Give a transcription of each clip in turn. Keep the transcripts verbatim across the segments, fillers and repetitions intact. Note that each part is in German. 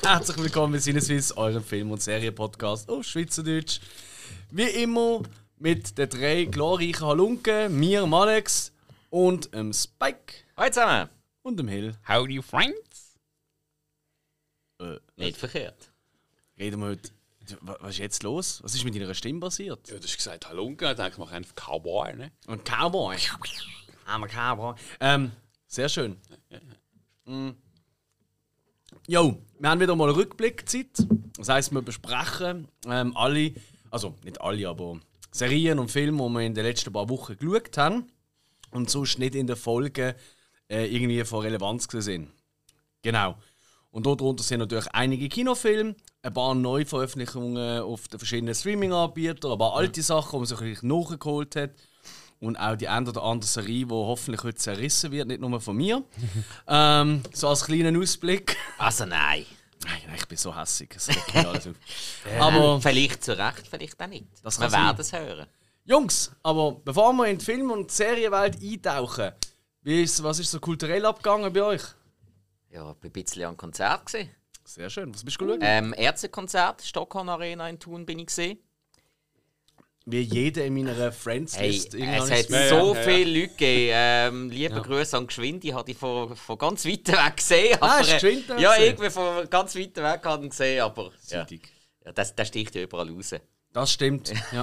Herzlich willkommen bei Sinneswiss, eurem Film- und Serien-Podcast auf Schweizerdeutsch. Wie immer mit den drei glorreichen Halunken, mir, Alex und dem Spike. Hallo zusammen. Und dem Hill. Howdy, friends. Äh, Nicht verkehrt. Reden wir heute. Was ist jetzt los? Was ist mit deiner Stimme passiert? Ja, du hast gesagt Halunke, dann denke ich, mach einfach Cowboy, ne? Ein Cowboy. I'm a Cowboy. Ähm, sehr schön. Mm. Jo, wir haben wieder mal eine Rückblickzeit. Das heisst, wir besprechen ähm, alle, also nicht alle, aber Serien und Filme, die wir in den letzten paar Wochen geschaut haben und sonst nicht in den Folgen äh, irgendwie von Relevanz sind. Genau. Und darunter sind natürlich einige Kinofilme, ein paar Neuveröffentlichungen auf den verschiedenen Streaming-Anbietern, aber auch alte Sachen, die man sich wirklich nachgeholt hat. Und auch die eine oder andere Serie, die hoffentlich heute zerrissen wird, nicht nur von mir. ähm, so als kleinen Ausblick. Also nein. Nein, nein, ich bin so hässig. Es regt mich alles auf. Aber Vielleicht zu Recht, vielleicht auch nicht. Das wir kann werden es hören. Jungs, aber bevor wir in die Film- und Serienwelt eintauchen, wie ist, was ist so kulturell abgegangen bei euch? Ja, ich war ein bisschen am Konzert. Gewesen. Sehr schön. Was bist du geschaut? Ähm, Ärztekonzert, Stockholm Arena in Thun bin ich gesehen. Wie jeder in meiner Friends-List. Hey, irgendwann es ist- hat Ja, so ja, ja. viele Leute gegeben. Ähm, liebe Ja. Grüße an Geschwind, die habe ich von, von ganz weit weg gesehen. Ah, aber, hast du äh, Geschwind da Ja, gesehen? irgendwie von ganz weit weg habe ich gesehen, aber ja, Seitig. ja, das, das sticht ja überall raus. Das stimmt. Ja.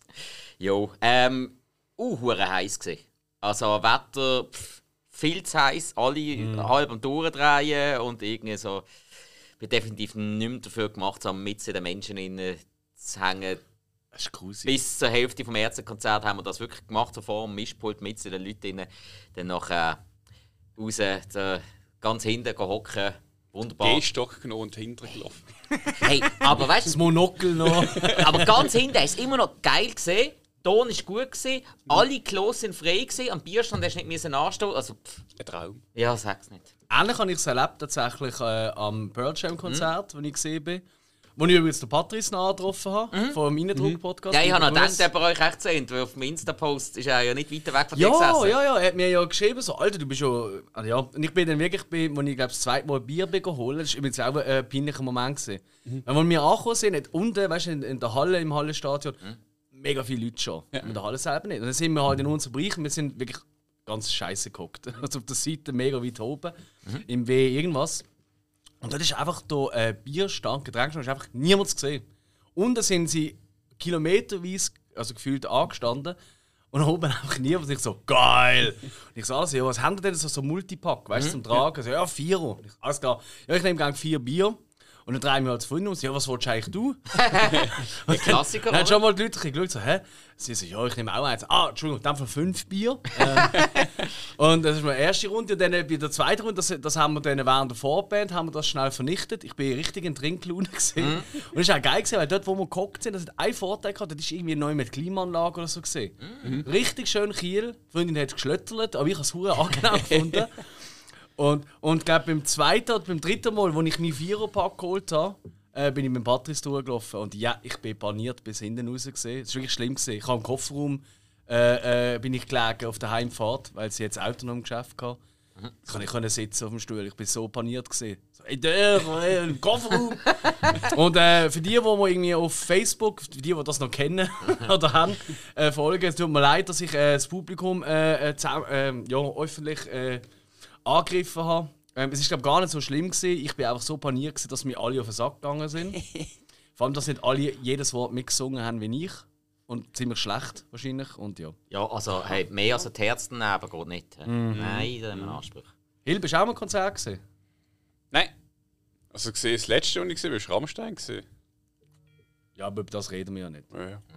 Jo, ähm, uh, hure heiß gesehen. Also Wetter, pff, viel zu heiß, alle Mhm. halb am Durchdrehen und irgendwie so. Ich bin definitiv nicht mehr dafür gemacht, so mit den Menschen innen zu hängen. Das ist gruselig. Bis zur Hälfte vom Ärztekonzert haben wir das wirklich gemacht, so vor dem Mischpult mit den Leuten innen. Dann nachher raus, da, ganz hinten hocken. Wunderbar. Gehstock genommen und hinten gelaufen. Hey, aber weißt Das du, Monokel noch. aber ganz hinten ist es immer noch geil gesehen. Der Ton war gut gewesen, alle Klos sind frei gewesen, am Bierstand hast du nicht müssen anstehen. Also, pff, Ein Traum. ja, sag's nicht. Ähnlich habe ich es erlebt, tatsächlich äh, am Pearl Jam Konzert, wo ich gesehen bin. Wo ich übrigens den Patrice nahe getroffen habe, vom Innendruck-Podcast. Ja, ich habe noch Liebe Grüße. gedacht, ob ihr euch echt seht, weil auf dem Insta-Post ist er ja nicht weiter weg von dir Ja, gesessen. ja, ja, er hat mir ja geschrieben, so, Alter, du bist ja... Also ja. Und ich bin dann wirklich, bei, als ich glaube das zweite Mal ein Bier bin geholt, das war übrigens auch ein äh, peinlicher Moment gewesen. Mhm. Wenn wir angekommen sind, nicht unten, weißt du, in, in der Halle, im Hallenstadion, mhm. mega viele Leute schon. Ja. In der Halle selber nicht. Und dann sind wir halt in unserem Bereich, wir sind wirklich ganz scheiße gehockt. Also auf der Seite mega weit oben, mhm. im W irgendwas. Und dort ist einfach der äh, Bierstand, Getränkstand, ist einfach niemand gesehen. Und dann sind sie kilometerweise, also gefühlt angestanden. Und oben einfach niemand. Und ich so, geil! Und ich so, also, ja, was haben denn so, so Multipack, weißt du, zum Tragen? So, ja, vier. Und ich, alles klar. Ja, ich nehme gerne vier Bier. Und dann drehen wir halt vorhin aus, ja, was willst du eigentlich du? Der Klassiker, Dann haben oder? schon mal die Leute geschaut, so, hä? Sie so, ja, ich nehme auch eins. Ah, Entschuldigung, dann von fünf Bier. äh, und das ist meine erste Runde. Und dann bei der zweiten Runde, das, das haben wir dann während der Vorband, haben wir das schnell vernichtet. Ich bin richtig in Trinklaune gesehen. Mhm. Und das ist auch geil gewesen, weil dort, wo wir gehockt sind, das hat einen Vorteil gehabt, das ist irgendwie neu mit Klimaanlage oder so gesehen. Mhm. Richtig schön Kiel. Die Freundin hat geschlöttert, aber ich habe es hure angenehm gefunden. Und, und glaub, beim zweiten oder beim dritten Mal, als ich meinen Viererpack geholt habe, äh, bin ich mit dem Patrice durchgelaufen. Und ja, ich bin paniert bis hinten raus gesehen. Das war wirklich schlimm gewesen. Ich habe im Kofferraum äh, äh, bin ich gelegen auf der Heimfahrt, weil sie jetzt Auto noch im Geschäft hatte. Mhm. Ich konnte nicht sitzen auf dem Stuhl. Ich bin so paniert gewesen. So, in der, äh, im Kofferraum. Und äh, für die, die wir irgendwie auf Facebook, für die, die das noch kennen oder haben, äh, folgen, es tut mir leid, dass ich äh, das Publikum äh, äh, äh, ja, öffentlich äh, angegriffen habe. Ähm, es war glaub, gar nicht so schlimm gewesen. Ich bin einfach so paniert gewesen, dass mir alle auf den Sack gegangen sind. Vor allem, dass nicht alle jedes Wort mitgesungen haben wie ich. Und ziemlich schlecht wahrscheinlich. Und ja. Ja, also hey, mehr als ein Herz daneben geht nicht. he? Mhm. Nein, da haben wir einen Anspruch. Hill, bist du auch mal ein Konzert gesehen? Nein. Also gesehen, das letzte, was ich gesehen habe, war Rammstein. Gewesen. Ja, aber über das reden wir ja nicht. Ja, ja.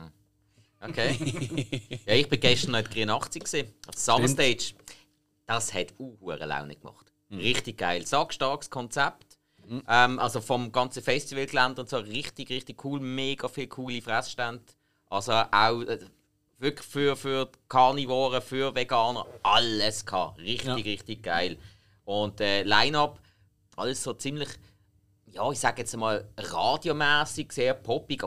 Okay. Ja, ich war gestern noch in dreiundachtzig gesehen. Das Summer Stage. Das hat uh, hure Laune gemacht. Mhm. Richtig geil. Sackstarkes Konzept. Mhm. Ähm, also vom ganzen Festivalgelände und so richtig, richtig cool. Mega viele coole Fressstände. Also auch äh, wirklich für, für Karnivoren, für Veganer. Alles gehabt. Richtig, Ja. richtig geil. Und äh, Line-Up, alles so ziemlich, ja, ich sage jetzt mal radiomäßig, sehr poppig, aber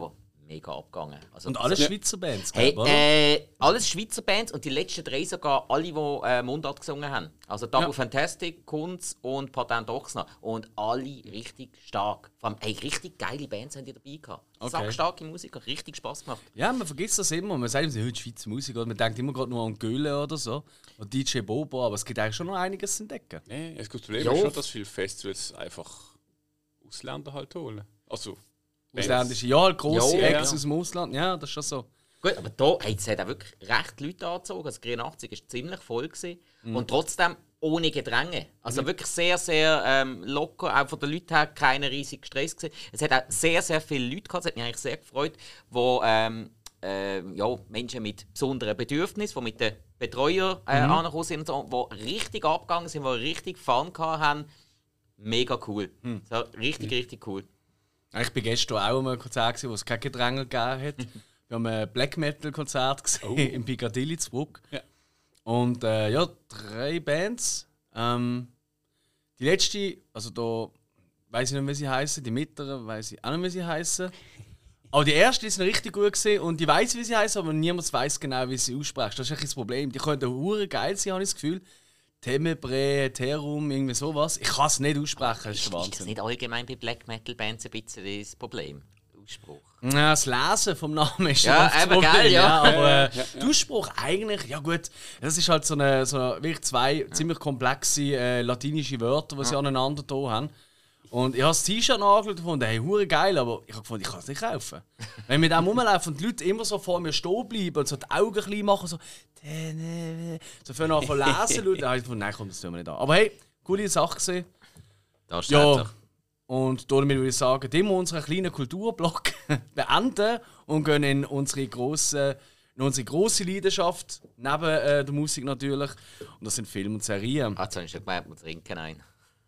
mega abgegangen. Also, Und alles also, Schweizer Bands, hey, oder? äh, alles Schweizer Bands und die letzten drei sogar alle, die äh, Mundart gesungen haben. Also Double Ja. Fantastic, Kunz und Patent Ochsner. Und alle richtig stark. Vor allem, hey, richtig geile Bands haben die dabei gehabt. Okay. Sackstarke Musik, hat richtig Spass gemacht. Ja, man vergisst das immer. Man sagt, wir sind heute Schweizer Musik. Oder man denkt immer gerade nur an Göhle oder so. Oder D J Bobo. Aber es gibt eigentlich schon noch einiges zu entdecken. Nee, das Problem Jo. ist schon, dass viele Festivals einfach Ausländer halt holen. Also, Ausländische, ja, grosse Ja, Acts ja. aus dem Ausland. Ja, das ist schon so. Gut, aber da hey, es hat auch wirklich recht Leute angezogen. Also dreiundachtzig war ziemlich voll. Gewesen. Mhm. Und trotzdem ohne Gedränge. Also wirklich sehr, sehr ähm, locker. Auch von den Leuten her keine riesige Stress gewesen. Es hat auch sehr, sehr viele Leute gehabt. Es hat mich eigentlich sehr gefreut, wo ähm, äh, ja, Menschen mit besonderen Bedürfnissen, die mit den Betreuern äh, Mhm. angekommen sind, und so, die richtig abgegangen sind, die richtig Fun gehabt haben. Mega cool. Mhm. So, richtig, richtig cool. Ich war gestern auch an einem Konzert, wo es kein Gedränge gegeben hat. Wir haben ein Black Metal Konzert gesehen Oh. in Piccadilly zurück. Ja. Und äh, ja, drei Bands. Ähm, die letzte, also da weiß ich nicht, wie sie heißen. Die mittleren weiß ich auch nicht, wie sie heißen. Aber die erste ist noch richtig gut gesehen und die weiß, wie sie heißen, aber niemand weiß genau, wie sie ausspricht. Das ist echt das Problem. Die könnten hure geil sein, habe ich das Gefühl. Temebre, Terum, irgendwie sowas. Ich kann es nicht aussprechen, das ist Ist, der ist das Wahnsinn. nicht allgemein bei Black Metal Bands ein bisschen das Problem? Der Ausspruch. Ja, das Lesen vom Namen ist Ja, oft das eben, Problem, geil, ja. aber äh, der Ausspruch eigentlich, ja gut, das ist halt so eine, so eine wirklich zwei ja. ziemlich komplexe äh, latinische Wörter, die sie aneinander da haben. Und ich habe das T-Shirt angeschaut und gefunden, hey, hure geil, aber ich habe gefunden, ich kann es nicht kaufen. Wenn wir da rumlaufen und die Leute immer so vor mir stehen bleiben und so die Augen klein machen, so so für noch von lesen, Leute, dann habe ich gefunden, nein, komm, das tun wir nicht an. Aber hey, coole Sache gesehen. Das ist Ja. Und damit würde ich sagen, den wir unseren kleinen Kulturblock beenden und gehen in unsere grosse, in unsere grosse Leidenschaft, neben äh, der Musik natürlich. Und das sind Filme und Serien. Ah, jetzt habe ich schon gemeint, wir trinken ein.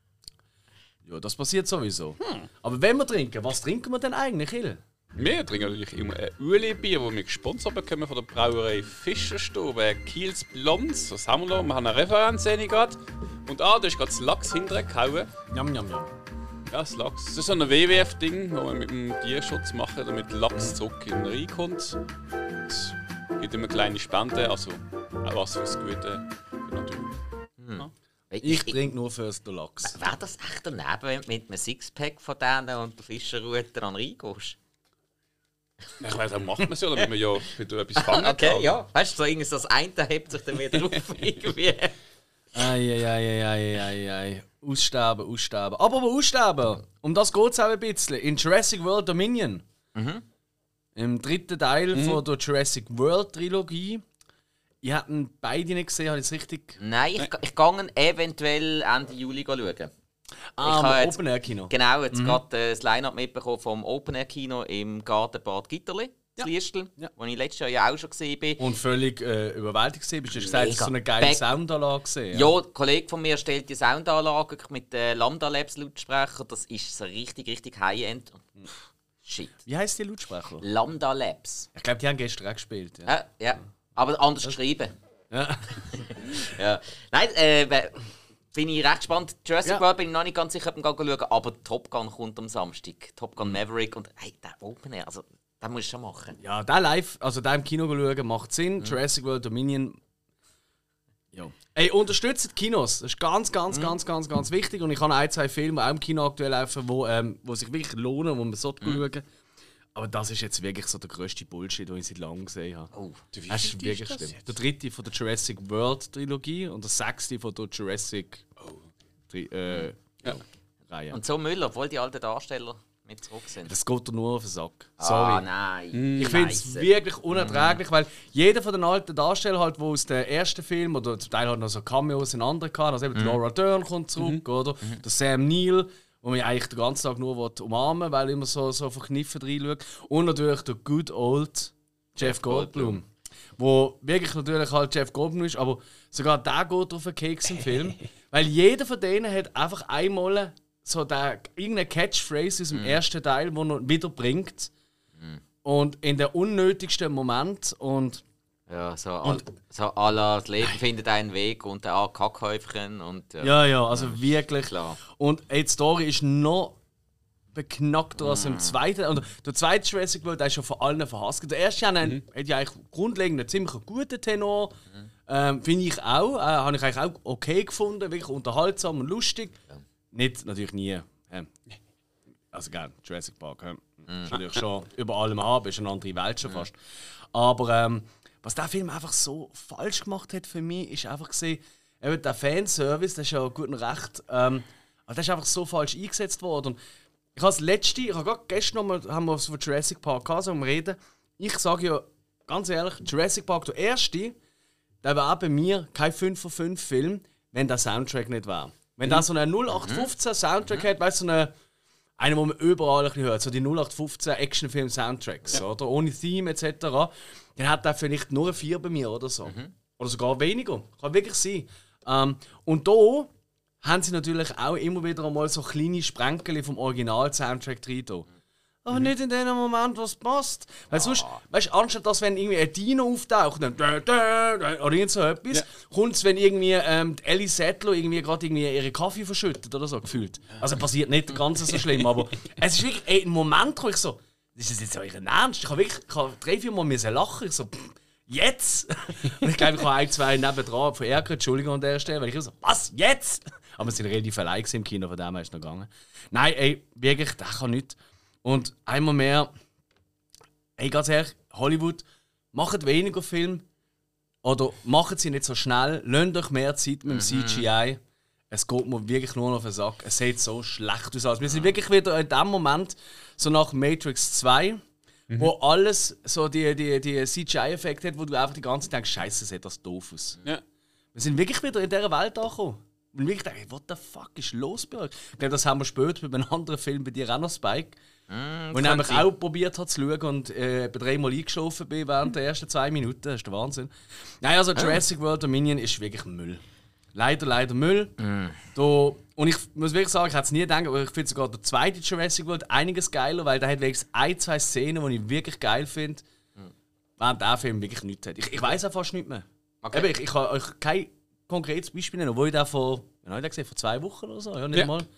Ja, das passiert sowieso. Aber wenn wir trinken, was trinken wir denn eigentlich, Hill? Wir trinken natürlich immer ein Ueli-Bier, das wir gesponsert bekommen von der Brauerei Fischerstube. Kiels Blondes, was haben wir noch? Wir haben eine Referenz gerade. Und ah, da ist gerade das Lachs hintergehauen. Njam, njam, njam. Ja, das Lachs. Das ist so ein W W F-Ding, das wir mit dem Tierschutz machen, damit Lachs zurück in den Rhein kommt. Es gibt immer kleine Spenden, also auch was fürs Gute für die Natur. Hm. Ich trinke nur fürs Lachs. Wäre das echt daneben, wenn du mit einem Sixpack von denen und der Fischerrute an den Rhein gehst? Ich weiß, dann macht man es ja, damit man ja wieder etwas fangen kann. Okay, ja. Weißt du, so irgendwie so das eine hebt sich dann wieder auf irgendwie. Eieieiei. Aussterben, aussterben. Aber wo aussterben? Um das geht es auch ein bisschen. In Jurassic World Dominion. Mhm. Im dritten Teil mhm. von der Jurassic World Trilogie. Ich habe ihn beide nicht gesehen, habe ich es richtig? Nein, ich, ich gehe eventuell Ende Juli schauen. Ah, Ich habe im jetzt- Open Air Kino. Genau, jetzt Mhm. gerade äh, das Line-Up mitbekommen vom Open Air Kino im Gartenbad Gitterli, Ja. ja. Liestl, Ja. wo ich letztes Jahr ja auch schon gesehen bin. Und völlig äh, überwältigt war. Bist du gesagt, Mega. so eine geile Back- Soundanlage gesehen? Ja, ein Kollege von mir stellt die Soundanlage mit äh, Lambda Labs Lautsprecher. Das ist so richtig, richtig High-End. Pff, Shit. Wie heisst die Lautsprecher? Lambda Labs. Ich glaube, die haben gestern auch gespielt. Ja. Ja, ja. Aber anders geschrieben. Ja. Ja. Nein, äh, we- bin ich recht gespannt. Jurassic Ja. World bin ich noch nicht ganz sicher, ob ich ihn schauen, aber Top Gun kommt am Samstag. Top Gun Maverick und hey, der Open Air, also den musst du schon machen. Ja, der live, also der im Kino schauen, macht Sinn. Mhm. Jurassic World Dominion. Ja. Ey, unterstützt die Kinos. Das ist ganz, Mhm. ganz, ganz, ganz, ganz wichtig. Und ich habe ein, zwei Filme auch im Kino aktuell laufen, wo, ähm, wo sich wirklich lohnen, wo man so Mhm. schauen. Aber das ist jetzt wirklich so der grösste Bullshit, den ich seit langem gesehen habe. Oh. Wie Das viel ist wirklich das schlimm. jetzt? Der dritte von der Jurassic World Trilogie und der sechste von der Jurassic Tri äh, Ja. Reihe. Und so Müller, obwohl die alten Darsteller mit zurück sind. Das geht dir nur auf den Sack. Ah, Sorry. nein. Ich finde es Scheisse. wirklich unerträglich, weil jeder von den alten Darstellern, halt, wo aus dem ersten Film oder zum Teil halt noch so Cameos in anderen hatten, also eben die Laura Dern kommt zurück, oder? Der Sam Neill, wo man eigentlich den ganzen Tag nur will umarmen will, weil er immer so, so verkniffen reinschaut. Und natürlich der good old Jeff Goldblum. Wo wirklich natürlich halt Jeff Goldblum ist, aber sogar der geht auf den Keks im Film. Weil jeder von denen hat einfach einmal so der, irgendeine Catchphrase aus dem ersten Teil, die er wieder bringt. Und in den unnötigsten Moment. Und Ja, so, al, so à la, das Leben findet einen Weg und der A Kackhäufchen und ja. ja, ja, also wirklich. Klar. Und ey, die Story ist noch beknackter als im zweiten. Und der zweite Jurassic World, der ist ja von allen verhasst. Der erste mhm. hat ja eigentlich grundlegend einen ziemlich guten Tenor. Mhm. Ähm, Finde ich auch. Äh, Habe ich eigentlich auch okay gefunden. Wirklich unterhaltsam und lustig. Ja. Nicht, natürlich nie. Äh, also gerne, Jurassic Park. Äh. Mhm. Ist natürlich schon über allem haben, ist eine andere Welt schon fast. Mhm. Aber ähm, was der Film einfach so falsch gemacht hat für mich, ist einfach gesehen, eben der Fanservice, das ist ja gut und recht. Ähm, aber das ist einfach so falsch eingesetzt worden. Und ich habe das letzte, ich habe gerade gestern noch mal, haben wir von Jurassic Park gehabt, so reden. Ich sage ja ganz ehrlich, Jurassic Park, der erste, der wäre auch bei mir kein fünf von fünf Film, wenn der Soundtrack nicht wäre. Wenn mhm. der so einen null acht fünfzehn Soundtrack mhm. hat, weißt du, so eine, einen, den man überall ein bisschen hört, so die null acht fünfzehn Actionfilm-Soundtracks, ja. oder ohne Theme et cetera, dann hat der vielleicht nur eine vier bei mir oder so. Mhm. Oder sogar weniger. Kann wirklich sein. Ähm, und da haben sie natürlich auch immer wieder einmal so kleine Sprenkel vom Original-Soundtrack drin. Aber mhm. nicht in dem Moment, was passt. Weil sonst, ah. weißt du, anstatt dass, wenn irgendwie ein Dino auftaucht, dann dä, dä, dä, oder irgend so etwas, ja. kommt es, wenn irgendwie ähm, Ellie Sattler irgendwie gerade irgendwie ihre Kaffee verschüttet oder so, gefühlt. Also passiert nicht ganz so schlimm, aber es ist wirklich ey, ein Moment, wo ich so, ist das jetzt euren Ernst? Ich habe wirklich ich habe drei, vier Mal müssen lachen. Ich so, pff, jetzt? Und ich glaube, ich habe ein, zwei nebendran von Ärger, Entschuldigung an der Stelle, weil ich so, was, jetzt? Aber es sind relativ allein im Kino, von dem her ist es noch gegangen. Nein, ey, wirklich, das kann nicht. Und einmal mehr, ey, ganz ehrlich, Hollywood, macht weniger Filme oder macht sie nicht so schnell, lasst euch mehr Zeit mit dem C G I. Es geht mir wirklich nur noch auf den Sack. Es sieht so schlecht aus. Also wir sind wirklich wieder in dem Moment, so nach Matrix zwei, mhm. wo alles so die, die, die C G I-Effekte hat, wo du einfach die ganze Zeit denkst, Scheiße, sieht das doof aus. Ja. Wir sind wirklich wieder in dieser Welt angekommen. Und wirklich denke, what the fuck ist los bei euch? Ich glaube, das haben wir später bei einem anderen Film bei dir auch noch, Spike. Mm, wo ich nämlich auch probiert habe zu schauen und äh, bei dreimal eingeschlafen bin während der ersten zwei Minuten. Das ist der Wahnsinn. Nein, also Jurassic World Dominion ist wirklich Müll. Leider, leider Müll. Mm. Da, und ich muss wirklich sagen, ich hätte es nie gedacht, aber ich finde sogar der zweite Jurassic World einiges geiler, weil der hat wenigstens ein, zwei Szenen, die ich wirklich geil finde, mm. während der Film wirklich nichts hat. Ich, ich weiss auch fast nicht mehr. Okay. Eben, ich, ich kann euch kein konkretes Beispiel nennen, obwohl ich da vor, wann habe ich gesehen, vor zwei Wochen oder so, ja, nicht ja. mal.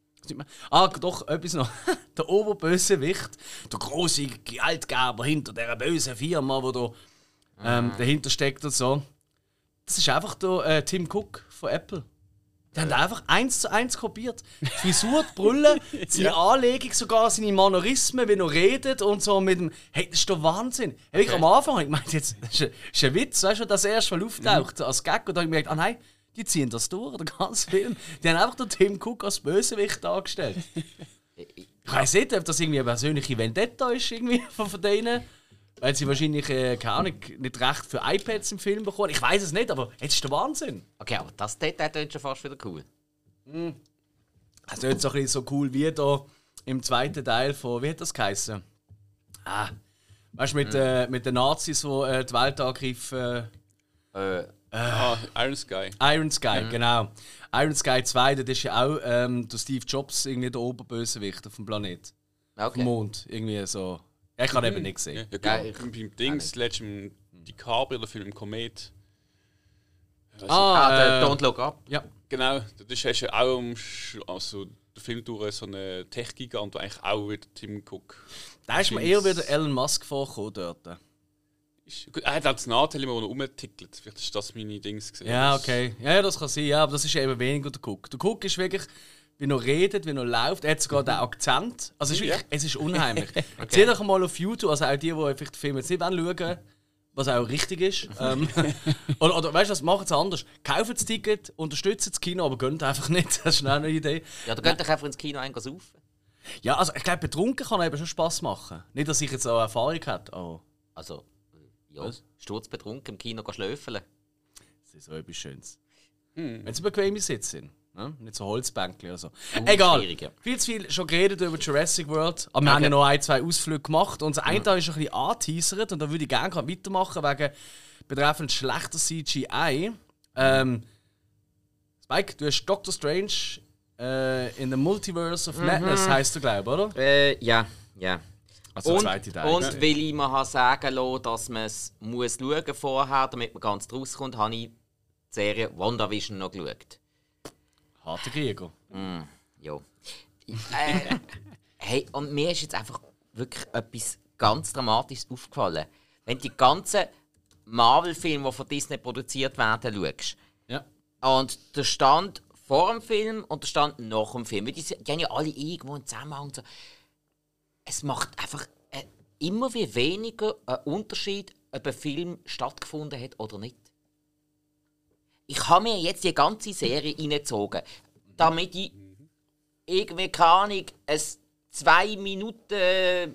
Ah, doch, etwas noch. Der Oberbösewicht, der große Geldgeber hinter dieser bösen Firma, wo da ähm, mm. dahinter steckt und so. Das ist einfach der äh, Tim Cook von Apple. Die haben einfach eins zu eins kopiert. Die Frisur, die Brille, seine ja. Anlegung, sogar seine Mannerismen, wie er redet und so mit dem. Hey, das ist doch Wahnsinn. Okay. Ich am Anfang ich meinte jetzt, das ist ein, das ist ein Witz, weißt du, dass er erst mal auftaucht mhm. als Gag und dann habe ich gemerkt, ah nein, die ziehen das durch, der ganze Film. Die haben einfach den Tim Cook als Bösewicht dargestellt. Ich weiss nicht, ob das irgendwie eine persönliche Vendetta ist irgendwie von denen. Weil sie wahrscheinlich, äh, keine Ahnung, nicht recht für iPads im Film bekommen. Ich weiß es nicht, aber jetzt ist der Wahnsinn. Okay, aber das Detail klingt schon fast wieder cool. Mm. Es klingt so ein bisschen so cool wie da im zweiten Teil von, wie hat das geheißen? Ah, weißt du, mit, mm. äh, mit den Nazis, die äh, die Welt angreifen. Äh, äh, ah, Iron Sky. Iron Sky, mm. genau. Iron Sky zwei, das ist ja auch ähm, der Steve Jobs, irgendwie der Oberbösewicht auf dem Planet. Okay. Auf dem Mond, irgendwie so. Ja, ich habe mhm. eben nicht gesehen. Ja, ja, ja, beim Dings, letztem DiCaprio, der Film Komet. Ah, ah der äh, Don't Look Up. Ja. Genau, da hast du auch um, also der Film durch so eine Tech-Gigant, der eigentlich auch wieder Tim Cook. Da ist mir eher wieder Elon Musk vorgekommen dort. Ist, gut, er hat auch das Nachteil, wo er rumtickelt. Vielleicht ist das meine Dings gesehen. Ja, okay. Ja, das kann sein, ja, aber das ist eben weniger der Cook. Der Cook ist wirklich. Wie er redet, wie er läuft. Er hat sogar den Akzent. Also es ist, wirklich, es ist unheimlich. Okay. Seht euch mal auf YouTube, also auch die, die vielleicht den Film jetzt nicht schauen wollen, was auch richtig ist. ähm, oder, oder weißt du was, macht es anders. Kauft das Ticket, unterstützt das Kino, aber gönnt einfach nicht. Das ist eine Idee. Ja, da könnt ihr einfach ins Kino saufen. Ja, also ich glaube, betrunken kann eben schon Spass machen. Nicht, dass ich jetzt auch Erfahrung habe. Oh. Also, ja, sturzbetrunken im Kino schlöfeln. Das ist so etwas Schönes. Hm. Wenn sie bequeme Sitze sind. Ja, nicht so Holzbänkchen oder so. Uh, Egal. Ja. Viel zu viel schon geredet über Jurassic World. Aber wir okay. haben ja noch ein, zwei Ausflüge gemacht. Und das eine Teil ist ein bisschen angeteasert. Und da würde ich gerne weitermachen wegen betreffend schlechter C G I. Ähm, Spike, du hast Doctor Strange äh, in the Multiverse of Madness, mhm. heisst du, glaube ich, oder? Äh, ja, ja. Also und, zweite Teil. Und weil ich mir sagen lassen, dass man es muss schauen vorher, damit man ganz draus kommt, habe ich die Serie WandaVision noch geschaut. Harter Krieger. Mm, ja. äh, Hey, und mir ist jetzt einfach wirklich etwas ganz Dramatisches aufgefallen. Wenn du die ganzen Marvel-Filme, die von Disney produziert werden, schaust. Ja. Und der Stand vor dem Film und der Stand nach dem Film. Die, die haben ja alle irgendwo einen Zusammenhang. Und so. Es macht einfach äh, immer wie weniger einen Unterschied, ob ein Film stattgefunden hat oder nicht. Ich habe mir jetzt die ganze Serie reingezogen, damit ich irgendwie, keine Ahnung, ein zwei Minuten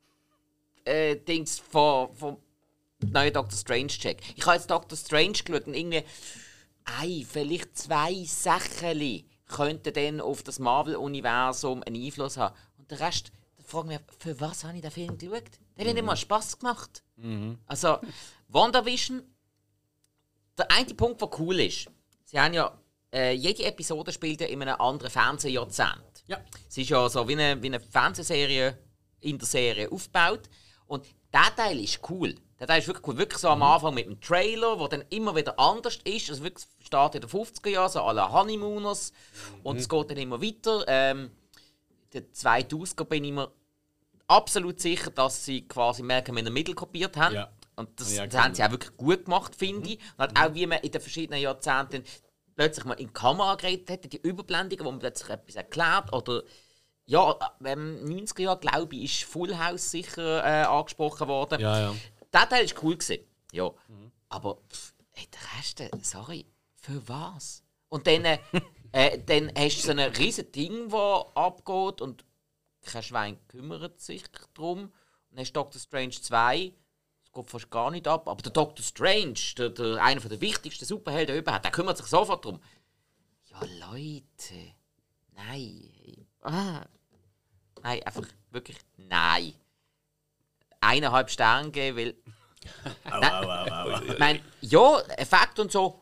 äh, Dings von, von neuen Doctor Strange check. Ich habe jetzt Doctor Strange geschaut und irgendwie ei, vielleicht zwei Sachen könnten dann auf das Marvel-Universum einen Einfluss haben. Und der Rest, da frage ich mich, für was habe ich den Film geschaut? Der hat nicht mal Spass gemacht. Mhm. Also, WandaVision, der einzige Punkt, der cool ist, sie haben ja, äh, jede Episode spielt ja in einem anderen Fernsehjahrzehnt. Ja. Es ist ja so wie eine, wie eine Fernsehserie in der Serie aufgebaut. Und der Teil ist cool. Der Teil ist wirklich cool. Wirklich so am Anfang mit dem Trailer, der dann immer wieder anders ist. Also wirklich startet in den fünfziger Jahren, so à la Honeymooners. Und es geht dann immer weiter. Ähm, in den zweitausender bin ich mir absolut sicher, dass sie quasi Malcolm in the Middle kopiert haben. Ja. Und das, Ja, das haben sie auch wirklich gut gemacht, finde ich. Und halt auch wie man in den verschiedenen Jahrzehnten plötzlich mal in die Kamera geredet hat, die Überblendungen, wo man plötzlich etwas erklärt. Oder ja, im neunziger Jahren, glaube ich, ist Full House sicher äh, angesprochen worden. Ja, ja. Der Teil war cool. Gewesen. Ja. Mhm. Aber pff, ey, der Rest, sorry, für was? Und dann, äh, dann hast du so ein riesiges Ding, das abgeht und kein Schwein kümmert sich darum. Und dann hast du Doctor Strange zwei, das geht fast gar nicht ab. Aber der Doctor Strange, der, der, einer der wichtigsten Superhelden überhaupt, der kümmert sich sofort darum. Ja, Leute, nein. Ah. Nein, einfach wirklich nein. Eineinhalb Sterne geben, weil. Au, au, au, au. Ich meine, ja, Effekt und so.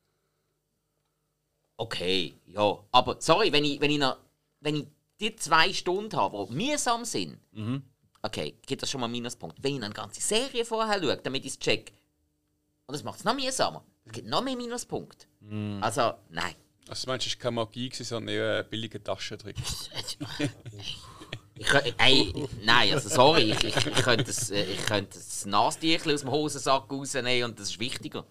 Okay, ja. Aber sorry, wenn ich, wenn ich, noch, wenn ich die zwei Stunden habe, die mühsam sind, Mhm. okay, gibt das schon mal einen Minuspunkt. Wenn ich eine ganze Serie vorher schaue, damit ich es check, und das macht es noch mühsamer, es gibt noch mehr Minuspunkte. Mhm. Also, nein. Also meinst du, es war keine Magie, sondern eher ein billiger Taschentrick? Ich, ey, nein, also sorry, ich, ich, ich könnte das, äh, ich könnte das Nasentüchel aus dem Hosensack rausnehmen und das ist wichtiger.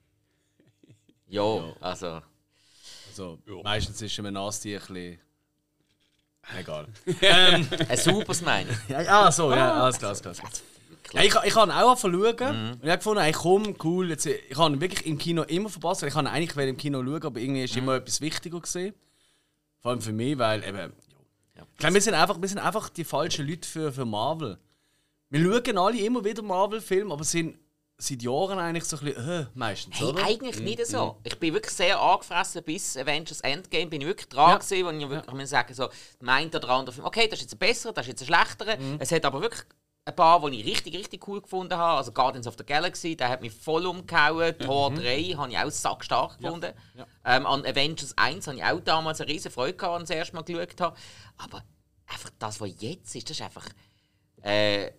Ja, also. Also, Ja. meistens ist ein Nasentüchli. Egal. ähm, Ein Supers meine ich. ja, ah, so, ja, alles klar, alles klar. Ja, ich, ich habe auch schauen mhm. und ich habe gefunden, hey, komm, cool. Jetzt, ich habe ihn wirklich im Kino immer verpasst. Ich wollte eigentlich im Kino schauen, aber irgendwie ist mhm. immer etwas wichtiger gewesen. Vor allem für mich, weil eben. Ja. Ich glaube, wir sind einfach, wir sind einfach die falschen Leute für, für Marvel. Wir schauen alle immer wieder Marvel-Filme, aber sind seit Jahren eigentlich so ein bisschen, äh, meistens, Hey, oder? eigentlich nicht so. Ich bin wirklich sehr angefressen bis Avengers Endgame. Bin ich wirklich dran Ja. gewesen, wo ich wirklich ja. sagen so, meint oder andere Film, okay, das ist jetzt ein besserer, das ist jetzt ein schlechterer. Mhm. Es hat aber wirklich ein paar, die ich richtig, richtig cool gefunden habe. Also Guardians of the Galaxy, der hat mich voll umgehauen. Mhm. Tor drei habe ich auch sackstark ja. gefunden. Ja. Ähm, an Avengers eins habe ich auch damals eine riesen Freude gehabt, als ich das erste Mal geschaut habe. Aber einfach das, was jetzt ist, das ist einfach... Äh,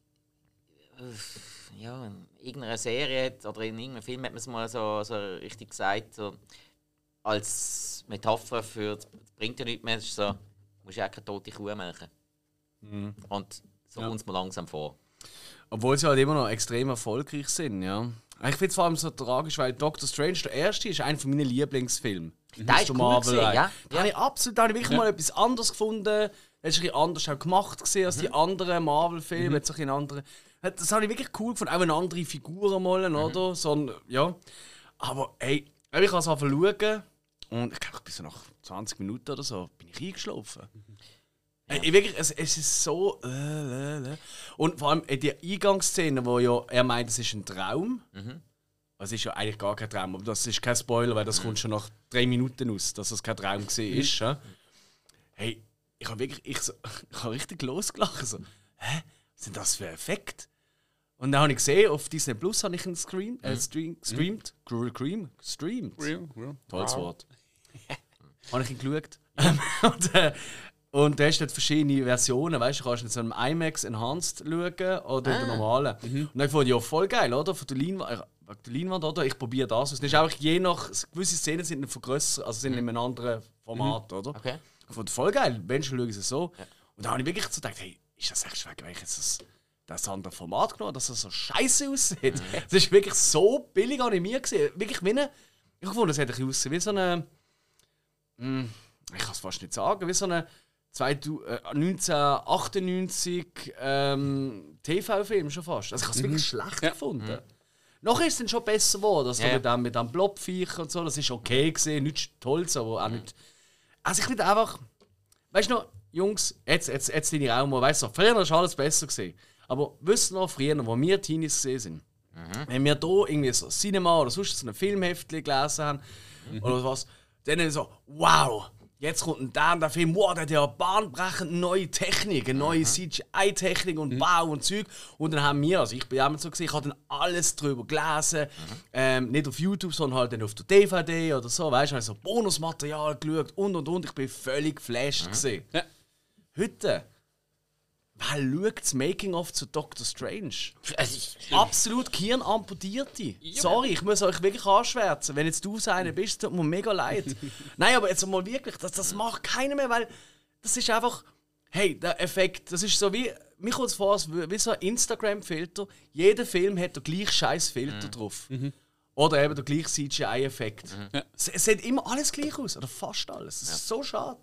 ja, in irgendeiner Serie hat, oder in irgendeinem Film hat man es mal so, so richtig gesagt, so, als Metapher für das bringt ja nichts mehr, es ist so, du musst ja auch keine tote Kuh melken. Mhm. Und so ja. uns mal langsam vor. Obwohl sie halt immer noch extrem erfolgreich sind, ja. Ich finde es vor allem so tragisch, weil Doctor Strange, der erste, ist einer meiner Lieblingsfilme. Der ist cool gewesen, ja. Da ja. habe ich absolut, da habe ich wirklich ja. mal etwas anderes gefunden. Er ist ein bisschen anders auch gemacht gewesen, als mhm. die anderen Marvel-Filme. Mhm. Hat sich in andere, das habe ich wirklich cool gefunden, auch eine andere Figur mal, mhm. oder? So, ja. Aber ey, ich kann es einfach schauen und ich glaube, bis so nach zwanzig Minuten oder so bin ich eingeschlafen. Ja. Ey, wirklich, es, es ist so. Äh, äh, äh. Und vor allem die Eingangsszene, wo ja, er meint, es ist ein Traum. Mhm. Es ist ja eigentlich gar kein Traum, aber das ist kein Spoiler, weil das mhm. kommt schon nach drei Minuten aus, dass es kein Traum war. Mhm. Ja. Hey, ich habe wirklich ich so, ich hab richtig losgelacht. So, hä? Was sind das für Effekte? Und dann habe ich gesehen, auf Disney Plus habe ich einen Stream, äh, stream, streamt. Mhm. Cream, streamt. Real, real. Tolles wow. Wort. Habe ich ihn geschaut. und, äh, und da hast du verschiedene Versionen, weißt du, kannst du in so einem IMAX Enhanced schauen oder ah. in der normalen. Mhm. Und dann fand ich ja voll geil, oder? Von der Leinwand, der Leinwand oder? Ich probiere das aus. Das ist einfach je nach, gewisse Szenen sind vergrößert, also sind mhm. in einem anderen Format, mhm. oder? Okay. Ich fand voll geil, Menschen schauen es so. Ja. Und Und da habe ich wirklich so gedacht, hey, ist das echt wegen welches das, das andere Format genommen, dass das so scheiße aussieht? Es ist wirklich so billig animiert gewesen. Wirklich wie eine, ich habe gefunden, es hätte ausgesehen wie so eine, mh, ich kann es fast nicht sagen, wie so eine neunzehnhundertachtundneunzig ähm, T V-Film schon fast. Also ich habe es wirklich schlecht Ja. gefunden. Mhm. Nachher ist es dann schon besser geworden. Also Ja. mit dem, mit dem Blobviech und so, das ist okay gewesen, nichts Tolles, aber auch nicht. Also ich finde einfach, weißt du noch, Jungs, jetzt, jetzt, jetzt bin ich auch mal, weißt du, früher war alles besser gewesen. Aber wisst ihr noch, früher, wo wir Teenies gesehen sind, mhm. wenn wir hier irgendwie so Cinema oder sonst so ein Filmheftchen gelesen haben mhm. oder was, dann so, wow, jetzt kommt ein der, der Film, wow, der hat ja bahnbrechend neue Technik, eine neue C G I-Technik und Bau und Zeug. Und dann haben wir, also ich bin auch so gesehen, ich habe dann alles drüber gelesen, mhm. ähm, nicht auf YouTube, sondern halt dann auf der D V D oder so, weißt du, habe so Bonusmaterial geschaut und und und, ich bin völlig geflasht mhm. gesehen. Ja. Heute, wer schaut das Making-of zu Doctor Strange? Absolut Kirnamputierte. Sorry, ich muss euch wirklich anschwärzen. Wenn jetzt du so einer bist, tut mir mega leid. Nein, aber jetzt mal wirklich, das, das macht keiner mehr, weil das ist einfach, hey, der Effekt, das ist so wie, mir kommt es vor, als wie so ein Instagram-Filter. Jeder Film hat den gleichen scheiß Filter mhm. drauf. Mhm. Oder eben der gleiche C G I-Effekt. Mhm. Ja. Es, es sieht immer alles gleich aus, oder fast alles. Das ja. ist so schade.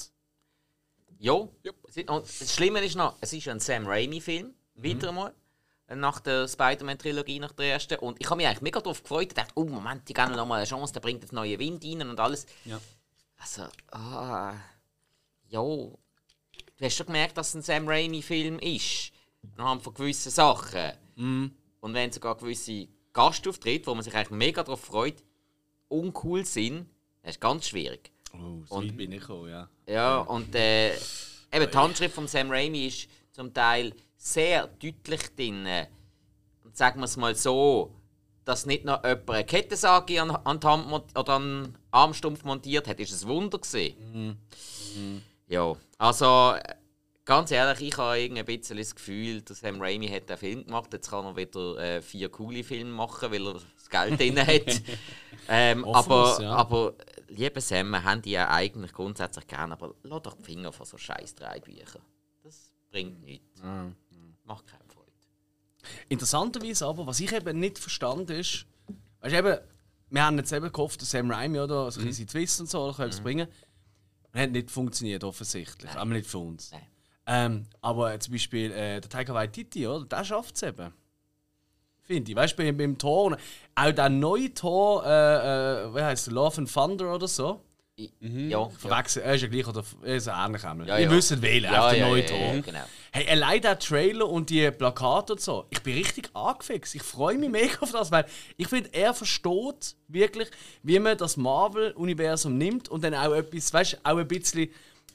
Ja, yep. Und das Schlimme ist noch, es ist ein Sam Raimi-Film, mhm. wieder einmal, nach der Spider-Man-Trilogie, nach der ersten. Und ich habe mich eigentlich mega darauf gefreut, dachte, oh Moment, die geben noch mal eine Chance, der bringt jetzt neuen Wind rein und alles. Ja. Also, ah, ja, du hast schon gemerkt, dass es ein Sam Raimi-Film ist, anhand von gewissen Sachen. Mhm. Und wenn sogar gewisse Gastauftritte, wo man sich eigentlich mega darauf freut, uncool sind, das ist ganz schwierig. Oh, so weit bin ich gekommen, ja. Ja, und äh, eben die Handschrift von Sam Raimi ist zum Teil sehr deutlich drin. Und sagen wir es mal so, dass nicht noch jemand eine Kettensage an, an die Hand oder an den Armstumpf montiert hat, ist ein Wunder gewesen. Mhm. Mhm. Ja, also ganz ehrlich, ich habe irgendwie ein bisschen das Gefühl, dass Sam Raimi hat einen Film gemacht, jetzt kann er wieder äh, vier coole Filme machen, weil er das Geld drin hat. ähm, aber, ja. aber liebe Sam, wir haben die ja eigentlich grundsätzlich gerne, aber lass doch die Finger von so scheiß Drei-Büchern. Das bringt nichts. Mhm. Macht keine Freude. Interessanterweise aber, was ich eben nicht verstanden ist, weißt du eben, wir haben jetzt eben gehofft, dass Sam Raimi oder also mhm. seinen Twist und so oder können es mhm. bringen. Das hat nicht funktioniert offensichtlich, aber nicht für uns. Nein. Ähm, aber zum Beispiel äh, der Taika Waititi, oder? Der schafft es eben. Finde ich. Weißt du, beim, beim Tor, auch der neue Tor, äh, äh, wie heißt der, Love and Thunder oder so? Mhm. Ja. Verwechseln, er ist ja gleich oder er ist ja ähnlich. Ja, Ihr ja. wisst wählen, ja, auch der ja, neue ja, Tor. Ja, ja, genau. Hey, allein der Trailer und die Plakate und so, ich bin richtig angefixt. Ich freue mich mega auf das, weil ich finde, er versteht wirklich, wie man das Marvel-Universum nimmt und dann auch etwas, weißt du, auch ein bisschen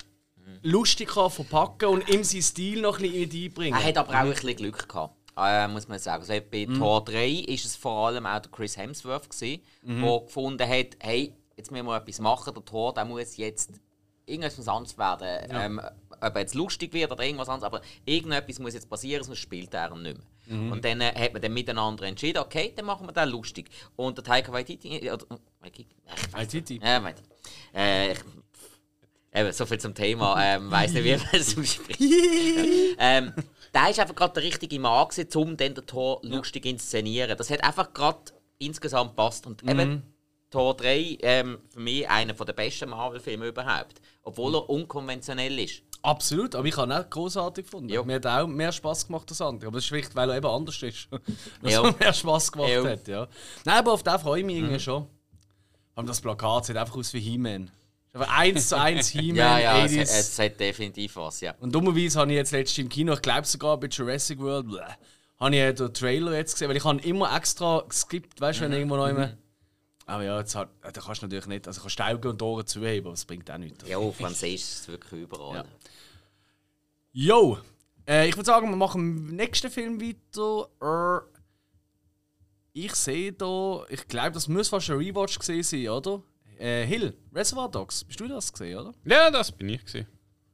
lustig kann verpacken und ihm seinen Stil noch ein bisschen einbringen. Er hat aber auch ein bisschen Glück gehabt, äh, muss man sagen. Also bei mm. Tor drei war es vor allem auch der Chris Hemsworth, der mm. gefunden hat, hey, jetzt müssen wir etwas machen, der Tor der muss jetzt irgendwas anderes werden. Ja. Ähm, ob er jetzt lustig wird oder irgendwas anderes, aber irgendetwas muss jetzt passieren, sonst spielt er nicht mehr. Mm. Und dann äh, hat man dann miteinander entschieden, okay, dann machen wir den lustig. Und der Taika Waititi... Oder, Waititi? Ja, Waititi. Äh, Eben, so viel zum Thema. Ähm, weiss nicht, wie man es ausspricht. ähm, der ist einfach gerade der richtige Mann gewesen, um dann den Tor lustig inszenieren. Das hat einfach gerade insgesamt gepasst. Und eben mhm. Tor drei, ähm, für mich einer der besten Marvel-Filme überhaupt. Obwohl er unkonventionell ist. Absolut, aber ich habe ihn auch großartig gefunden. Ja. Mir hat auch mehr Spass gemacht als andere. Aber das ist wichtig, weil er eben anders ist. Dass ja. er mehr Spass gemacht ja. hat. Ja. Nein, aber auf den freue ich mich mhm. irgendwie schon. Aber das Plakat sieht einfach aus wie He-Man. Aber eins zu eins He-Man, ja, ja, es, es hat definitiv was, ja. Und dummerweise habe ich jetzt letztens im Kino, ich glaube sogar bei Jurassic World, bleh, habe ich den Trailer jetzt gesehen, weil ich habe immer extra geskippt, weißt du, wenn mhm. irgendwo noch immer. Aber ja, jetzt hat, da kannst du natürlich nicht, also kannst du Augen und Ohren zuheben, aber das bringt auch nichts. Ja, Französisch ist es wirklich überall. Ja. Jo, äh, ich würde sagen, wir machen im nächsten Film weiter. Äh, ich sehe da, ich glaube, das muss fast ein Rewatch gewesen sein, oder? Äh, Hill, Reservoir Dogs, bist du das gesehen, oder? Ja, das bin ich gesehen.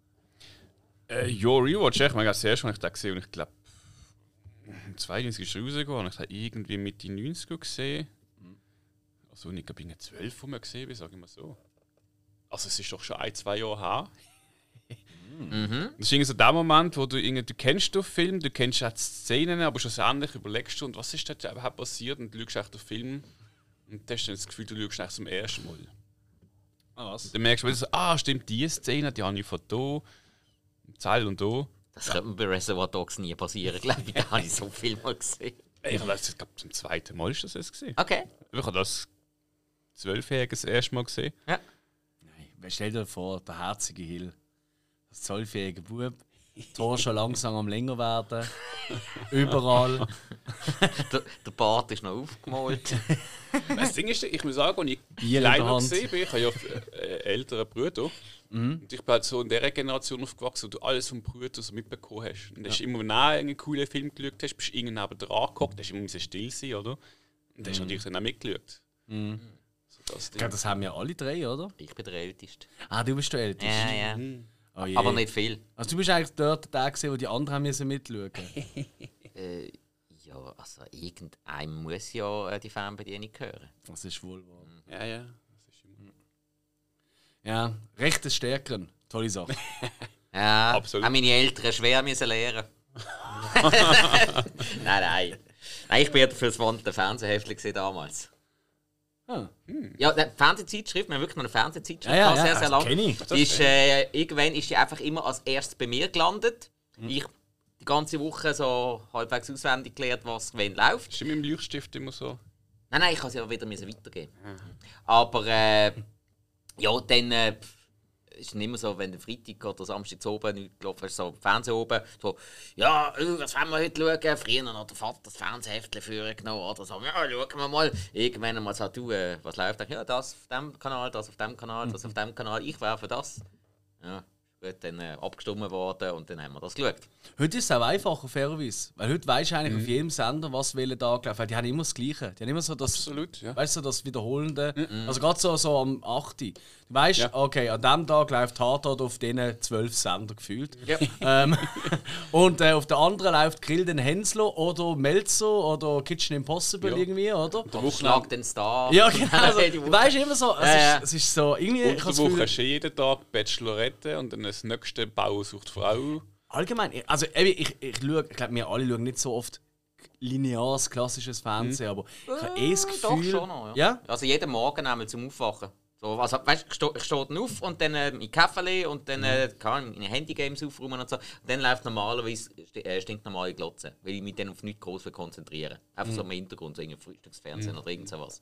Äh, ja, Rewatch, ich meine, das erste Mal, ich das gesehen und ich glaube, zweiundzwanzig ist rausgegangen und ich habe irgendwie Mitte neunziger gesehen. Also ich glaube, ich zwölf, wo wir gesehen bin, sage ich mal so. Also es ist doch schon ein, zwei Jahre her. Mhm. Das ist irgendwie so der Moment, wo du irgendwie, du kennst den Film, du kennst auch die Szenen, aber schlussendlich überlegst du, und was ist da überhaupt passiert, und du schaust echt den Film und hast dann das Gefühl, du schaust echt zum ersten Mal. Ah, was? Dann merkst du wieder so, ah, stimmt, diese Szene, die habe ich von da, Zell und da. Das ja. könnte mir bei Reservoir Dogs nie passieren, glaube ich. Da habe ich so viel mal gesehen. Ich habe das, glaube zum zweiten Mal ist das jetzt gesehen. Okay. Ich habe das zwölfjährige das erste Mal gesehen. Ja. Nein, stell dir vor, der herzige Hill. Das zwölfjährige Bub. Tor schon langsam am länger werden. Überall. der, der Bart ist noch aufgemalt. Das Ding ist, ich muss sagen, als ich Bier kleiner gesehen bin, ich habe ja äh, ältere Brüder. Mhm. Und ich bin halt so in dieser Generation aufgewachsen, wo du alles vom Bruder so mitbekommen hast. Und hast ja. immer, wenn du einen coolen Film geschaut hast, bist du irgendwo neben dran gehockt, hast immer still sein, oder? Und hast mhm. natürlich dann auch mitgeschaut. Mhm. So das, ich glaube, das haben wir alle drei, oder? Ich bin der Älteste. Ah, du bist der Älteste? Ja, ja. Mhm. Oh aber nicht viel. Also du bist eigentlich dort der gesehen, wo die anderen haben müssen mitschauen. äh, ja, also irgendeinem muss ja äh, die Fernbedienung hören. Das ist wohl wahr. Ja, ja. Das ist immer. Ja, rechtes Stärken. Tolle Sache. Ja, absolut. Auch meine Eltern schwer müssen lernen. nein, nein. Nein, ich bin ja für das wandelnde Fernsehheftchen damals. Ah. Hm. Ja, die Fernsehzeitschrift, wir haben wirklich noch eine Fernsehzeitschrift, ja, ja, sehr, ja, sehr lang. Ich. Die ist, äh, irgendwann ist die einfach immer als erstes bei mir gelandet. Mhm. Ich die ganze Woche so halbwegs auswendig gelernt, was wenn läuft. Ist mit dem Leuchtstift immer so? Nein, nein, ich kann es ja wieder weitergeben. Mhm. Aber äh, ja, dann äh, ist es immer so, wenn der Freitag oder Samstag zu oben nicht gelaufen ist, so im Fernsehen oben, so, ja, was wollen wir heute schauen? Früher noch der Vater das Fernsehheftchen führen genommen, oder so, ja, schauen wir mal. Irgendwann einmal sagt du, äh, was läuft? Ja, das auf dem Kanal, das auf dem Kanal, das auf dem Kanal, ich werfe das. Ja, gut, dann äh, abgestimmt worden und dann haben wir das geschaut. Heute ist es auch einfacher, fairerweise. Weil heute weisst du eigentlich mhm. auf jedem Sender, was will da gelaufen. Die haben immer das Gleiche. Die haben immer so das, absolut, ja. Weißt du, das Wiederholende. Mhm. Also gerade so, so am achten Du weißt, ja. okay, an diesem Tag läuft Tatort auf diesen zwölf Sender gefühlt. Ja. Ähm, und äh, auf der anderen läuft Grill den Hensler oder Melzo oder Kitchen Impossible ja. irgendwie, oder? Der Schlag den Star. Ja, genau. Also, du weißt immer so, es, ja, ist, es ist so irgendwie. Und die Woche hast du jeden Tag Bachelorette und dann das nächste Bauer sucht Frau. Allgemein, also ich, ich, ich, schaue, ich glaube, wir alle schauen nicht so oft lineares, klassisches Fernsehen, mhm. aber ich habe eh das Gefühl... Doch schon noch, ja. ja. Also jeden Morgen einmal zum Aufwachen. So, also, weißt, ich stehe steh dann auf und dann äh, in Kaffee und dann äh, kann ich meine Handygames aufräumen und so. Und dann läuft normalerweise äh, stinknormale Glotze, weil ich mich dann auf nichts groß konzentrieren will. Einfach mhm. so im Hintergrund, so irgendwie Frühstücksfernsehen mhm. oder irgend sowas.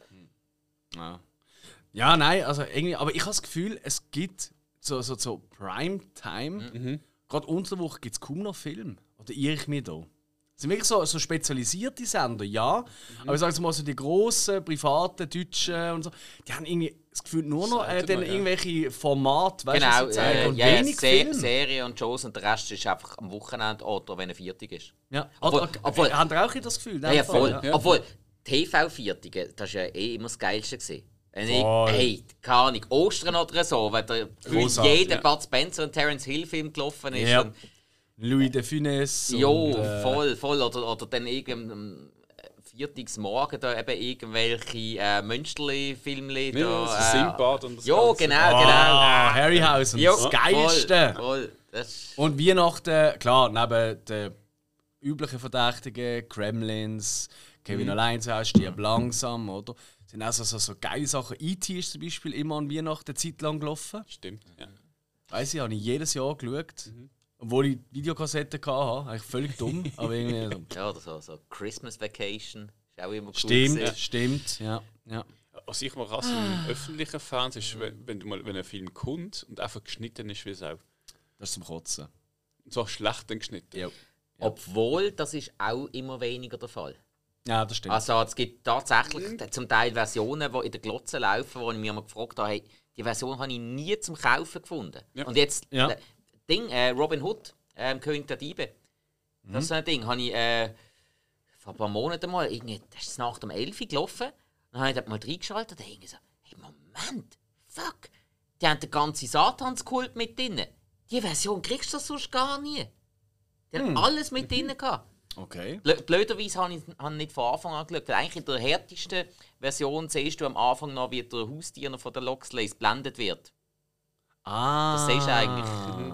Ja. ja, nein, also irgendwie... Aber ich habe das Gefühl, es gibt so, so, so Primetime... Mhm. Gerade unter der Woche gibt es kaum noch Filme. Oder irre ich mich da? Es sind wirklich so, so spezialisierte Sender, ja. Mhm. Aber ich sage mal so, die grossen, privaten, deutschen und so, die haben irgendwie das Gefühl, nur noch äh, dann ja. irgendwelche Formate, weißt genau, du, zeigen. Äh, und ja, wenig Se Filme. Serien und Shows und der Rest ist einfach am Wochenende oder wenn er vierzig ist. Ja, obwohl, obwohl, obwohl, haben ihr auch das Gefühl? Ja, ja, voll. Ja. Obwohl, T V-Viertige, das war ja eh immer das Geilste gewesen. Wenn ich, hey, keine Ahnung, Ostern oder so, wenn der jeder ja. Bud Spencer und Terence Hill Film gelaufen ist. Ja. Und, Louis de Funès. Jo, und, äh, voll, voll. Oder, oder dann irgendein Viertagsmorgen da eben irgendwelche äh, Münsterli-Filmli. Ja, da, äh, Sinbad und das Jo, Ganze. genau, genau. Ah, Harryhausen, jo, das Geilste. Voll, voll. Das und Weihnachten, klar, neben den üblichen Verdächtigen, Gremlins, Kevin mhm. allein zu Hause, stirbt langsam, oder? Sind auch so, so, so geile Sachen. E T ist zum Beispiel immer an Weihnachten eine Zeit lang gelaufen. Stimmt, ja. Weiss ich, habe ich jedes Jahr geschaut. Mhm. Obwohl ich Videokassetten hatte. Eigentlich völlig dumm, aber irgendwie... Ja, oder so, so Christmas Vacation. Ist auch immer cool. Stimmt, ja. stimmt, ja. ja. Was ich mal hasse im öffentlichen Fernsehen ist, wenn, wenn, du mal, wenn ein Film kommt und einfach geschnitten ist wie Sau. Das ist zum Kotzen. So schlecht geschnitten. Ja. Ja. Obwohl, das ist auch immer weniger der Fall. Ja, das stimmt. Also es gibt tatsächlich mhm. zum Teil Versionen, die in der Glotze laufen, wo ich mich mal gefragt habe, hey, die Version habe ich nie zum Kaufen gefunden. Ja. Und jetzt, ja. äh, Ding, äh, Robin Hood, äh, König der Diebe, mhm. das ist so ein Ding, habe ich äh, vor ein paar Monaten mal, irgendwie, das ist nach dem elf gelaufen, dann habe ich dort mal reingeschaltet und dachte so, hey, Moment, fuck, die haben den ganzen Satanskult mit drin. Die Version kriegst du sonst gar nie. Die haben mhm. alles mit drin gehabt. Okay. Blöderweise habe ich hab nicht von Anfang an geschaut. Weil eigentlich in der härtesten Version siehst du am Anfang noch, wie der Hausdiener von der Loxleys blendet wird. Ah. Das siehst du eigentlich.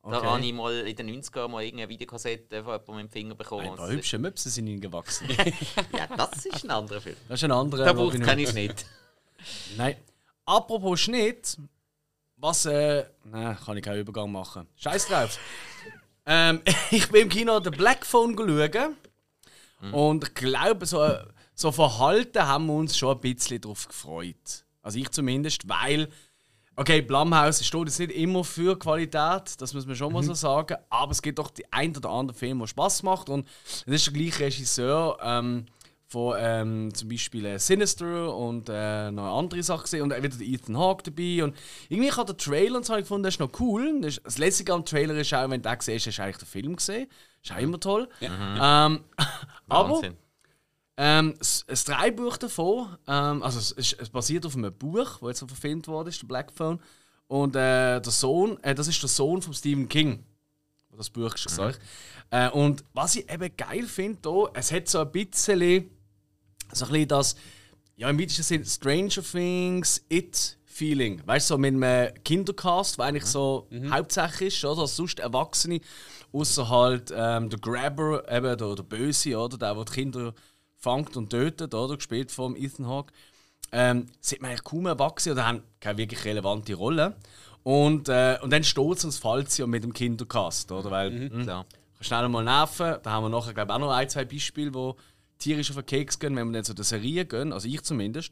Da habe ich mal in den neunzigern mal irgendeine Videokassette von jemandem mit dem Finger bekommen. Ein paar hübsche Möpse sind ihnen gewachsen. Ja, das ist ein anderer Film. Das ist ein anderer. Da braucht es keinen Schnitt. Nein. Apropos Schnitt, was, äh, nein, kann ich keinen Übergang machen. Scheiß drauf. ähm, ich bin im Kino den Black Phone schauen. Mhm. Und ich glaube, so, so Verhalten haben wir uns schon ein bisschen darauf gefreut. Also ich zumindest, weil, okay, Blumhouse steht jetzt nicht immer für Qualität, das muss man schon mal so sagen, aber es gibt doch die ein oder andere Film, der Spass macht. Und es ist der gleiche Regisseur ähm, von ähm, zum Beispiel äh, Sinister und äh, noch andere Sachen gesehen und auch wieder der Ethan Hawke dabei. Und irgendwie hat der Trailer und so gefunden, das ist noch cool. Das, das Lässige am Trailer ist auch, wenn du den siehst, hast du eigentlich den Film gesehen. Das ist auch immer toll. Ja. Ähm, aber ähm, das, das Drehbuch davon, ähm, also es, ist, es basiert auf einem Buch, das jetzt so verfilmt wurde, ist der Black Phone. Und äh, der Sohn, äh, das ist der Sohn von Stephen King, der das Buch geschrieben hat. Mhm. Äh, und was ich eben geil finde, es hat so ein bisschen, so ein bisschen das, ja im weitesten Sinne Stranger Things, It-Feeling. Weißt du, so mit einem Kindercast, der eigentlich so mhm. hauptsächlich ist, oder? Also sonst Erwachsene, außer halt ähm, der Grabber, eben der, der Böse, oder? Der, der die Kinder fängt und tötet, oder? Gespielt von Ethan Hawke. Ähm, sieht man eigentlich kaum erwachsen oder haben keine wirklich relevante Rolle. Und, äh, und dann steht es und fällt sie mit dem Kindercast, oder? Weil, mhm, mh, kann schnell mal nerven. Da haben wir nachher, glaube ich, auch noch ein, zwei Beispiele, wo tierisch auf den Keks gehen, wenn wir dann zu der Serie gehen, also ich zumindest.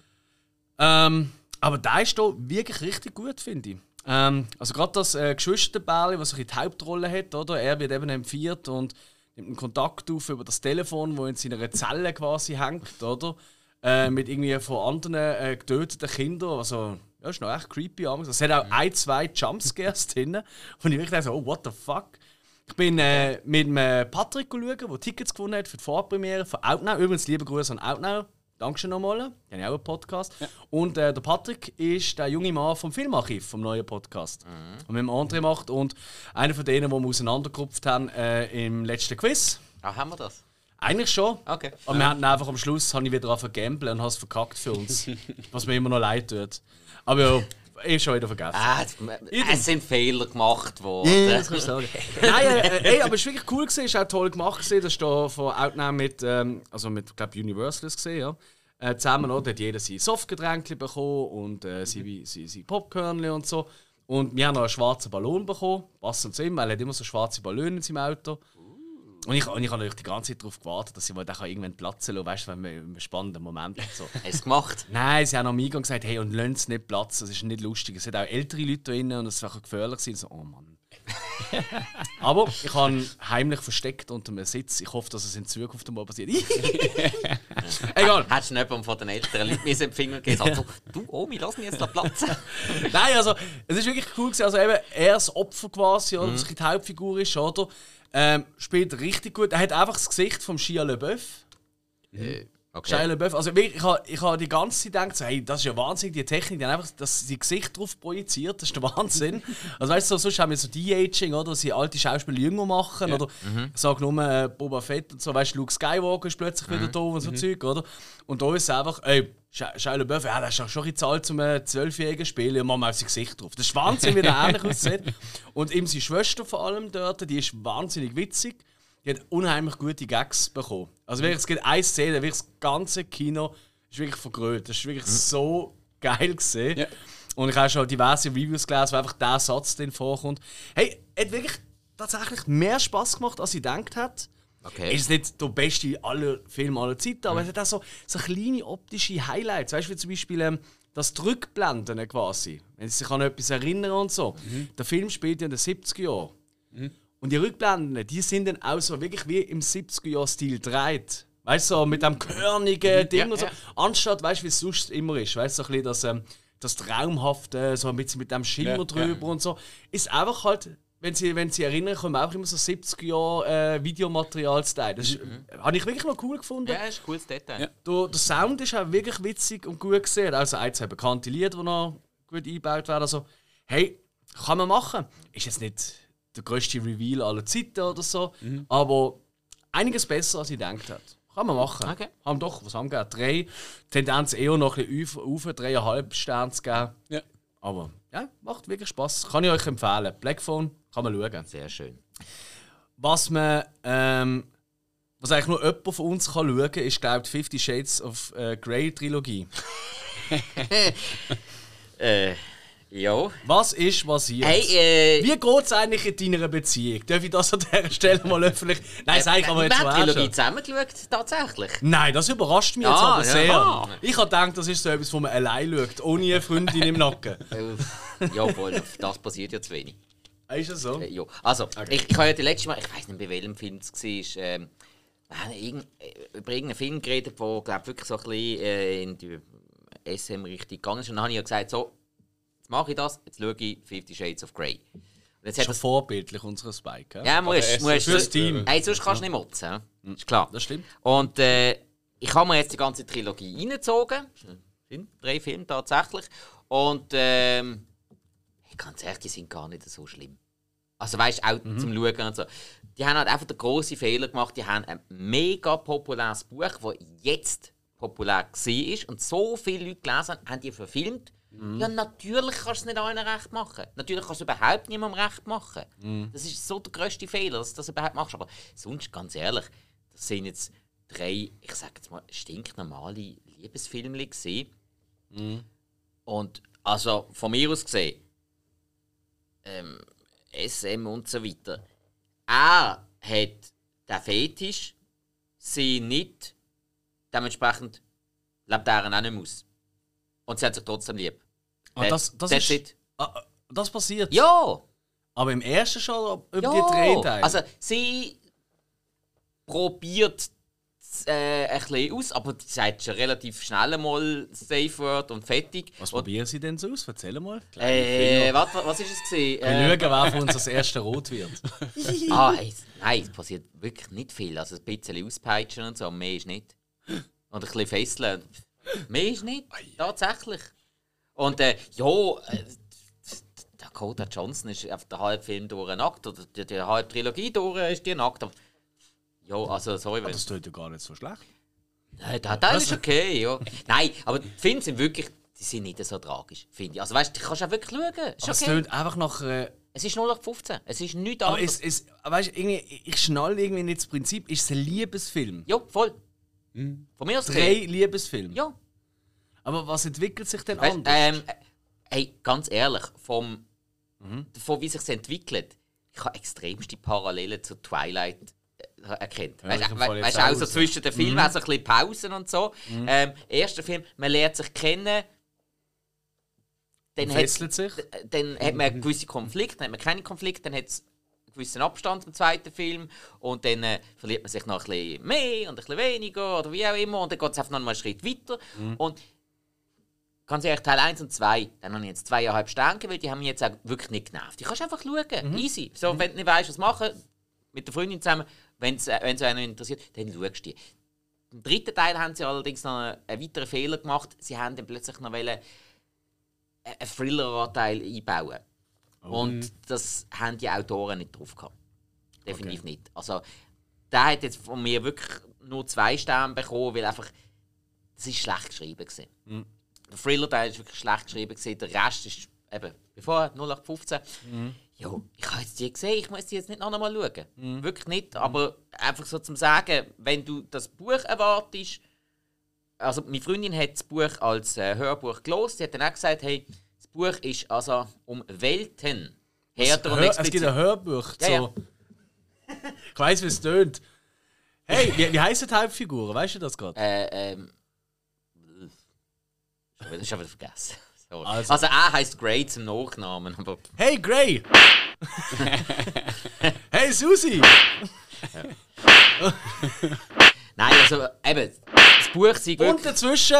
Ähm, aber da ist hier wirklich richtig gut, finde ich. Ähm, also gerade das äh, Geschwisterbärli, was die Hauptrolle hat, oder? Er wird eben empfiehlt und nimmt einen Kontakt auf über das Telefon, wo in seiner Zelle quasi hängt, oder? Äh, mit irgendwie von anderen äh, getöteten Kindern, also ja, ist noch echt creepy. Es hat auch ein, zwei Jumpscares drin, und ich wirklich dachte, oh, what the fuck? Ich bin äh, mit dem Patrick schauen, der Tickets gewonnen hat für die Vorpremiere von Outnow. Übrigens, liebe Grüße an Outnow. Dankeschön nochmal. Die haben ja auch einen Podcast. Ja. Und äh, der Patrick ist der junge Mann vom Filmarchiv, vom neuen Podcast. Mhm. Und mit dem André macht. Und einer von denen, die wir auseinandergerupft haben äh, im letzten Quiz. Ah, haben wir das? Eigentlich schon. Okay. Aber ja. wir hatten einfach am Schluss habe ich wieder angefangen zu gamblen und habe es verkackt für uns. Was mir immer noch leid tut. Aber ja. Ich schon wieder vergessen. Ah, es sind Fehler gemacht worden. Ja, das kannst du sagen. Nein, äh, ey, aber es war wirklich cool gewesen, es war auch toll gemacht gewesen. Das ist da von Outnow mit, ähm, also mit, glaube Universal gesehen, ja. Äh, zusammen, oder? Da hat jeder sein Softgetränk bekommen und äh, sein, sein, sein Popcorn und so. Und wir haben noch einen schwarzen Ballon bekommen, passend zu ihm, weil er hat immer so schwarze Ballone in seinem Auto. Und ich, und ich habe natürlich die ganze Zeit darauf gewartet, dass sie mal irgendwann platzen lassen, weißt du, wenn wir einen spannenden Moment und so. Hast du es gemacht? Nein, sie haben am Eingang gesagt, hey, und lasst es nicht platzen, das ist nicht lustig. Es sind auch ältere Leute drin und es kann gefährlich sein. So, oh Mann. Aber ich habe ihn heimlich versteckt unter einem Sitz. Ich hoffe, dass es in Zukunft mal passiert. Egal. Hättest du jemandem von den älteren Leuten mir im Finger gegeben? Also, du, Omi, lass mich jetzt platzen. Nein, also, es ist wirklich cool gewesen. Also eben, er das Opfer quasi, oder, mhm. was die Hauptfigur ist, oder? Ähm, spielt richtig gut. Er hat einfach das Gesicht von Shia LaBeouf. Mhm. Okay. Shia LaBeouf. Also wirklich, ich habe ich ha die ganze Zeit gedacht, so, hey, das ist ja Wahnsinn, die Technik, die haben einfach das die Gesicht drauf projiziert, das ist der Wahnsinn. Also weißt du, so, sonst haben wir so De-Aging, oder, dass sie alte Schauspieler jünger machen, ja. oder mhm. sag nur äh, Boba Fett und so, weißt du, Luke Skywalker ist plötzlich mhm. wieder da und so mhm. Zeug, oder? Und da ist es einfach, ey, Shia LaBeouf, ja, das ist ja schon ein bisschen zum äh, zwölfjährigen Spielen und machen wir auf sein Gesicht drauf. Das ist Wahnsinn, wie der ähnlich aussieht. Und eben seine Schwester vor allem dort, die ist wahnsinnig witzig. Die hat unheimlich gute Gags bekommen. Also wirklich, es gibt eine Szene, wirklich das ganze Kino ist wirklich vergrölt. Das ist wirklich mhm. so geil gesehen. Ja. Und ich habe schon diverse Reviews gelesen, wo einfach dieser Satz drin vorkommt. Hey, hat wirklich tatsächlich mehr Spass gemacht, als ich gedacht hätte. Okay. Es ist nicht der beste aller Filme aller Zeiten, aber mhm. es hat auch so, so kleine optische Highlights. Weißt du, wie zum Beispiel ähm, das Rückblenden quasi. Wenn sie sich an etwas erinnern und so. Mhm. Der Film spielt ja in den siebziger Jahren. Mhm. Und die Rückblenden, die sind dann auch so wirklich wie im siebziger-Jahr-Stil gedreht. Weißt du, so mit dem körnigen Ding ja, und so. Ja. Anstatt, weißt du, wie es sonst immer ist. Weißt du, so ein bisschen das, ähm, das Traumhafte, so ein bisschen mit dem Schimmer ja, drüber ja. und so. Ist einfach halt, wenn Sie, wenn Sie erinnern, kommen auch immer so siebziger-Jahr-Videomaterial zu teilen. Das ist, mhm. habe ich wirklich noch cool gefunden. Ja, ist ein cooles Detail. Ja. Der, der Sound ist auch wirklich witzig und gut gesehen. Also ein, zwei bekannte Lieder, die noch gut eingebaut werden. Also, hey, kann man machen. Ist jetzt nicht der grösste Reveal aller Zeiten oder so, mhm. aber einiges besser, als ich gedacht habe. Kann man machen. Okay. Haben doch, was haben wir? Drei. Tendenz eher noch ein bisschen auf, auf dreieinhalb Sterne zu geben. Ja. Aber ja, macht wirklich Spass. Kann ich euch empfehlen. Black Phone kann man schauen. Sehr schön. Was man, ähm, was eigentlich nur jemand von uns kann schauen kann, ist, glaube ich, die Fifty Shades of äh, Grey Trilogie. äh, ja. Was ist passiert? Hey, äh, Wie geht es eigentlich in deiner Beziehung? Darf ich das an dieser Stelle mal öffentlich... Nein, sag ich aber jetzt mal. Wir haben die Trilogie schon. zusammengeschaut, tatsächlich. Nein, das überrascht mich jetzt Ah, aber sehr. ja. Ich habe gedacht, das ist so etwas, wo man allein schaut, ohne eine Freundin im Nacken. Ja, voll, das passiert ja zu wenig. Ist das so? Äh, ja. Also, okay. ich, ich habe ja die letzte Mal, ich weiß nicht, bei welchem Film es war, ähm, wir haben irgend, äh, über irgendeinen Film geredet, der, glaube ich, wirklich so ein bisschen äh, in die S M-Richtung gegangen ist. Und dann habe ich ja gesagt, so, jetzt mache ich das, jetzt schaue ich Fifty Shades of Grey. Und jetzt das ist schon das vorbildlich, unser Spike. Ja, musst, musst fürs Team. Hey, sonst kannst du nicht motzen. Ja? Ist klar. Das stimmt. Und äh, ich habe mir jetzt die ganze Trilogie reingezogen. Film, drei Filme tatsächlich. Und ähm, ganz ehrlich, die sind gar nicht so schlimm. Also weißt du, auch mhm. zum Schauen und so. Die haben halt einfach den grossen Fehler gemacht, die haben ein mega populäres Buch, das jetzt populär war und so viele Leute gelesen haben, haben die verfilmt. Mhm. Ja, natürlich kannst du es nicht allen recht machen. Natürlich kannst du es überhaupt niemandem recht machen. Mhm. Das ist so der grösste Fehler, dass du das überhaupt machst. Aber sonst, ganz ehrlich, das sind jetzt drei, ich sage jetzt mal, stinknormale Liebesfilme gewesen. Mhm. Und also von mir aus gesehen, ähm, S M und so weiter. Er hat den Fetisch, sie nicht. Dementsprechend lebt er auch nicht mehr aus. Und sie hat sich trotzdem lieb. Ah, das, das, That's ist, it. ah, das passiert? Ja! Aber im ersten schon über ja. die Drehteile? Also sie probiert äh, ein bisschen aus, aber sie sagt schon relativ schnell mal Safe Word und fertig. Was probieren sie denn so aus? Erzähl mal. Äh, was, was ist es gewesen? Wir äh, schauen, wer von uns das erste rot wird. ah, hey, nein, es passiert wirklich nicht viel. Also ein bisschen auspeitschen und so, mehr ist nicht. Und ein bisschen fesseln. Mehr ist nicht, tatsächlich. Und äh, ja, äh, Dakota Johnson ist auf der halben Film durch nackt, oder die, die halbe Trilogie durch ist die nackt. Ja, also sorry. Aber das tut ja gar nicht so schlecht. Nein, der Teil ist okay, ja. Nein, aber die Filme sind wirklich, die sind nicht so tragisch, finde ich. Also weißt du, du kannst auch wirklich schauen. Ist aber okay. es tönt einfach nach... Äh, es ist null acht fünfzehn, es ist nichts aber anderes. es, es, weißt, irgendwie, ich schnalle irgendwie nicht das Prinzip, ist es ein Liebesfilm? Ja, voll. Hm. Von mir aus Drei Liebesfilme? Ja. Aber was entwickelt sich denn weißt, anders? Ähm, hey, ganz ehrlich, vom, mhm. davon wie es sich entwickelt, ich habe extremste Parallelen zu Twilight äh, erkannt. Ja, weißt du, we weißt, auch so zwischen den Filmen, mhm. auch so ein bisschen Pausen und so. Mhm. Ähm, erster Film, man lernt sich kennen, dann, hat, sich. dann mhm. hat man gewisse Konflikte, dann hat man keine Konflikte, dann hat es einen gewissen Abstand zum zweiten Film und dann äh, verliert man sich noch ein bisschen mehr und ein bisschen weniger oder wie auch immer und dann geht es einfach noch mal einen Schritt weiter. Mhm. Und ganz ehrlich, Teil eins und zwei, dann habe ich jetzt zweieinhalb Sterne, weil die haben mich jetzt auch wirklich nicht genervt. Du kannst einfach schauen, mhm. easy. So, mhm. wenn du nicht weißt, was machen, mit der Freundin zusammen, wenn es äh, einen interessiert, dann schaust du die. Im dritten Teil haben sie allerdings noch einen, einen weiteren Fehler gemacht. Sie haben dann plötzlich noch wollen, einen Thriller-Anteil einbauen. Oh. Und das haben die Autoren nicht drauf gehabt. Definitiv okay. nicht. Also, der hat jetzt von mir wirklich nur zwei Sterne bekommen, weil einfach, das ist schlecht geschrieben war. Mhm. Der Thriller-Teil war wirklich schlecht geschrieben, der Rest ist eben, wie vorher, null acht fünfzehn. Mhm. Ja, ich habe jetzt die gesehen, ich muss die jetzt nicht noch einmal schauen. Mhm. Wirklich nicht, aber einfach so zum Sagen, wenn du das Buch erwartest, also meine Freundin hat das Buch als äh, Hörbuch gelesen, sie hat dann auch gesagt, hey, das Buch ist also um Welten härter und explizit. Es gibt ein Hörbuch, so. Ja, ja. Ich weiss, wie es tönt. Hey, wie, wie heissen die Hauptfiguren, weißt du das gerade? Äh, ähm... Das habe ich wieder vergessen. Also, also er heisst Grey zum Nachnamen. Aber hey Grey! Hey Susi! Ja. Nein, also eben, das Buch sei wirklich... Und dazwischen...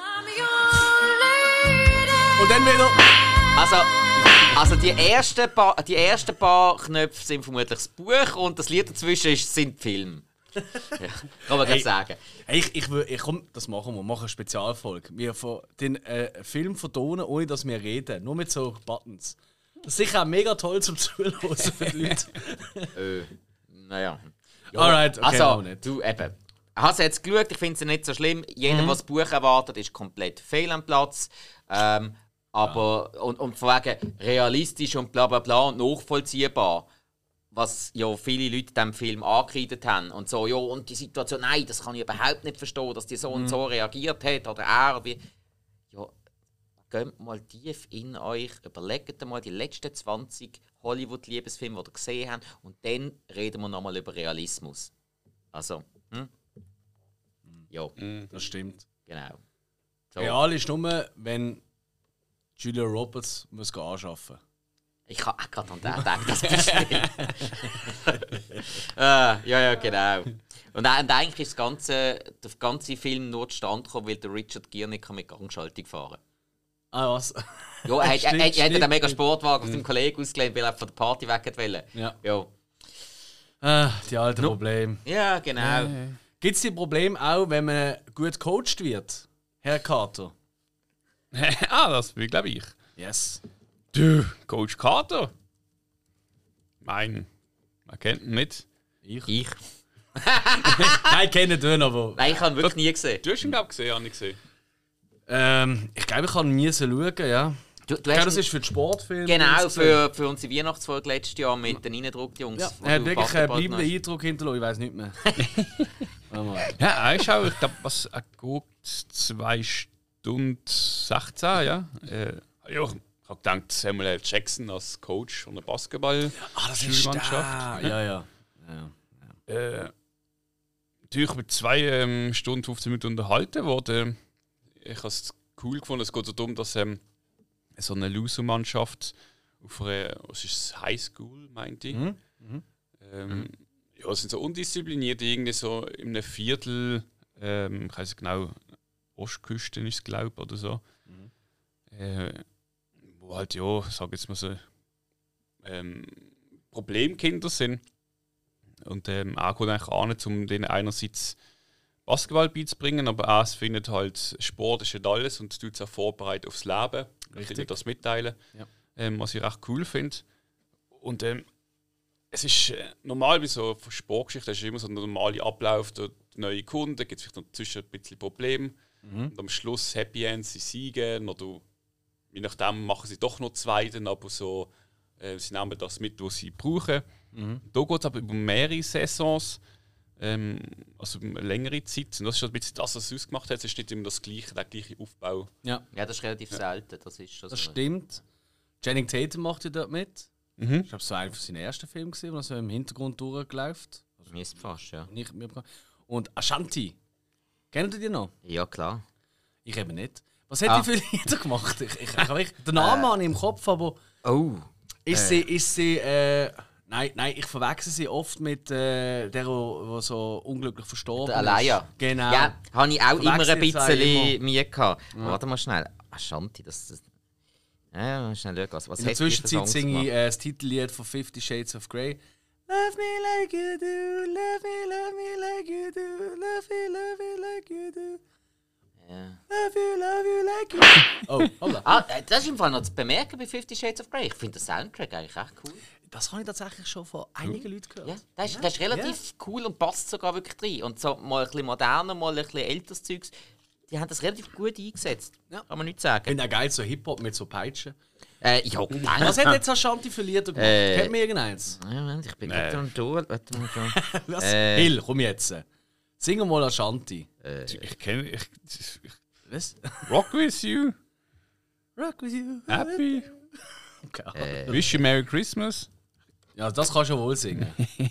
Und dann wieder... Also, also die, ersten paar, die ersten paar Knöpfe sind vermutlich das Buch und das Lied dazwischen ist, sind die Filme. Ja, kann man hey, sagen. Hey, ich, ich, ich, komm, das machen wir. Wir machen eine Spezialfolge. Wir von den äh, Film vertonen, ohne dass wir reden. Nur mit so Buttons. Das ist sicher auch mega toll zum Zuhören für die Leute. äh, naja. Ja. Alright, okay. Also, du eben. Hast du jetzt geschaut? Ich finde es nicht so schlimm. Jeder, mhm. der das Buch erwartet, ist komplett fehl am Platz. Ähm, Aber, ja. und, und von wegen realistisch und bla bla bla und nachvollziehbar, was ja viele Leute diesem Film angekreidet haben. Und so, ja, und die Situation, nein, das kann ich überhaupt nicht verstehen, dass die so mhm. und so reagiert hat oder er. Wie, ja, geht mal tief in euch, überlegt mal die letzten zwanzig Hollywood-Liebesfilme, die ihr gesehen habt, und dann reden wir nochmal über Realismus. Also, hm? Ja. Mhm, das stimmt. Genau. So. Real ist nur, wenn Julia Roberts muss anschaffen muss. Ich habe auch gerade an den gedacht, das Beispiel. ah, ja, ja, genau. Und, und eigentlich ist das ganze, der ganze Film nur zustande gekommen, weil der Richard Gere nicht mit Gangschaltung fahren kann. Ah, was? Ja, er, stimmt, er, er, er hat einen mega Sportwagen aus dem Kollegen ausgelehnt, weil er von der Party weg wollte. Ja. ja. Ah, die alten no. Probleme. Ja, genau. Äh. Gibt es die Probleme auch, wenn man gut gecoacht wird, Herr Carter? ah, das will, glaube ich. Yes. Du, Coach Carter? Mein, man kennt ihn nicht. Ich? Ich. Nein, ich kenne ihn, aber... Nein, ich habe ihn wirklich nie gesehen. Du hast ihn, glaube ich, gesehen, habe ich gesehen. Ähm, ich glaube, ich kann ihn nie schauen, ja. Du, du ich glaube, das ist für die Sportfilme. Genau, für, für unsere Weihnachtsfolge letztes Jahr mit den Reindruck-Jungs. Ja, er hat wirklich einen bleibenden Eindruck hinterlassen, ich weiß nicht mehr. Ja, ich schaue, ich glaube, was er geht, zwei Stunden sechzehn, ja. Äh, ja. Ich habe gedacht, Samuel L. Jackson als Coach von der Basketball-Schulmannschaft. Ah, ja, ja. ja, ja. Äh, natürlich mit zwei ähm, Stunden fünfzehn Minuten unterhalten worden. Ich habe es cool gefunden. Es geht so darum, dass ähm, so eine Loser-Mannschaft auf einer, was ist es, Highschool, meinte ich. Mhm. Mhm. Ähm, ja, sind so undiszipliniert, irgendwie so in einem Viertel, ähm, ich weiß nicht genau, Ostküste ist es, glaube ich, oder so. Mhm. Äh, wo halt, ja, ich sage jetzt mal so, ähm, Problemkinder sind. Und ähm, er geht eigentlich auch nicht, um denen einerseits Basketball beizubringen, aber er findet halt, Sport ist nicht alles und tut es auch vorbereitet aufs Leben. Ich will das mitteilen, ja. ähm, was ich recht cool finde. Und ähm, es ist äh, normal bei so Sportgeschichten, es ist immer so ein normaler Ablauf, der neue Kunden, gibt es vielleicht dazwischen ein bisschen Probleme. Mhm. Und am Schluss Happy End, sie siegen oder je nachdem machen sie doch noch zweiten, aber so, äh, sie nehmen das mit, was sie brauchen. Mhm. Da geht es aber über mehrere Saisons, ähm, also eine längere Zeit. Und das ist ein bisschen das, was es ausgemacht hat. Es ist nicht immer das gleiche, der gleiche Aufbau. Ja, ja das ist relativ ja. selten. Das, ist das stimmt. Channing Tatum macht ja dort mit. Mhm. Ich glaube, es war einer von seinen ersten Filmen, wo er so im Hintergrund durchläuft. Also, mir ist fast, ja. Nicht und Ashanti. Kennt ihr die noch? Ja, klar. Ich eben nicht. Was hat ah. die für Lieder gemacht? Ich, ich, ich, ich, den Namen habe ich im Kopf, aber. Oh. Ist sie. Ist sie äh, nein, nein, ich verwechsel sie oft mit äh, der, der so unglücklich verstorben der Alaya. ist. Genau. Ja, habe ich auch immer ein bisschen mir gehabt. Ja. Warte mal schnell. Ashanti, das. das ja, mal schnell schauen. Was In der Zwischenzeit singe ich äh, das Titellied von Fifty Shades of Grey. Love me like you do, love me, love me like you do, love me, love me like you do. Yeah. Love you, love you like you. Oh, holla. Ah, das ist im Fall noch zu bemerken bei Fifty Shades of Grey. Ich finde den Soundtrack eigentlich echt cool. Das habe ich tatsächlich schon von einigen mhm. Leuten gehört. Ja, das ist, das ist relativ ja. cool und passt sogar wirklich rein. Und so mal ein bisschen moderner, mal ein bisschen älteres Zeugs. Die haben das relativ gut eingesetzt. Ja. Kann man nicht sagen. Ich finde auch geil, so Hip-Hop mit so Peitschen. Äh, ja, was hat jetzt Ashanti für Lieder gemacht? Äh, Kennt mir irgendeins? Ja, ich bin gerade am Tour. Warte mal schon. Was? Äh, Hill, komm jetzt. Sing mal Ashanti. Äh, ich kenne. Ich, ich, was? Rock with you. Rock with you. Happy. Okay. Äh, Wish you Merry Christmas. Ja, das kannst du wohl singen.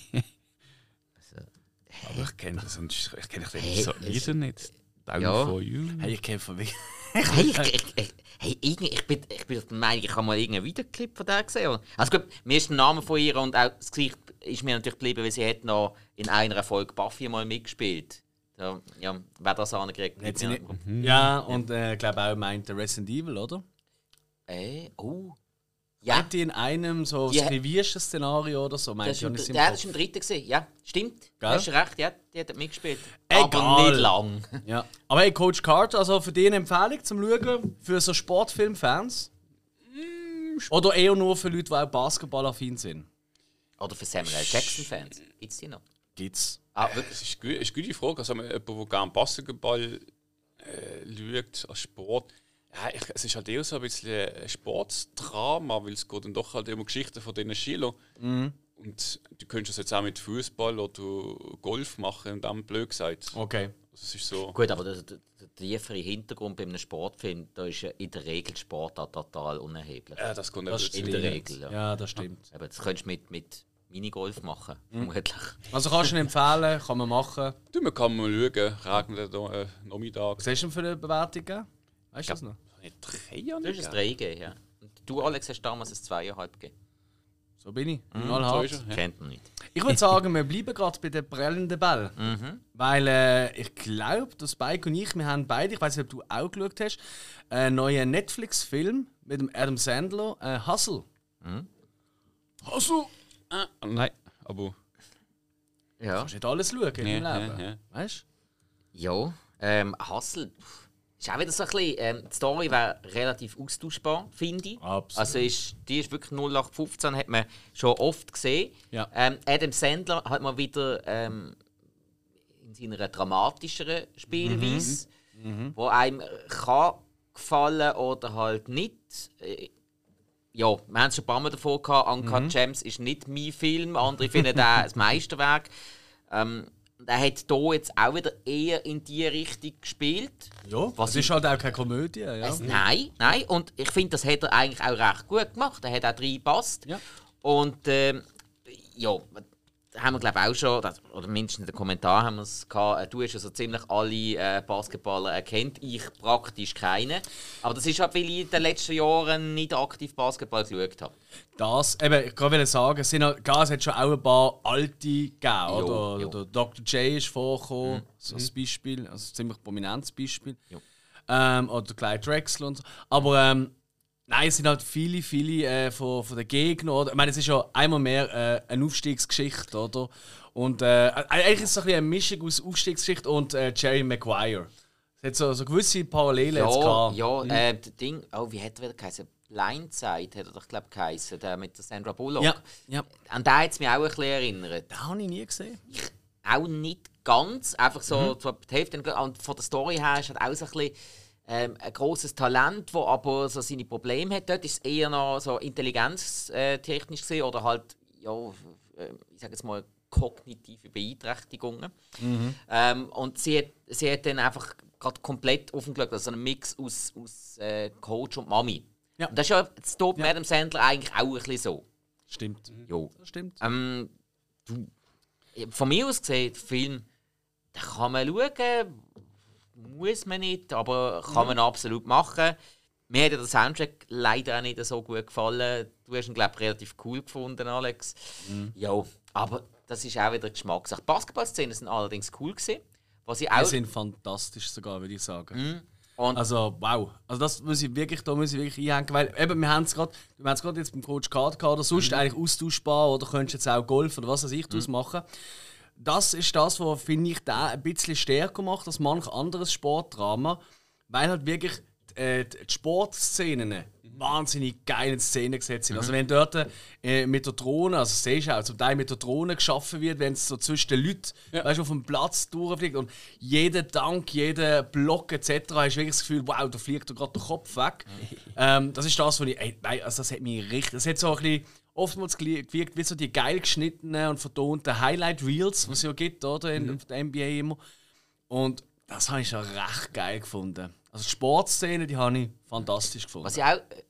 Aber ich kenne das und ich kenne hey, so Lieder nicht. Down ja. for you. Hey, ich kenne von mir. Hey, ich, ich, ich, hey, ich, bin, ich bin der Meinung, ich habe mal irgendeinen Videoclip von der gesehen. Also gut, mir ist der Name von ihr und auch das Gesicht ist mir natürlich geblieben, weil sie hat noch in einer Folge Buffy mal mitgespielt. Da, ja, wer das angekriegt hat. Mhm. Ja, und ich äh, glaube auch meint Resident Evil, oder? Äh, oh. Ja. Hat die in einem so ja. skrivierten Szenario oder so? Das, ist, im, ja, das war im dritten gewesen. Ja, stimmt. Du hast recht, ja, die hat mitgespielt. Egal. Aber nicht lang. Ja. Aber hey, Coach Carter, also für dich eine Empfehlung zum Schauen für so Sportfilmfans? Mm, oder eher nur für Leute, die auch basketballaffin sind? Oder für Samuel L. Jackson-Fans? Gibt es die noch? Gibt's. Ah, wirklich? Das ist eine gute Frage. Also, jemand, der gerne Basketball äh, schaut als Sport. Ja, ich, es ist halt eher so ein bisschen ein Sportdrama, weil es geht dann doch halt immer Geschichten von diesen Schülern. Mhm. Und du könntest das jetzt auch mit Fußball oder Golf machen und dann blöd gesagt. Okay. Also es ist so. Gut, aber der, der, der tiefere Hintergrund bei einem Sportfilm, da ist ja in der Regel Sport auch total unerheblich. Ja, das kommt Das nicht in dazu. der Regel, ja. Ja, das stimmt. Aber das könntest du mit, mit Minigolf machen, vermutlich. Also kannst du ihn empfehlen, kann man machen. Du, man kann mal schauen, regnet da äh, Nachmittag. Was hast du denn für eine Bewertung gegeben? Weißt du das noch? Nicht drei Jahre Du hast ein drei gegeben, ja. Und du, Alex, hast damals ein zweieinhalb gegeben. So bin ich. So Knallhart. ist er, ja. Kennt man nicht. Ich würde sagen, wir bleiben gerade bei den prellenden Bällen. Mhm. Weil äh, ich glaube, dass Spike und ich, wir haben beide, ich weiß nicht, ob du auch geschaut hast, einen neuen Netflix-Film mit dem Adam Sandler, äh, Hustle. Mhm. Hustle! Ah, nein, aber. Ja. Kannst nicht alles schauen in Ja, deinem Leben. ja, ja. Weißt Ja, ähm, Hustle ist auch wieder so ein bisschen, ähm, die Story wäre relativ austauschbar, finde ich. Absolut. Also ist, die ist wirklich null acht fünfzehn, hat man schon oft gesehen. Ja. Ähm, Adam Sandler hat mal wieder ähm, in seiner dramatischeren Spielweise, Mhm. wo einem kann gefallen oder halt nicht. Äh, Ja, wir haben es schon ein paar Mal davon gehabt, Uncut Gems ist nicht mein Film, andere finden den das Meisterwerk. Ähm, er hat hier jetzt auch wieder eher in die Richtung gespielt. du? Ja, Was das ist halt auch keine Komödie. Ja. Es, nein, nein. Und ich finde, das hat er eigentlich auch recht gut gemacht. Er hat auch reingepasst. Ja. Und ähm, ja, da haben wir glaube ich auch schon, das- oder mindestens in den Kommentaren haben wir es gehabt, äh, du hast also ziemlich alle äh, Basketballer erkannt, ich praktisch keine. Aber das ist halt, weil ich in den letzten Jahren nicht aktiv Basketball geschaut habe. Das, eben, ich kann sagen, es, sind, halt- klar, es hat schon auch ein paar alte gegeben, Jo, oder? jo. Der Doktor J ist vorgekommen, so ein Beispiel, also ein ziemlich prominentes Beispiel. Jo. Ähm, oder Clyde Drexler und so. Aber ähm, nein, es sind halt viele, viele äh, von, von den Gegnern. Oder? Ich meine, es ist ja einmal mehr äh, eine Aufstiegsgeschichte, oder? Und äh, eigentlich ist es so ein bisschen eine Mischung aus Aufstiegsgeschichte und äh, Jerry Maguire. Es hat so, so gewisse Parallelen jetzt Ja, gehabt. ja äh, das Ding, oh, wie hat er wieder geheißen? Blindside hat er doch, glaube ich, geheißen, der mit der Sandra Bullock. Ja, ja. An den hat es mich auch ein bisschen erinnert. Den habe ich nie gesehen. Auch nicht ganz, einfach so Mhm. zwar die Hälfte. Und von der Story her ist halt auch so ein bisschen ähm, ein grosses Talent, das aber so seine Probleme hat. Dort ist es eher noch so intelligenztechnisch gesehen oder halt, ja, äh, ich sage jetzt mal, kognitive Beeinträchtigungen. Mhm. Ähm, und sie hat, sie hat dann einfach gerade komplett offen geschaut, also einen Mix aus, aus äh, Coach und Mami. Ja. Und das ist ja das Top Ja. mit Adam Sandler eigentlich auch ein bisschen so. Stimmt. Jo. Das stimmt. Ähm, du, von mir aus gesehen, der Film, den kann man schauen, muss man nicht, aber kann man absolut machen. Mir hat ja der Soundtrack leider auch nicht so gut gefallen. Du hast ihn, glaube ich, relativ cool gefunden, Alex. Ja, aber das ist auch wieder Geschmackssache. Basketballszenen sind allerdings cool gewesen. Was ich Die auch, sind fantastisch sogar, würde ich sagen. und Also, wow. Also das muss ich wirklich, da muss ich wirklich einhängen, weil eben, wir haben es gerade, wir haben es gerade jetzt beim Coach Card gehabt, oder sonst eigentlich austauschbar, oder könntest jetzt auch Golf oder was weiß ich daraus machen. Das ist das, was, finde ich, da ein bisschen stärker macht als manch anderes Sportdrama, weil halt wirklich äh, die Sportszenen wahnsinnig geile Szenen gesetzt sind. Also wenn dort äh, mit der Drohne, also das siehst du auch, zum Teil mit der Drohne geschaffen wird, wenn es so zwischen den Leuten, Ja. weißt du, auf dem Platz durchfliegt und jeder Dank, jeder Block et cetera hast du wirklich das Gefühl, wow, da fliegt dir gerade der Kopf weg. ähm, das ist das, was ich, ey, nein, also das hat mich richtig, das hat so ein bisschen oftmals geli- gewirkt wie so die geil geschnittenen und vertonten Highlight-Reels, was es ja gibt, oder, in, in der N B A immer. Und das habe ich schon recht geil gefunden. Also die Sportszene, die habe ich fantastisch gefunden. was ich auch, äh,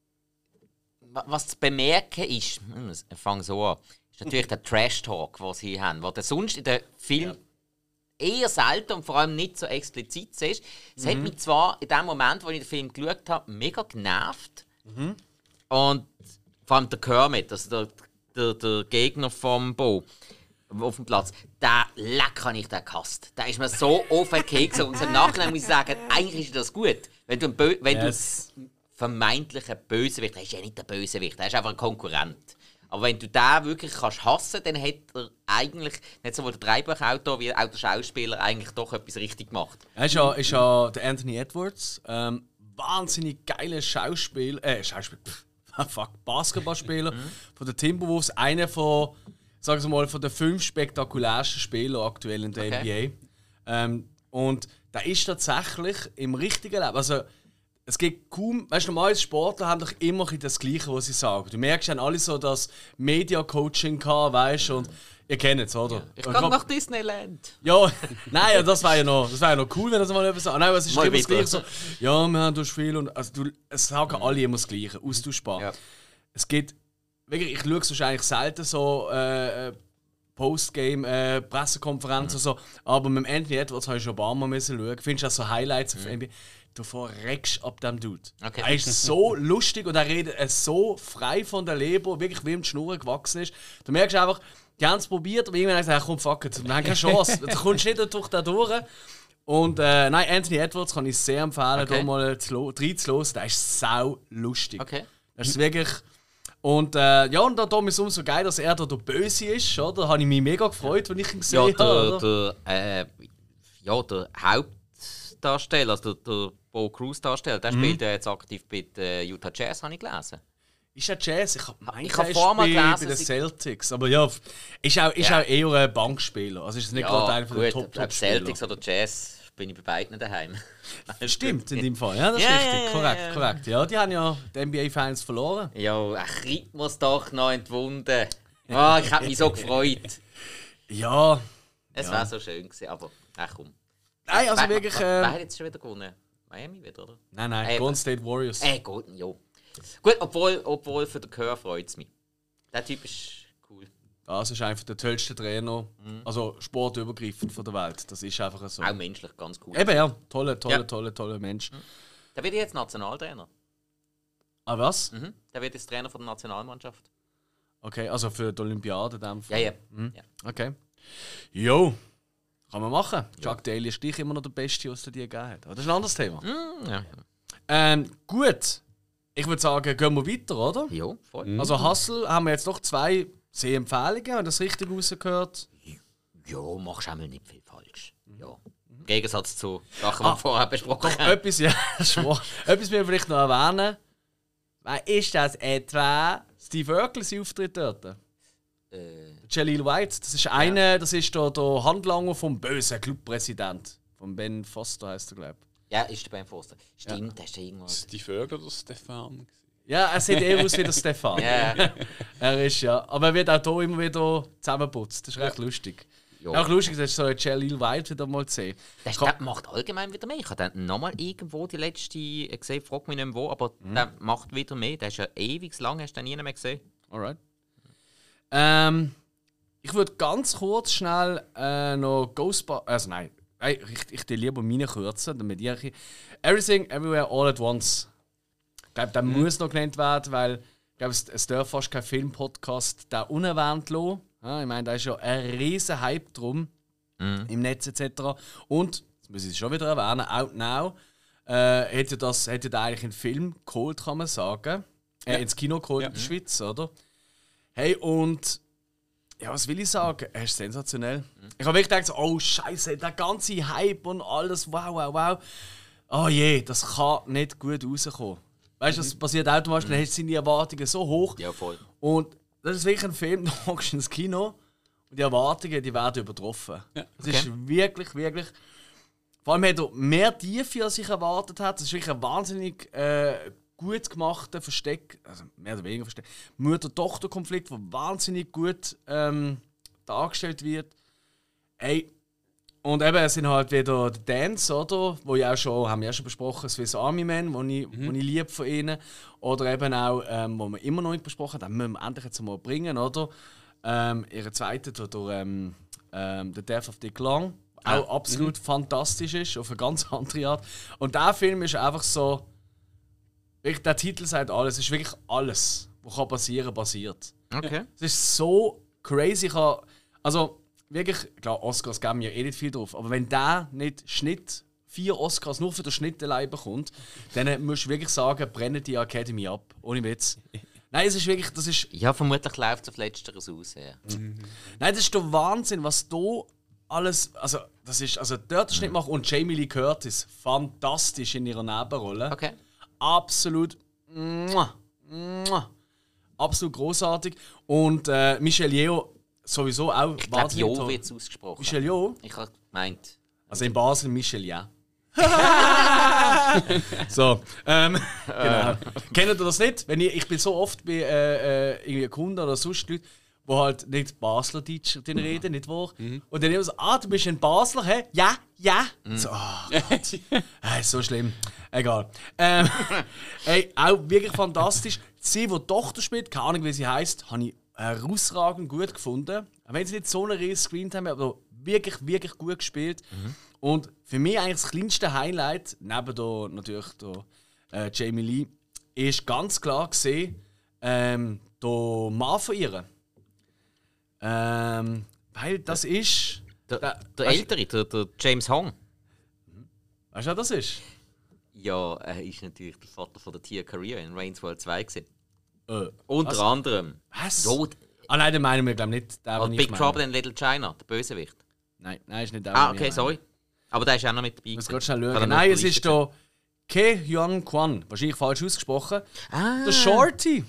wa- was zu bemerken ist, hm, ich fange so an, ist natürlich der Trash-Talk, den sie haben, den du sonst in den Film eher selten und vor allem nicht so explizit siehst. Es hat mich zwar in dem Moment, wo ich den Film geschaut habe, mega genervt. Und vor allem der Kermit, also der, der, der Gegner vom Bo auf dem Platz, der leck habe ich den gehasst. Der ist mir so auf den Keks. Und im Nachhinein muss ich sagen, eigentlich ist das gut. Wenn du, ein Bö wenn Yes. du vermeintlichen Bösewicht, der ist ja nicht der Bösewicht, der ist einfach ein Konkurrent. Aber wenn du den wirklich kannst hassen, dann hat er eigentlich nicht sowohl der Drehbuchautor wie auch der Schauspieler eigentlich doch etwas richtig gemacht. Er ist ja, ist ja der Anthony Edwards, ähm, wahnsinnig geiler Schauspieler, äh, Schauspieler, pff, fuck, Basketballspieler von den Timberwolves, einer von, sagen wir mal, von den fünf spektakulärsten Spielern aktuell in der Okay. N B A. Ähm, und der ist tatsächlich im richtigen Leben, also es gibt kaum, weißt du, normale Sportler haben doch immer das Gleiche, was sie sagen. Du merkst ja alle so das Media-Coaching gehabt, weißt du, und ihr kennt es, oder? Ich gehe nach Disneyland. Ja, nein, ja, das wäre ja noch, das wäre ja noch cool, wenn das mal jemand sagt. Nein, aber es ist Mal immer das wieder. Gleiche so. Ja, wir haben das viel und also du, es sagen alle immer das Gleiche, austauschbar. Ja. Es gibt, wirklich, ich schaue es wahrscheinlich selten so äh, Postgame, äh, Pressekonferenzen und so, aber mit dem Anthony Edwards habe ich schon ein paar Mal müssen schauen. Findest du auch so Highlights auf N B A? Du verreckst ab dem Dude. Okay. Er ist so lustig und er redet äh, so frei von der Leber, wirklich wie ihm die Schnur gewachsen ist. Du merkst einfach, die haben es probiert, aber irgendwann haben sie gesagt, komm, fuck it, wir haben keine Chance. Du kommst nicht durch da durch. Und äh, nein, Anthony Edwards kann ich sehr empfehlen, Okay. da mal reinzuhören. Der ist sau lustig. Okay. Das ist wirklich. Und äh, ja, und da ist es umso geil, dass er da der Böse ist. Oder? Da habe ich mich mega gefreut, als ich ihn gesehen Ja, der, habe. oder? der, äh, ja, der Hauptdarsteller, also der, der Bo Cruz Darsteller, der Mhm. spielt ja jetzt aktiv bei den Utah Jazz, habe ich gelesen. Ist ja Jazz. Ich habe Ich hab vorher mal bei, gelesen, bei den sie- Celtics. Aber ja, ist auch, ist Ja. auch eher ein Bankspieler. Also ist es nicht gerade einer von den gut, top ob top Celtics oder Jazz, bin ich bei beiden daheim. Stimmt, in dem Fall. Ja, das ist Ja, richtig. ja, ja, korrekt, ja. korrekt. Ja, die haben ja die N B A-Finals verloren. Ja, ach, kriegt man es doch noch entwunden. Ah, ich habe mich so gefreut. Ja. Es Ja. wäre so schön gewesen, aber ach komm. Nein, also wer, wirklich. wer, wer hat Äh, jetzt schon wieder gewonnen? Miami wieder, oder? nein, nein, Äh, Golden State Warriors. Äh, gut, ja. Gut, obwohl, obwohl für den Curve freut es mich. Der Typ ist cool. Das ist einfach der tollste Trainer, Mhm. also sportübergreifend von der Welt. Das ist einfach so. Auch menschlich ganz cool. Eben ja, toller, toller, Ja. toller, toller Mensch. Der wird jetzt Nationaltrainer. Ah, was? Mhm. Der wird jetzt Trainer von der Nationalmannschaft. Okay, also für die Olympiade in dem Ja, Fall. ja. Mhm. ja. Okay. Jo, kann man machen. Chuck Daly ist gleich immer noch der Beste, was er dir gegeben hat. Aber das ist ein anderes Thema. Mhm, ja. Ähm, gut, ich würde sagen, gehen wir weiter, oder? Jo, voll. Also Hustle haben wir jetzt noch zwei Sehempfehlungen, habe ich das richtig rausgehört? Ja, machst du einmal nicht viel falsch. Ja. Im Gegensatz zu Sachen, die Ah, wir vorher besprochen Doch, haben. etwas, ja, schwach. Etwas müssen wir vielleicht noch erwähnen. Wer ist das etwa? Steve Urkel, sein Auftritt dort? Äh, Jaleel White, das ist einer, das ist der, der Handlanger vom bösen Clubpräsident. Von Ben Foster heißt er, glaube ich. ja, ist der Ben Foster. Stimmt, der ist da irgendwo. Steve Vögel oder Stefan? Ja, er sieht eher aus wie der Stefan. Ja. Er ist ja. Aber er wird auch hier immer wieder zusammenputzt. Das ist recht lustig. Ja. Auch lustig, dass ich so einen Jaleel White wieder mal sehe. Der, der macht allgemein wieder mehr. Ich habe den nochmal irgendwo die letzte gesehen, frag mich nicht mehr wo, aber der macht wieder mehr. Der ist ja ewig lang, hast du den nie mehr gesehen. Alright. Ähm, ich würde ganz kurz schnell äh, noch Ghostbusters. Also nein, nein ich, ich die lieber meine kürzen, damit ich. Everything, Everywhere, All at Once. Ich glaube, der muss noch genannt werden, weil ich glaube, es, es darf fast kein Film-Podcast der unerwähnt lassen. Ja, ich meine, da ist ja ein riesen Hype drum im Netz et cetera. Und, das muss ich schon wieder erwähnen, Out Now äh, hätte das hätte da eigentlich einen Film geholt, kann man sagen. Äh, ins Kino geholt Ja. in der Schweiz, oder? Hey, und ja, was will ich sagen? Er ist sensationell. Ich habe wirklich gedacht, so, oh Scheiße, der ganze Hype und alles, wow, wow, wow. Oh je, das kann nicht gut rauskommen. Weißt du, das passiert automatisch, dann hast du seine Erwartungen so hoch. Ja, voll. Und das ist wirklich ein Film, da kommst du ins Kino und die Erwartungen die werden übertroffen. Ja. Es ist wirklich, wirklich. Vor allem hat er mehr Tiefe, als ich erwartet habe. Es ist wirklich ein wahnsinnig äh, gut gemachter Versteck, also mehr oder weniger Versteck, Mutter-Tochter-Konflikt, der wahnsinnig gut ähm, dargestellt wird. Ey, und eben, es sind halt wieder die Dance, oder? Wo ich auch schon, haben wir ja schon besprochen, Swiss Army Man, wo ich, mhm. wo ich liebe von ihnen. Oder eben auch, ähm, wo wir immer noch nicht besprochen haben, müssen wir endlich jetzt mal bringen, oder? Ähm, ihre zweite, der, der, ähm, ähm, The Death of Dick Long, auch Ja. absolut fantastisch ist, auf eine ganz andere Art. Und der Film ist einfach so, wirklich, der Titel sagt alles, es ist wirklich alles, was kann passieren, passiert. Okay. Es ist so crazy. Ich habe, also wirklich, klar, Oscars geben ja eh nicht viel drauf, aber wenn der nicht Schnitt, vier Oscars nur für den Schnitt allein bekommt, dann musst du wirklich sagen, brennen die Academy ab. Ohne Witz. Nein, es ist wirklich, das ist, Ja, vermutlich läuft es auf Letzteres aus. Ja. nein, das ist der Wahnsinn, was da alles, also das ist, also dort Schnitt machen und Jamie Lee Curtis, fantastisch in ihrer Nebenrolle. Okay. Absolut, muah, muah, absolut großartig. Und äh, Michelle Yeoh sowieso auch Ich glaube, wahnsinnig Jo toll. wird es ausgesprochen. Michelle Yeoh? Ich habe gemeint. Also in Basel Michelle ja. So, ähm, genau. Kennt ihr das nicht? Wenn ich, ich bin so oft bei äh, äh, irgendwie Kunden oder sonst Leute, die halt nicht Basler Deutsch reden, nicht wahr? Mhm. Und dann immer so, ah, du bist ein Basler, hä? Ja, ja. Mhm. So, oh Gott. Äh, so schlimm. Egal. Ähm, ey, auch wirklich fantastisch. Sie, die die Tochter spielt, keine Ahnung, wie sie heisst, habe ich herausragend gut gefunden. Auch wenn sie nicht so einen riesen Screen haben, aber wirklich, wirklich gut gespielt. Mhm. Und für mich eigentlich das kleinste Highlight, neben da natürlich der, äh, Jamie Lee, ist ganz klar gesehen, ähm, der Mann von ihr. Ähm, weil das ist. Der, der, der Ältere, der, der James Hong. Weißt du, wer das ist? Ja, er ist natürlich der Vater von der Tia Carrere in Wayne's World zwei gewesen. Äh, Unter was? anderem. Was? Ja, ah nein, den meinen wir glaube ich nicht. Der, Big Trouble in Little China, der Bösewicht. Nein, nein, ist nicht der. Ah, okay, sorry. Aber der ist auch noch mit dabei. Ich muss gerade schnell schauen. Nein, es ist der Ke Hyun Kwan. Wahrscheinlich falsch ausgesprochen. Ah. Der Shorty.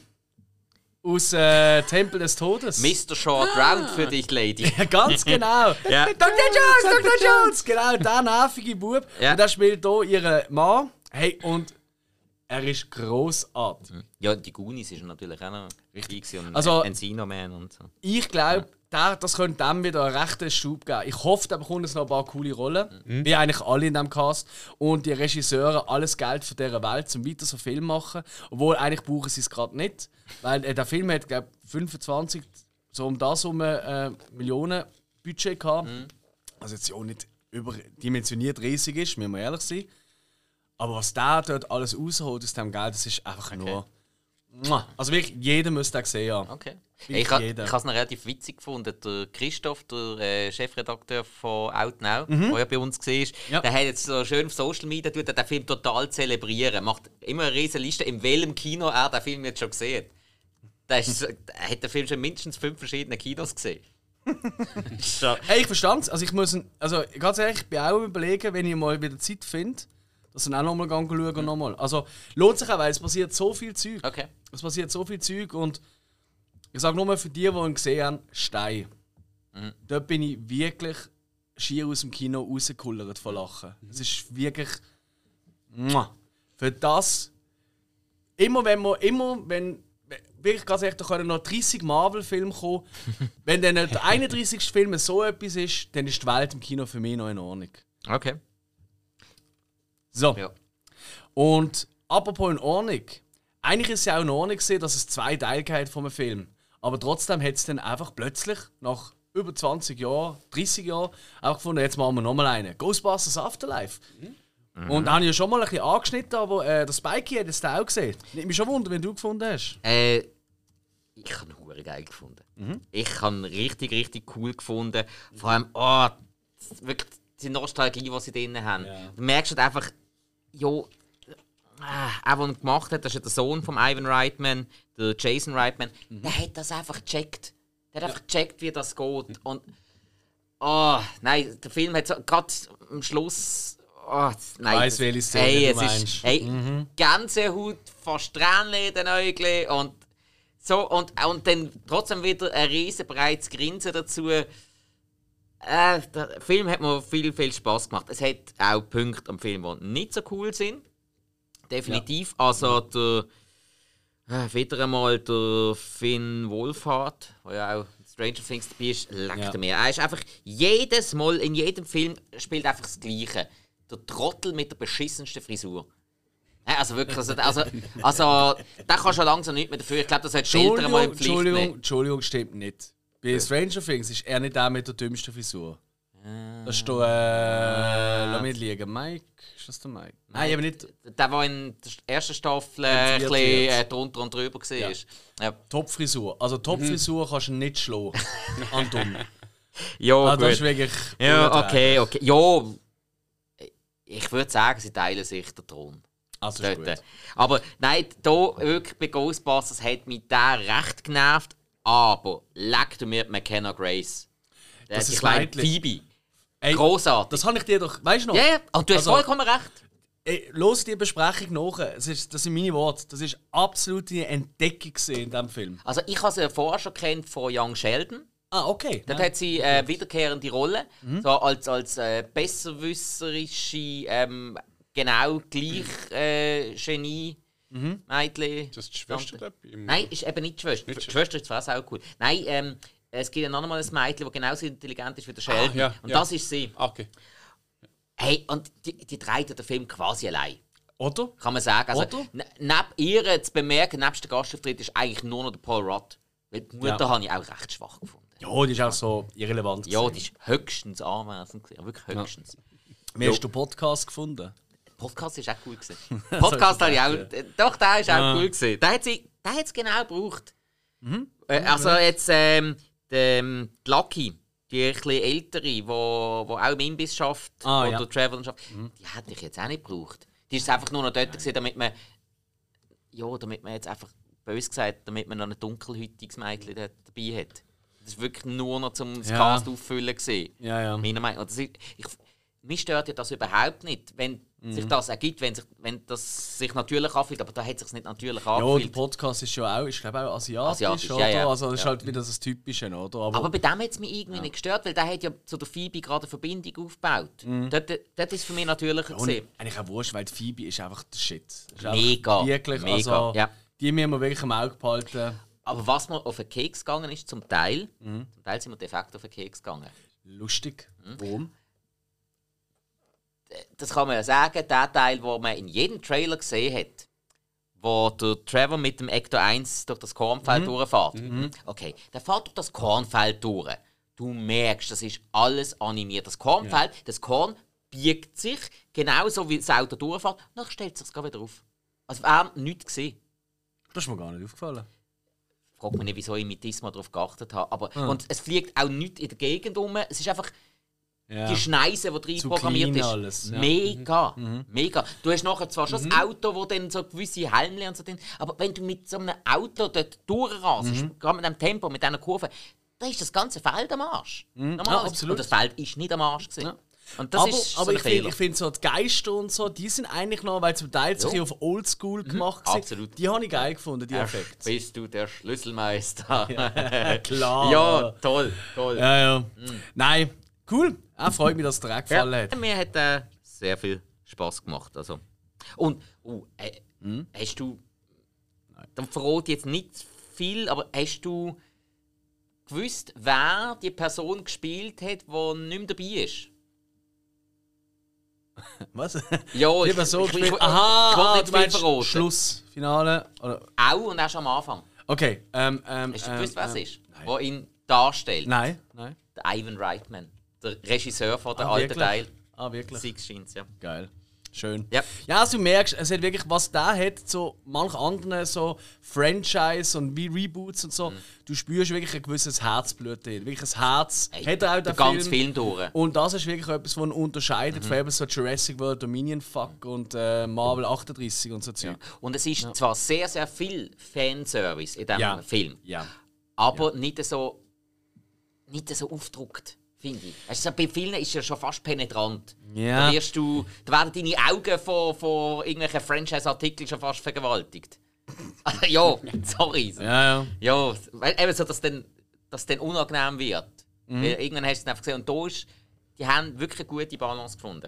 Aus äh, Tempel des Todes. Mister Short Round für dich, Lady. Ja, ganz genau. Ja. Doktor Jones, Doktor Jones. Genau, der nervige Bub. Ja. Und der spielt hier ihren Mann. Hey, und er ist grossartig. Ja, die Goonies ist natürlich auch noch richtig. Und also, Encino Man und so. Ich glaube, ja. das könnte dem wieder einen rechten Schub geben. Ich hoffe, da bekommt es noch ein paar coole Rollen. Mhm. Wie eigentlich alle in diesem Cast. Und die Regisseure alles Geld von dieser Welt, um weiter so Film zu machen. Obwohl, eigentlich brauchen sie es gerade nicht. Weil äh, der Film hat, glaube ich, fünfundzwanzig, so um das um äh, Millionen Budget gehabt. Mhm. Also jetzt ja auch nicht überdimensioniert riesig ist, müssen wir ehrlich sein. Aber was der dort alles rausholt aus diesem Geld, das ist einfach okay. nur... Also wirklich, jeder müsste das sehen. Ja. Okay. Ich habe es noch relativ witzig gefunden. Der Christoph, der äh, Chefredakteur von Outnow, mhm. der ja bei uns war, ja. der hat jetzt so schön auf Social Media tut den Film total zelebrieren. Macht immer eine riesige Liste, in welchem Kino er den Film jetzt schon gesehen hat. Der, ist, er hat den Film schon mindestens fünf verschiedene Kinos gesehen. So. Hey, ich verstand es. Also ich muss, also ganz ehrlich, ich bin auch überlegen, wenn ich mal wieder Zeit finde, dass ich auch noch mal schauen und noch mal. Also lohnt sich auch, weil es passiert so viel Zeug. Okay. Es passiert so viel Zeug und ich sage nur mal für die, die ihn gesehen haben, Stein. Mhm. Dort bin ich wirklich schier aus dem Kino rausgekullert von Lachen. Es mhm. ist wirklich... Muah. Für das... Immer wenn man... Immer wenn... Wirklich ganz ehrlich, da können noch dreißig Marvel-Filme kommen. Wenn dann der einunddreißigste Film so etwas ist, dann ist die Welt im Kino für mich noch in Ordnung. Okay. So. Ja. Und apropos in Ordnung. Eigentlich ist es ja auch in Ordnung, dass es zwei Teile gibt von einem Film. Aber trotzdem hat es dann einfach plötzlich, nach über zwanzig Jahren, dreißig Jahren, auch gefunden, jetzt machen wir nochmal einen. Ghostbusters Afterlife. Mhm. Und da habe ich ja schon mal ein bisschen angeschnitten, aber äh, der Spikey hat es auch gesehen. Nimmt mich schon Wunder, wenn du gefunden hast. Äh, ich habe ihn hure geil gefunden. Mhm. Ich habe ihn richtig, richtig cool gefunden. Vor allem, oh, wirklich die Nostalgie, die sie drin haben. Ja. Du merkst halt einfach, jo, auch was er gemacht hat, das ist ja der Sohn von Ivan Reitman, der Jason Reitman, mhm. der hat das einfach gecheckt. Der hat ja. einfach gecheckt, wie das geht. Und oh, nein, der Film hat so, gerade am Schluss. Oh, nein, ich weiss, welche Szene hey, du es meinst. Ist, hey, mhm. Gänsehaut, fast Tränen in den Augen und so und, und dann trotzdem wieder ein riesenbreites Grinsen dazu. Äh, der Film hat mir viel, viel Spaß gemacht. Es hat auch Punkte am Film, die nicht so cool sind. Definitiv. Ja. Also der äh, wieder einmal der Finn Wolfhard, der ja auch in Stranger Things dabei ist, leckt ja. mir. Er ist einfach jedes Mal in jedem Film spielt einfach das Gleiche. Der Trottel mit der beschissensten Frisur. Ja, also wirklich, also, also, also der kann schon langsam nicht mehr dafür. Ich glaube, das hat später mal in Pflicht. Entschuldigung, Entschuldigung, stimmt nicht. Bei Stranger Things ist er nicht der mit der dümmsten Frisur. Das ist der, äh, lass mich liegen. Mike? Ist das der Mike? Nein, aber nicht. Der, der in der ersten Staffel ein bisschen äh, drunter und drüber war. Ja. Ja. Top-Frisur. Also Top-Frisur mhm. kannst du nicht schlagen. An dumm. Ja, also, gut. Das ist wirklich... Ja, okay, okay. Ja, ich würde sagen, sie teilen sich den Thron. Also ist gut. Aber nein, hier wirklich bei Ghostbusters hat mich der recht genervt. Aber leck du mir McKenna Grace. Das die ist kleine leidlich. Phoebe. Ey, großartig. Das habe ich dir doch... Weißt du noch? Ja, ja. Und du hast also, vollkommen recht. Ey, los die Besprechung nach. Das, ist, das sind meine Worte. Das war absolut eine Entdeckung in diesem Film. Also ich habe sie ja vorher schon kennt von Young Sheldon. Ah, okay. Dort ja. hat sie äh, wiederkehrende Rollen, Mhm. so als, als äh, besserwisserische, ähm, genau gleich äh, Genie. Mhm. Mädchen. Das ist die Schwester dort bei ihm? Nein, ist eben nicht die Schwester. Nicht Die die Schwester ist zwar auch cool. Nein, ähm, es gibt noch einmal ein Mädchen, das genauso intelligent ist wie der Sheldon. ja, und ja. das ist sie. Ah, okay. Hey, und die, die trägt den Film quasi allein. Oder? Kann man sagen. Also, Oder? ne- neben ihr zu bemerken, nebst dem Gastauftritt, ist eigentlich nur noch der Paul Rudd. Weil die Mutter Ja. habe ich auch recht schwach gefunden. Ja, die ist auch so irrelevant. Ja, gewesen. die ist höchstens anwesend. gewesen. Wirklich höchstens. Wie hast du den Podcast gefunden? Podcast ist auch cool gewesen. Podcast habe ich auch. äh, Doch, der ist auch Ja. cool gewesen. Der hat sie, der hat es genau gebraucht. Mhm. Äh, also jetzt ähm, die, ähm, die Lucky, die etwas ältere, die wo, wo auch im Imbiss schafft Ah, oder ja. Travel schafft, die hätte ich jetzt auch nicht gebraucht. Die ist einfach nur noch dort gewesen, damit man, ja, damit man jetzt einfach bös gesagt, damit man noch ein dunkelhäutiges Mädchen dort dabei hat. Das war wirklich nur noch zum das Ja. Cast auffüllen gewesen. Ja, ja. Meiner Meinung nach. Das ist, ich, mich stört ja das überhaupt nicht, wenn Mhm. sich das ergibt, wenn, sich, wenn das sich natürlich anfühlt, aber da hat es sich nicht natürlich Ja, der angefühlt. Podcast ist ja auch, ich glaube auch asiatisch, Asiatisch, oder? ja, ja. Also das ist Ja. halt wieder das Typische, oder? Aber, aber bei dem hat es mich irgendwie nicht gestört, weil der hat ja zu der Phoebe gerade eine Verbindung aufgebaut. Dort, dort ist es für mich natürlicher und gesehen. eigentlich auch wurscht, weil die Phoebe ist einfach der Shit. Ist einfach Mega, Wirklich, mega, also ja. die müssen wir wirklich im Auge behalten. Aber was mir auf den Keks gegangen ist, zum Teil, Mhm. zum Teil sind wir defekt auf den Keks gegangen. Lustig. Mhm. Warum? Das kann man ja sagen, der Teil, den man in jedem Trailer gesehen hat, wo der Trevor mit dem Ecto eins durch das Kornfeld durchfährt. Okay, der fährt durch das Kornfeld durch. Du merkst, das ist alles animiert. Das Kornfeld, das Korn biegt sich, genauso wie das Auto durchfährt, und dann stellt es sich wieder auf. Also wir haben nichts gesehen. Das ist mir gar nicht aufgefallen. Ich frage mich nicht, wieso ich mit diesmal darauf geachtet habe. Aber, Und es fliegt auch nichts in der Gegend rum. Es ist einfach Ja. die Schneise, die Zu drin programmiert clean ist. alles, ja. Mega, mega. Du hast nachher zwar schon das Auto, wo dann so gewisse Helme und so drin, aber wenn du mit so einem Auto dort durchrasest, gerade mit dem Tempo, mit dieser Kurve, da ist das ganze Feld am Arsch. Normalerweise. Ja, absolut. Und das Feld ist nicht am Arsch gewesen. Ja. Und das aber ist so aber ein ich finde Fehler. ich find so die Geister und so, die sind eigentlich noch, weil zum Teil sich Ja. auf Oldschool gemacht sind. absolut. Die habe ich geil gefunden, die Erst Effekte. bist du der Schlüsselmeister. Klar. Ja, toll, toll. Ja, ja. Nein, cool. Auch freut mich, dass es dir auch gefallen hat. Mir hat äh, sehr viel Spaß gemacht. Also. Und, oh, äh, Hm? hast du. Dann verrate ich jetzt nicht viel, aber hast du gewusst, wer die Person gespielt hat, die nicht mehr dabei ist? Was? Ja, Die Person ich, ich, gespielt. ich, Aha, ich will ah, nicht du viel meinst verraten. Schluss, Finale. Oder? Auch und auch schon am Anfang. Okay. Ähm, ähm, Hast du ähm, gewusst, wer es ähm, ist? Der ihn darstellt? Nein. Nein. Der Ivan Reitman, der Regisseur von der Ah, alten wirklich? Teil. Ah, wirklich? Six Shins, ja. Geil. Schön. Ja. Ja, also du merkst, es hat wirklich, was der hat, so manch anderen so Franchise und wie Reboots und so, du spürst wirklich ein gewisses Herzblut drin. Wirklich ein Herz Ey, hat er auch der der ganze Film. Film durch. Und das ist wirklich etwas, was ihn unterscheidet von eben so Jurassic World, Dominion Fuck und äh, Marvel achtunddreißig und so Zeug. Und es ist zwar sehr, sehr viel Fanservice in diesem Ja. Film, Ja. aber nicht so nicht so aufgedruckt, finde ich. Also bei vielen ist es ja schon fast penetrant. Ja. Da, wirst du, da werden deine Augen von, von irgendwelchen Franchise-Artikeln schon fast vergewaltigt. Also, ja, sorry. Ja, ja. Ja, weil eben so, dass es dann, dass es dann unangenehm wird. Mhm. Weil irgendwann hast du es einfach gesehen. Und da ist, die haben wirklich eine gute Balance gefunden.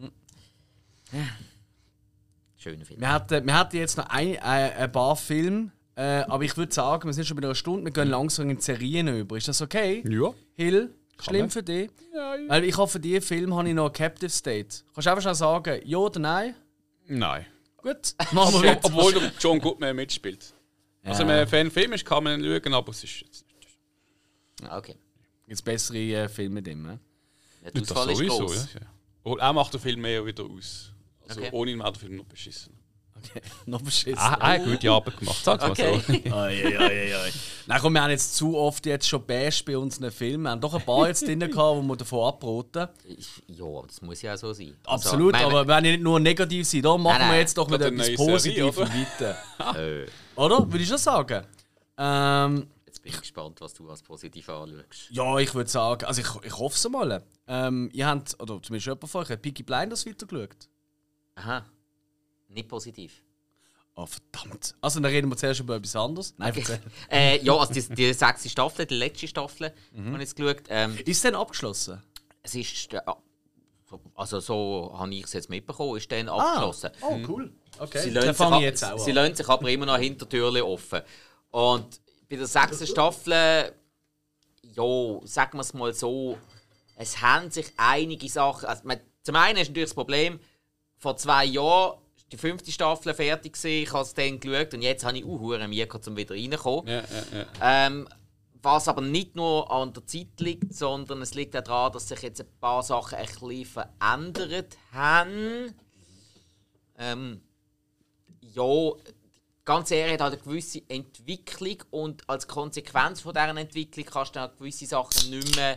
Schöner Film. Wir hatten, wir hatten jetzt noch ein, ein, ein paar Filme, äh, aber ich würde sagen, wir sind schon bei einer Stunde, wir gehen langsam in die Serien über. Ist das okay? Ja. Hill, schlimm man. für dich? Ja, ja. Weil ich habe für diesen Film habe ich noch Captive State. Kannst du einfach schon sagen, ja oder nein? Nein. Gut, machen wir weiter. Obwohl der John Goodman mitspielt. Also, wenn man ein Fan Film ist, kann man ihn schauen, aber es ist jetzt nicht. Okay. Gibt es bessere äh, Filme mit ihm? Ne? Ja, die Das Auswahl ist sowieso, gross. ja. Und er macht den Film mehr wieder aus. Also Okay. ohne ihn wäre der Film noch beschissen. Okay, noch beschissen. Ah, er hat gute Arbeit gemacht, sag's mal Okay. so. Oi, oi, oi, oi. Nein, komm, wir haben jetzt zu oft jetzt schon Bash bei unseren Filmen. Wir haben doch ein paar jetzt drin gehabt, wo wir davon abraten. Ich- Ja, aber das muss ja auch so sein. Absolut, also, aber wir werden ja nicht nur negativ sein. Da machen Nein, wir nein. jetzt doch mit Gerade eine etwas neue Serie, Positivem weiter. Äh, Oder? Würde ich schon sagen. Ähm, jetzt bin ich gespannt, was du als positiv anschaust. ja, ich würde sagen, also ich, ich hoffe es mal. Ähm, ihr habt, oder zumindest jemand von euch, hat Peaky Blinders weitergeschaut. Aha. Nicht positiv. Oh, verdammt. Also, dann reden wir zuerst über etwas anderes. Nein, okay. äh, ja, also die, die sechste Staffel, die letzte Staffel, mhm. habe ich jetzt geschaut. Ähm, ist es denn abgeschlossen? Es ist, äh, also so habe ich es jetzt mitbekommen, ist dann abgeschlossen. Ah. Oh, cool. Okay, sie dann fange ich jetzt auch Sie an. lassen sich aber immer noch Hintertürchen offen. Und bei der sechsten Staffel, ja, sagen wir es mal so, es haben sich einige Sachen. Also, man, zum einen ist natürlich das Problem, vor zwei Jahren ist die fünfte Staffel fertig gewesen, ich habe es dann geschaut und jetzt habe ich auch Mühe, um wieder reinzukommen. Ja, ja, ja. Ähm, was aber nicht nur an der Zeit liegt, sondern es liegt auch daran, dass sich jetzt ein paar Sachen ein bisschen verändert haben. Ähm, ja, ganz ehrlich, hat halt eine gewisse Entwicklung und als Konsequenz von dieser Entwicklung kannst du dann gewisse Sachen nicht mehr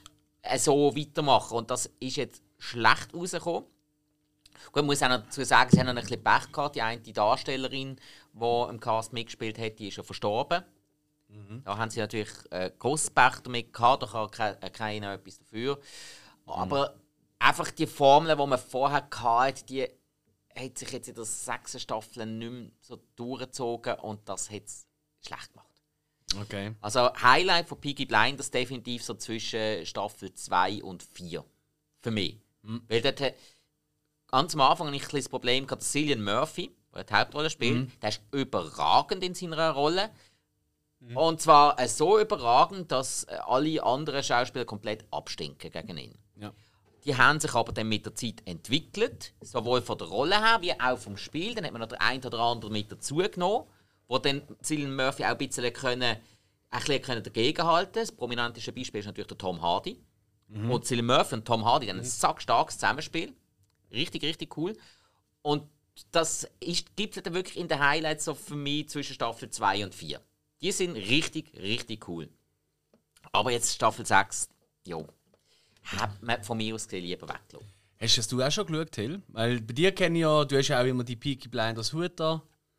so weitermachen. Und das ist jetzt schlecht rausgekommen. Gut, ich muss auch noch dazu sagen, sie haben noch ein bisschen Pech gehabt. Die eine Darstellerin, die im Cast mitgespielt hat, die ist ja verstorben. Mhm. Da haben sie natürlich äh, grosses Pech damit gehabt, da kann ke- keiner etwas dafür. Mhm. Aber einfach die Formel, die man vorher hatte, die hat sich jetzt in der sechsten Staffel nicht mehr so durchgezogen und das hat es schlecht gemacht. Okay. Also Highlight von Peaky Blinders definitiv so zwischen Staffel zwei und vier. Für mich. Mhm. Weil dort, ganz am Anfang hatte ich ein bisschen das Problem gehabt, Cillian Murphy, der die Hauptrolle spielt, mhm. der ist überragend in seiner Rolle. Mhm. Und zwar äh, so überragend, dass äh, alle anderen Schauspieler komplett abstinken gegen ihn. Ja. Die haben sich aber dann mit der Zeit entwickelt, sowohl von der Rolle her wie auch vom Spiel. Dann hat man noch den einen oder anderen mit dazugenommen, wo dann Cillian Murphy auch ein bisschen, können, ein bisschen können dagegenhalten konnte. Das prominenteste Beispiel ist natürlich der Tom Hardy. Mhm. Und Cillian Murphy und Tom Hardy haben ein mhm. sackstarkes Zusammenspiel. Richtig, richtig cool. Und das gibt es dann wirklich in den Highlights so für mich zwischen Staffel zwei und vier. Die sind richtig, richtig cool. Aber jetzt Staffel sechs, jo. Hat man von mir aus gesehen lieber weggelassen. Hast das du auch schon geschaut, Hill? Weil bei dir kenne ich ja, du hast ja auch immer die Peaky Blinders Hut da.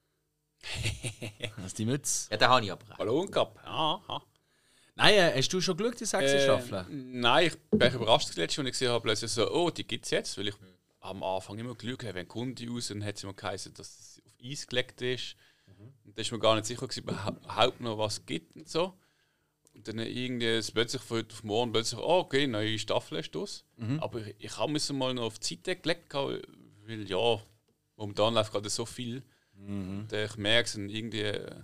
Hast die Mütze? Ja, den habe ich aber auch. Hallo und Gab. Aha. Nein, äh, hast du schon geschaut, die sechste äh, Staffel? Nein, ich bin überrascht zuletzt, als ich gesehen habe, plötzlich so, oh, die gibt es jetzt. Weil ich mhm. am Anfang immer geschaut habe, wenn Kunde raus, dann hat es immer geheißen, dass es auf Eis gelegt ist. Mhm. Und da war mir gar nicht sicher, ob es überhaupt noch was gibt und so. Und dann irgendwie plötzlich von heute auf morgen plötzlich, oh, okay, neue Staffel ist das. Mhm. Aber ich, ich habe mich mal noch auf die Seite gelegt, weil ja, momentan läuft gerade so viel. Mhm. Und ich merke es dann irgendwie, äh,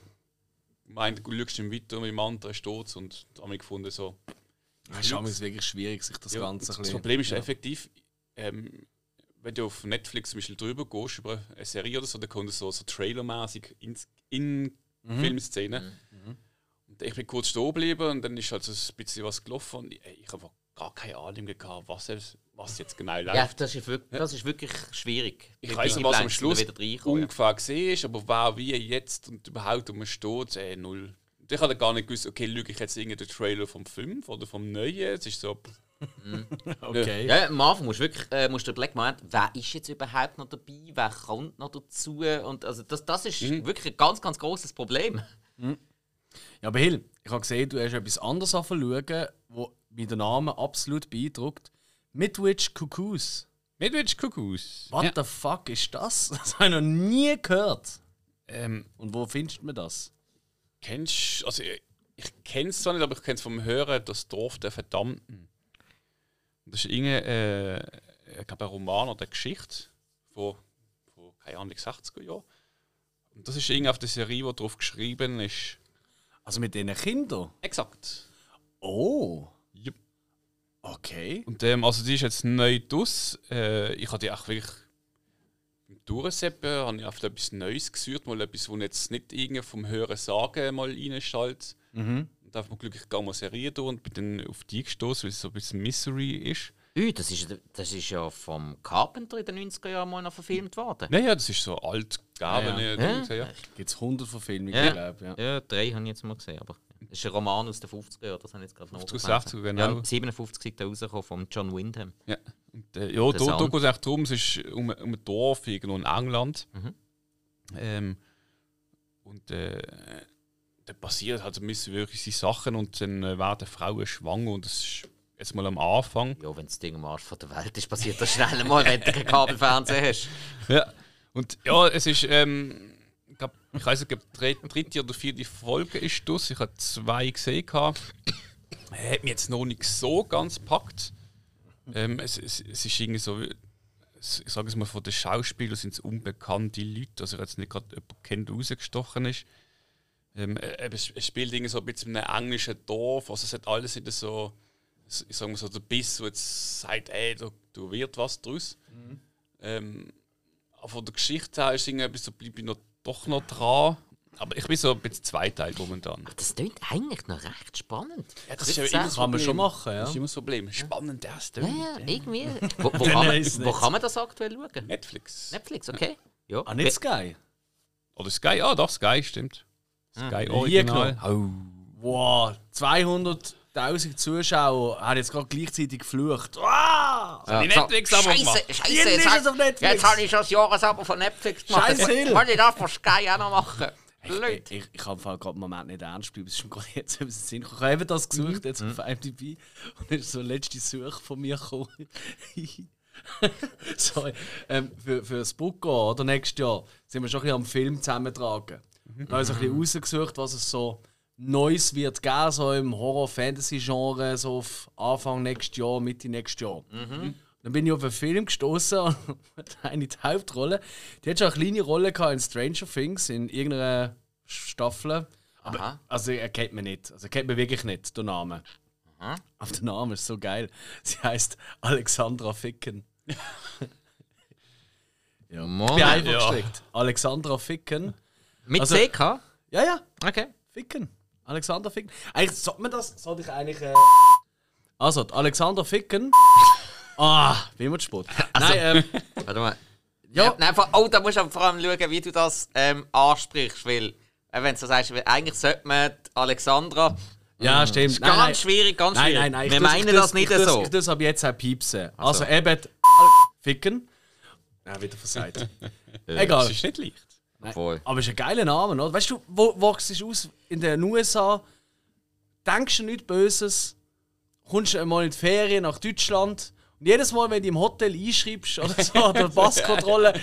meint, du schaust dann weiter mit dem anderen Sturz und da habe ich gefunden, so. Es ist wirklich schwierig, sich das ja, Ganze das ein bisschen... Das Problem ist ja. effektiv, ähm, wenn du auf Netflix zum Beispiel drüber gehst, über eine Serie oder so, dann kommt so, so trailermäßig in, in mhm. Filmszenen. Mhm. Und ich bin kurz stehen geblieben und dann ist halt so ein bisschen was gelaufen und ich, ich habe gar keine Ahnung gehabt, was, was jetzt genau läuft. Ja, das ist wirklich, das ist wirklich schwierig. Ich weiß nicht, was am Schluss ungefähr gesehen ist, aber wer wie jetzt und überhaupt um steht, äh, null. Und ich habe gar nicht gewusst, okay, schaue ich jetzt irgendeinen Trailer vom Film oder vom Neuen? Es ist so... okay. Ja, am Anfang musst du wirklich äh, musst du überlegen, Moment, wer ist jetzt überhaupt noch dabei, wer kommt noch dazu? Und also das, das ist mhm. wirklich ein ganz, ganz grosses Problem. Mhm. Ja, aber Hill, ich habe gesehen, du hast etwas anderes anschauen, wo mich der Name absolut beeindruckt. Midwich Cuckoos. Midwich Cuckoos. What ja. the fuck ist das? Das habe ich noch nie gehört. Ähm, Und wo findest du das? Kennst also ich, ich kenne es zwar nicht, aber ich kenne es vom Hören, das Dorf der Verdammten. Das ist irgendein, äh, ich glaube, ein Roman oder eine Geschichte von, von keine Ahnung, sechziger Jahren. Und das ist irgendwie auf der Serie, die drauf geschrieben ist. Also mit diesen Kindern? Exakt. Oh. Yep. Okay. Und ähm, also die ist jetzt neu draus. Äh, ich habe die auch wirklich beim Durchseppen habe ich auf etwas Neues gesucht, mal etwas, wo jetzt nicht irgendwie vom Hören sagen mal reinschaltet. Mhm. Und einfach mal glücklich gar mal Serie durch und bin dann auf die gestoßen, weil es so ein bisschen Mystery ist. Ui, das ist, das ist ja vom Carpenter in den neunziger Jahren mal noch verfilmt worden. Naja, ja, das ist so alt gegeben. Ja, ja. ja. ja. Gibt es hundert Verfilmungen, ja. glaube ich. Ja. ja, drei habe ich jetzt mal gesehen. Aber das ist ein Roman aus den fünfziger Jahren, das habe ich jetzt gerade noch sechziger, genau. Ja, siebenundfünfzig sind da rausgekommen von John Wyndham. Ja, und, äh, ja da, da geht es echt darum, es ist um, um ein Dorf irgendwo in England. Mhm. Ähm, und äh, da passieren halt wirklich Sachen und dann äh, werden Frauen schwanger und das ist jetzt mal am Anfang. Ja, wenn das Ding am Arsch von der Welt ist, passiert das schnell mal, wenn du kein Kabelfernsehen hast. Ja, Und ja, es ist, ähm, ich, glaub, ich weiß nicht, die dritte oder vierte Folge ist das. Ich habe zwei gesehen. Hat mich jetzt noch nicht so ganz gepackt. Ähm, es, es, es ist irgendwie so, ich sage es mal, von den Schauspielern sind es unbekannte Leute. Also, ich jetzt nicht gerade jemand kennt, der rausgestochen ist. Ähm, es, es spielt irgendwie so ein bisschen in einem englischen Dorf. Also, es hat alles in so, ich sage mal so, der Biss, der jetzt sagt, ey, da, da wird was draus. Mhm. Ähm, aber von der Geschichte her ist irgendetwas, so bleibe ich noch, doch noch dran. Aber ich bin so ein bisschen zweiteilt momentan. Aber das klingt eigentlich noch recht spannend. Ja, das, das ist ja immer das kann man schon machen, ja. Das ist immer das Problem. Spannend, das ja, ja, irgendwie. Wo, wo, kann man, wo kann man das aktuell schauen? Netflix. Netflix, okay. Ja. Ah, nicht Sky? Oder Sky? Ah, doch, Sky, stimmt. Sky ah, Original. Oh. Wow, zweihunderttausend Zuschauer haben jetzt gerade gleichzeitig geflucht. Wow! Ja, die Netflix-Abo Scheiße, gemacht. Scheiße, Jetzt, jetzt, auf Netflix. jetzt habe ich schon das Jahresabo von Netflix gemacht. Scheiße, Hill. Kann ich das von Sky auch noch machen? Ich, ich, ich kann gerade im Moment nicht ernst bleiben, es ist mir gerade jetzt in den Sinn gekommen. Ich habe eben das gesucht, jetzt auf I M D B, und dann ist so eine letzte Suche von mir gekommen. Sorry. Ähm, für, für das Bookgo oder nächstes Jahr sind wir schon ein bisschen am Film zusammentragen. Mhm. Dann habe ich so ein bisschen rausgesucht, was es so Neues wird geben, so im Horror-Fantasy-Genre, so auf Anfang nächstes Jahr, Mitte nächstes Jahr. Mhm. Dann bin ich auf einen Film gestoßen und eine die Hauptrolle. Die hat schon eine kleine Rolle gehabt in Stranger Things, in irgendeiner Staffel. Aber, Aha. also er kennt mich nicht. Also er kennt mich wirklich nicht, der Name. Aha. Aber der Name ist so geil. Sie heißt Alexandra Ficken. Ja. Ich bin einfach ja. geschickt. Alexandra Ficken. Mit Also- C K? Ja, ja. Okay. Ficken. Alexander Ficken. Eigentlich sollte man das, sollte ich eigentlich. Äh also, die Alexander Ficken. Ah, wie immer zu spät. Nein, ähm. Warte mal. Ja. Ja. Nein, vor, oh, da musst du vor allem schauen, wie du das ähm, ansprichst. Weil, äh, wenn du so sagst, weil eigentlich sollte man die Alexandra. Ja, stimmt. Ist ganz schwierig, ganz Nein, schwierig. nein, nein. ich Wir tu's- meinen ich das tu's- nicht ich tu's- so. Ich tue aber jetzt auch piepsen. Ach Also, so. eben die Ficken. Ja, wieder versagt. Das Egal. ist nicht leicht. Obwohl. Aber es ist ein geiler Name, oder? Weißt du, wo wachst du aus in den U S A? Denkst du nichts Böses? Kommst du einmal in die Ferien nach Deutschland? Und jedes Mal, wenn du im Hotel einschreibst oder so, oder Passkontrolle.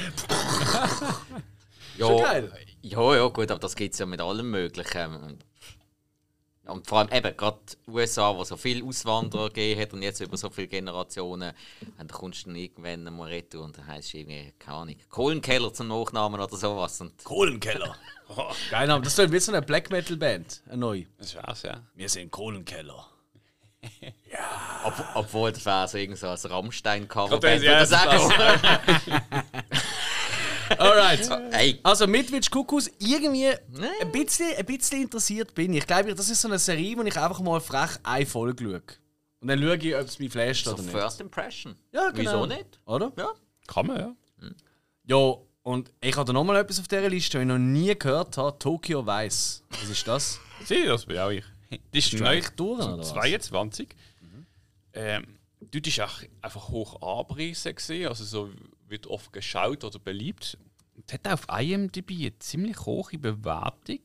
Ja, Schon geil. Ja, ja, gut, aber das gibt es ja mit allem Möglichen. Und vor allem eben gerade die U S A, wo so viele Auswanderer gegeben hat und jetzt über so viele Generationen, und da kommst du dann irgendwann mal retour und dann heisst es irgendwie, keine Ahnung, Kohlenkeller zum Nachnamen oder sowas. Und Kohlenkeller. Geil Name. Das ist wie so eine Black Metal Band. Eine neue. Das war's, ja. Wir sind Kohlenkeller. ob, obwohl das wäre so irgend so ein Gerade Rammstein-Coverband, ja, würde ich das sagen. Alright. Ey, Also Mitwitsch Kuckucks, irgendwie Nee. ein bisschen, ein bisschen interessiert bin ich. Ich glaube, das ist so eine Serie, wo ich einfach mal frech eine Folge schaue. Und dann schaue ich, ob es mich flasht so oder nicht. First Impression. Ja, genau. Wieso nicht? Oder? Ja. Kann man, ja. Ja, und ich habe noch mal etwas auf dieser Liste, das ich noch nie gehört habe. Tokyo Vice. Was ist das? Sieh, das bin auch ich. Das ist du neu. eigentlich durch, oder was? zweiundzwanzig. Mhm. Ähm, dort war auch einfach hoch angepriesen gewesen, also so wird oft geschaut oder beliebt. Und hat auf I M D B eine ziemlich hohe Bewertung.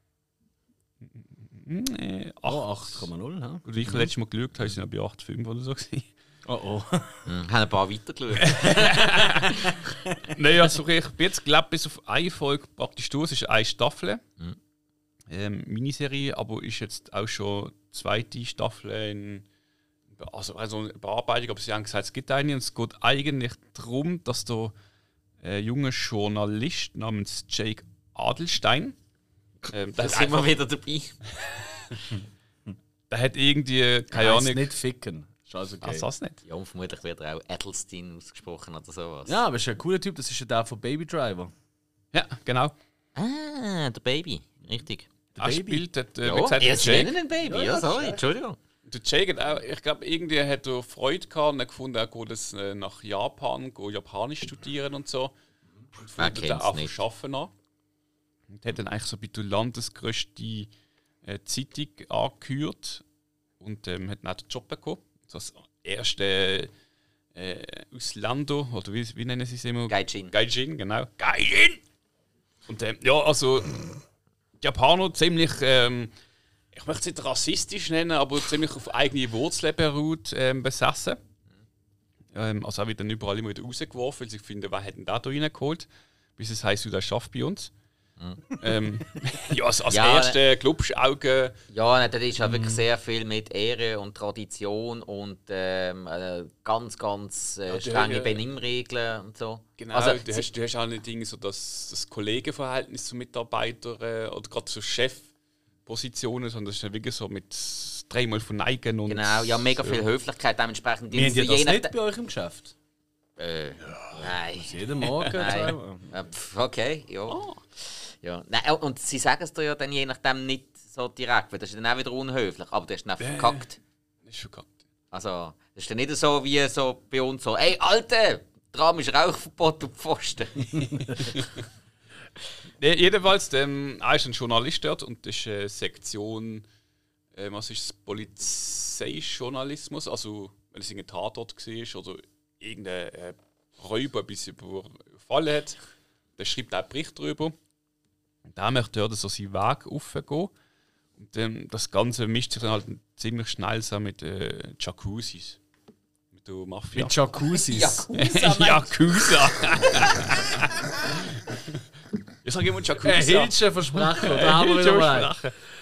Äh, Oh, acht Komma null. Ja. Als ich letztes Mal geschaut habe, sind wir bei acht Komma fünf oder so. Gewesen. Oh oh. Hm, haben ein paar weitergeschaut. Nein, also ich bin jetzt glaube bis auf eine Folge praktisch durch. Es ist eine Staffel. Mhm. Ähm, Miniserie, aber ist jetzt auch schon die zweite Staffel in also, also eine Bearbeitung, aber sie haben gesagt, es gibt eine und es geht eigentlich darum, dass der äh, junge Journalist namens Jake Adelstein ähm, Da der, sind hat wir einfach, wieder dabei. der hat irgendwie, keine Heisst Ahnung, nicht ficken. Ist alles okay. ah, das nicht. Ja, und vermutlich wird er auch Edelstein ausgesprochen oder sowas. Ja, aber ist ein cooler Typ. Das ist ja der von Baby Driver. Ja, genau. Ah, der Baby. Richtig. Er Baby. spielt, hat, äh, wie Ja, gesagt, ihr der Sie Jake. nennen den Baby. Ja, Ja, ja, sorry, das ist Entschuldigung. Der Jake hat auch, ich glaube, irgendwie hat er Freude gehabt und hat gefunden, er geht jetzt äh, nach Japan, geht Japanisch studieren und so. Und Wer fängt dann kennt's auch nicht? Arbeiten an. Und hat dann eigentlich so bei der landesgrößte äh, Zeitung angehört und ähm, hat dann auch den Job bekommen. Das erste äh, Ausländer, oder wie, wie nennen sie es immer? Gaijin. Gaijin, genau. Gaijin! Und ähm, ja, also die Japaner ziemlich, ähm, ich möchte es nicht rassistisch nennen, aber ziemlich auf eigene Wurzeln beruht ähm, besessen. Ähm, also auch wieder überall immer wieder rausgeworfen, weil sie finden, wer hat denn da reingeholt? bis es heisst, du das schaffst bei uns. Mhm. Ähm, ja, als, als ja, erste Glubschauge. Ja, das ist halt wirklich sehr viel mit Ehre und Tradition und ähm, äh, ganz, ganz äh, ja, strenge ja. Benimmregeln und so. Genau, also, du, hast, du hast auch nicht Dinge so das, das Kollegenverhältnis zu Mitarbeitern äh, oder gerade zu Chefpositionen, sondern das ist ja wirklich so mit dreimal verneigen und. Genau, ja, mega viel Höflichkeit dementsprechend. Wir haben ja das nicht bei euch im Geschäft. Äh, ja. Nein. Jeden Morgen. Nein. Ja, pf, okay, ja. Oh. Ja. Nein, und sie sagen es dir ja dann je nachdem nicht so direkt, weil das ist dann auch wieder unhöflich, aber du hast dann einfach verkackt. Das ist verkackt. Also, das ist dann nicht so wie so bei uns so, ey, Alter, Tram ist Rauchverbot auf Pfosten. Ja, jedenfalls, ähm, er ist ein Journalist dort und das ist eine Sektion, äh, was ist das, Polizeijournalismus, also wenn es irgendein Tatort war oder irgendein äh, Räuber etwas überfallen hat, der schreibt auch einen Bericht darüber. Und der möchte dort so seinen Weg aufgehen. Und ähm, das Ganze mischt sich dann halt ziemlich schnell so mit äh, Jacuzzis. Mit der Mafia. Mit Jacuzzis? Yakuza, Yakuza! Ich sage immer Jacuza. Ein Hilsche Versprechen, da haben wir wieder mal.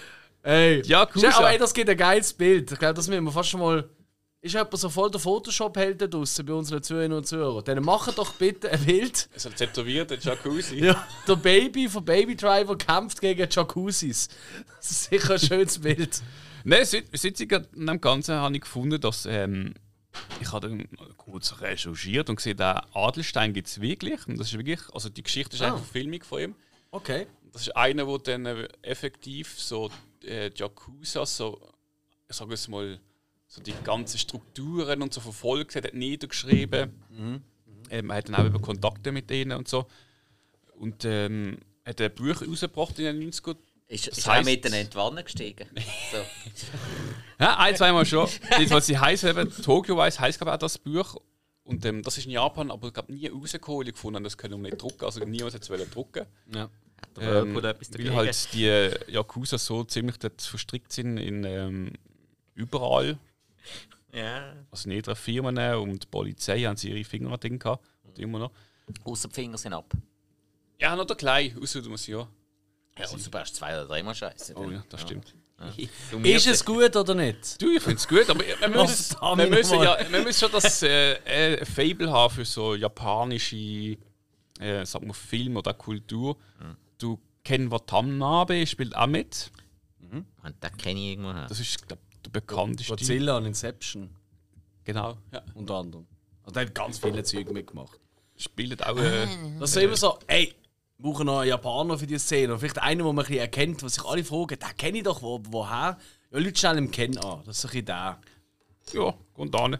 Ey, Yakuza. Aber ey, das gibt ein geiles Bild. Ich glaube, das müssen wir fast schon mal. Ist jemand so voll der Photoshop-Held da draussen bei unseren Zuhörerinnen und Zuhörern? Dann machen doch bitte ein Bild. So ein tätowierter Jacuzzi. Ja, der Baby von Baby Driver kämpft gegen Jacuzzis. Das ist sicher ein schönes Bild. Nein, seit an dem Ganzen habe ich gefunden, dass ähm, ich habe dann kurz recherchiert und gesehen, der Adelstein gibt es wirklich. Und das ist wirklich, also die Geschichte ist Ah. einfach eine Filmung von ihm. Okay. Das ist einer, der dann äh, effektiv so äh, Yakuza, so, ich sage es mal, so die ganzen Strukturen und so verfolgt hat, hat niedergeschrieben. Mhm. Ähm, er hat dann auch über Kontakte mit denen und so. Und ähm, hat ein Buch rausgebracht in den neunziger. Ist, Das ist er heisst- mit den Entwarnen gestiegen? So. Ja, ein, zweimal schon. Jedenfalls, sie heisst eben, Tokyo Vice heisst glaube ich auch das Buch. Und ähm, das ist in Japan, aber ich glaube nie rausgekommen. Ich gefunden, das können wir nicht drucken. Also niemand hat es drucken. Ja. Der Ähm, Whirlpool etwas weil dagegen. halt die Yakuza so ziemlich dort verstrickt sind in ähm, überall. Ja. Also in jeder Firma und die Polizei haben sie ihre Finger an Ding gehabt. Und immer noch. Ausser die Finger sind ab. Ja, noch der Klein, außer du musst ja. Ja, und du brauchst zwei oder dreimal Scheiße. Oh ja, das stimmt. Du, mir Ist es gut oder nicht? Du, ich finde es gut, aber wir müssen, Oh, wir müssen, mal. ja, wir müssen schon das äh, ein Fable haben für so japanische äh, sag mal, Film oder Kultur. Mhm. Du Ken Watanabe spielt auch mit. Und den kenne ich irgendwo her. Das ist glaub, der bekannteste. Godzilla und Inception Genau, ja. unter anderem. Also der hat ganz viele Züge mitgemacht. Spielt auch. Äh, Das ist so immer so, ey, wir brauchen noch einen Japaner für diese Szene. Und vielleicht einen, den man ein bisschen erkennt, was sich alle fragen, den kenne ich doch, wo, woher? Ja, Leute stellen im Ken an. Das ist ein bisschen der. ja, kommt an.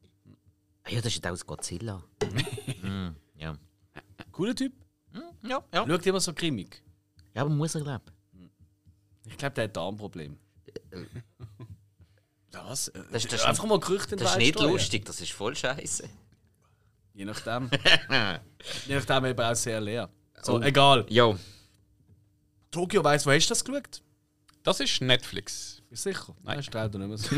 Ah, ja, das ist aus Godzilla. mm, ja. Cooler Typ. Mm, ja, ja. Schaut immer so grimmig. Ja, aber muss er glauben. Ich glaube, der hat ein Darmproblem. Was? Das ist- das ist- Einfach mal Gerüchte in die Das ist Welt nicht streuen. lustig, das ist voll scheiße. Je nachdem. Je nachdem eben auch sehr leer. So, Oh. egal. Jo. Tokio weiss, wo hast du das geschaut? Das ist Netflix. Bist du sicher? Nein. Das strahlt doch nicht mehr so.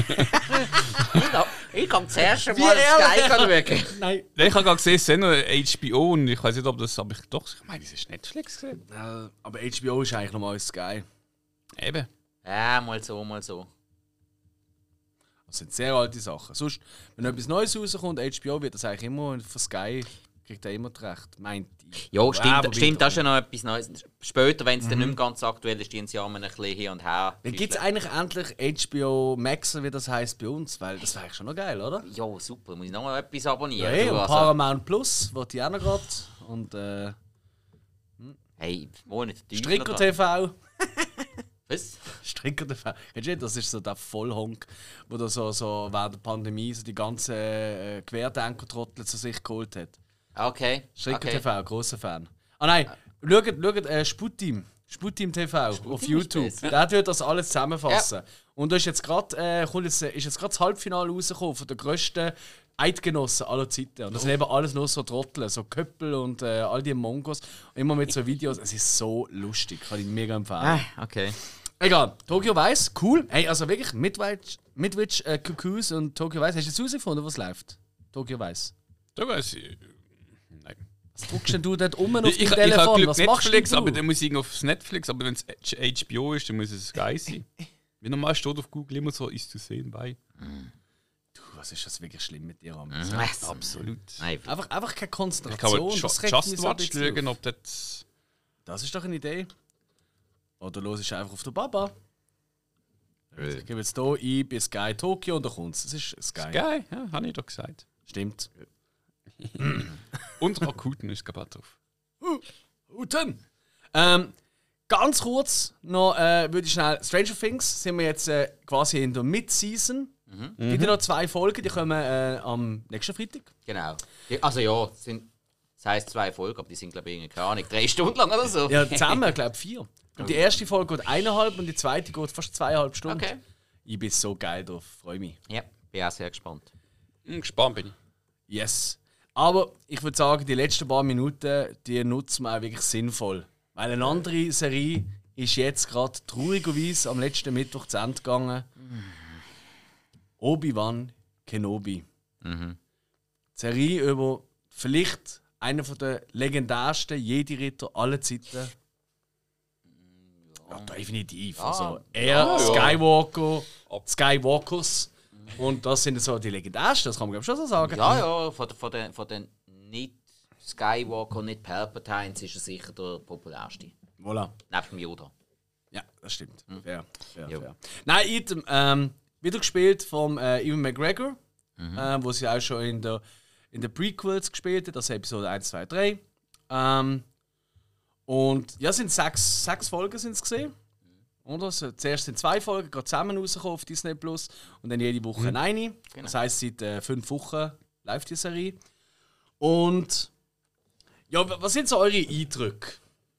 Ich kann zuerst Wie mal ehrlich? Sky schauen. Nein. Nein, ich habe gerade gesehen, es ist noch H B O und ich weiß nicht, ob das. Aber ich doch, ich meine, es ist Netflix gesehen. Äh, aber H B O ist eigentlich nochmal Sky. Eben. Ja, mal so, mal so. Das sind sehr alte Sachen. Sonst, wenn etwas Neues rauskommt, H B O wird das eigentlich immer und von Sky kriegt er immer das Recht. Meint ich. Ja, stimmt, aber stimmt weiter. das ist ja noch etwas Neues. Später, wenn es dann nicht mehr ganz aktuell ist, stehen sie ja ein bisschen hier und her. Dann gibt es eigentlich endlich H B O Max, wie das heisst bei uns, weil das wäre eigentlich schon noch geil, oder? Ja, super, muss ich noch mal etwas abonnieren. Ja, hey, du, und also, Paramount Plus, wo die auch noch gerade. Und äh, hey, wo nicht der Teufel Stricker noch T V. Was? Stricker T V. Kennst du nicht? Das ist so der Vollhonk, wo da so, so während der Pandemie so die ganzen äh, Querdenker-Trottel zu sich geholt hat. Okay. Stricker okay. T V, grosser Fan. Ah nein, schaut, schaut äh, Sputteam. Sputteam T V auf ist YouTube. besser. Der wird das alles zusammenfassen. Und da ist jetzt gerade äh, kommt jetzt, ist jetzt gerade das Halbfinale rausgekommen von der grössten Eidgenossen aller Zeiten. Und das sind eben alles nur so Trottel, so Köppel und äh, all die Mongos. Und immer mit so Videos. Es ist so lustig, kann ich mega empfehlen. Ah, okay. Egal, Tokyo Vice, cool. Hey, also wirklich, Midwich, Midwich äh, Cuckoos und Tokyo Vice. Hast du jetzt herausgefunden, was läuft? Tokyo Vice. Da weiß ich. Nein. Was guckst denn du dort um auf Ich, dem ich, ich Telefon? habe Glück Was machst Netflix, du? aber dann muss ich aufs Netflix. Aber wenn es H B O ist, dann muss es geil sein. Wie normal steht auf Google immer so, ist zu sehen bei. Du, was ist das wirklich schlimm mit dir? Am Was? Absolut. Nein, Einfach, einfach keine Ich kann Konzentration. mal Ju- das regt mich Just so ein Watch bisschen schauen, auf. ob das. Das ist doch eine Idee. Oder los ist einfach auf den Baba. Ich gebe jetzt hier ein bei Sky Tokyo und da kommt es. Das ist Sky. Geil, ja, habe ich doch gesagt. Stimmt. Und Rakuten ist gerade drauf. Guten. Ähm, ganz kurz noch, äh, würde ich schnell. Stranger Things sind wir jetzt äh, quasi in der Mid-Season. Mhm. Gibt ja noch zwei Folgen, die kommen äh, am nächsten Freitag. genau. Die, also ja, es sind, das heisst zwei Folgen, aber die sind glaube ich keine Ahnung, drei Stunden lang oder so. Ja, zusammen, glaube ich, vier. Und die erste Folge geht eineinhalb und die zweite geht fast zweieinhalb Stunden. Okay. Ich bin so geil drauf, freue mich. Ja, bin auch sehr gespannt. Hm, gespannt bin ich. Yes. Aber ich würde sagen, die letzten paar Minuten, die nutzen wir auch wirklich sinnvoll. Weil eine andere Serie ist jetzt gerade traurigerweise am letzten Mittwoch zu Ende gegangen. Obi-Wan Kenobi. Mhm. Die Serie über vielleicht einer der legendärsten Jedi-Ritter aller Zeiten. Ja, definitiv. Also, er, Skywalker, Skywalkers. Und das sind so die legendärsten, das kann man glaube ich schon so sagen. Ja, ja, von, von den, von den nicht Skywalker, nicht Palpatines ist er sicher der populärste. Voilà. Neben dem Yoda. Ja, das stimmt. Fair, fair, Jo. fair. Nein, Item, ähm, wieder gespielt vom äh, Ewan McGregor, äh, wo sie auch schon in der, in der Prequels gespielt hat, also Episode eins, zwei, drei. Ähm, und ja, sind sechs, sechs Folgen sind es gesehen. Oder? So, zuerst sind zwei Folgen gerade zusammen rausgekommen auf Disney Plus und dann jede Woche eine. Genau. Das heisst, seit äh, fünf Wochen läuft die Serie. Und ja, was sind so eure Eindrücke?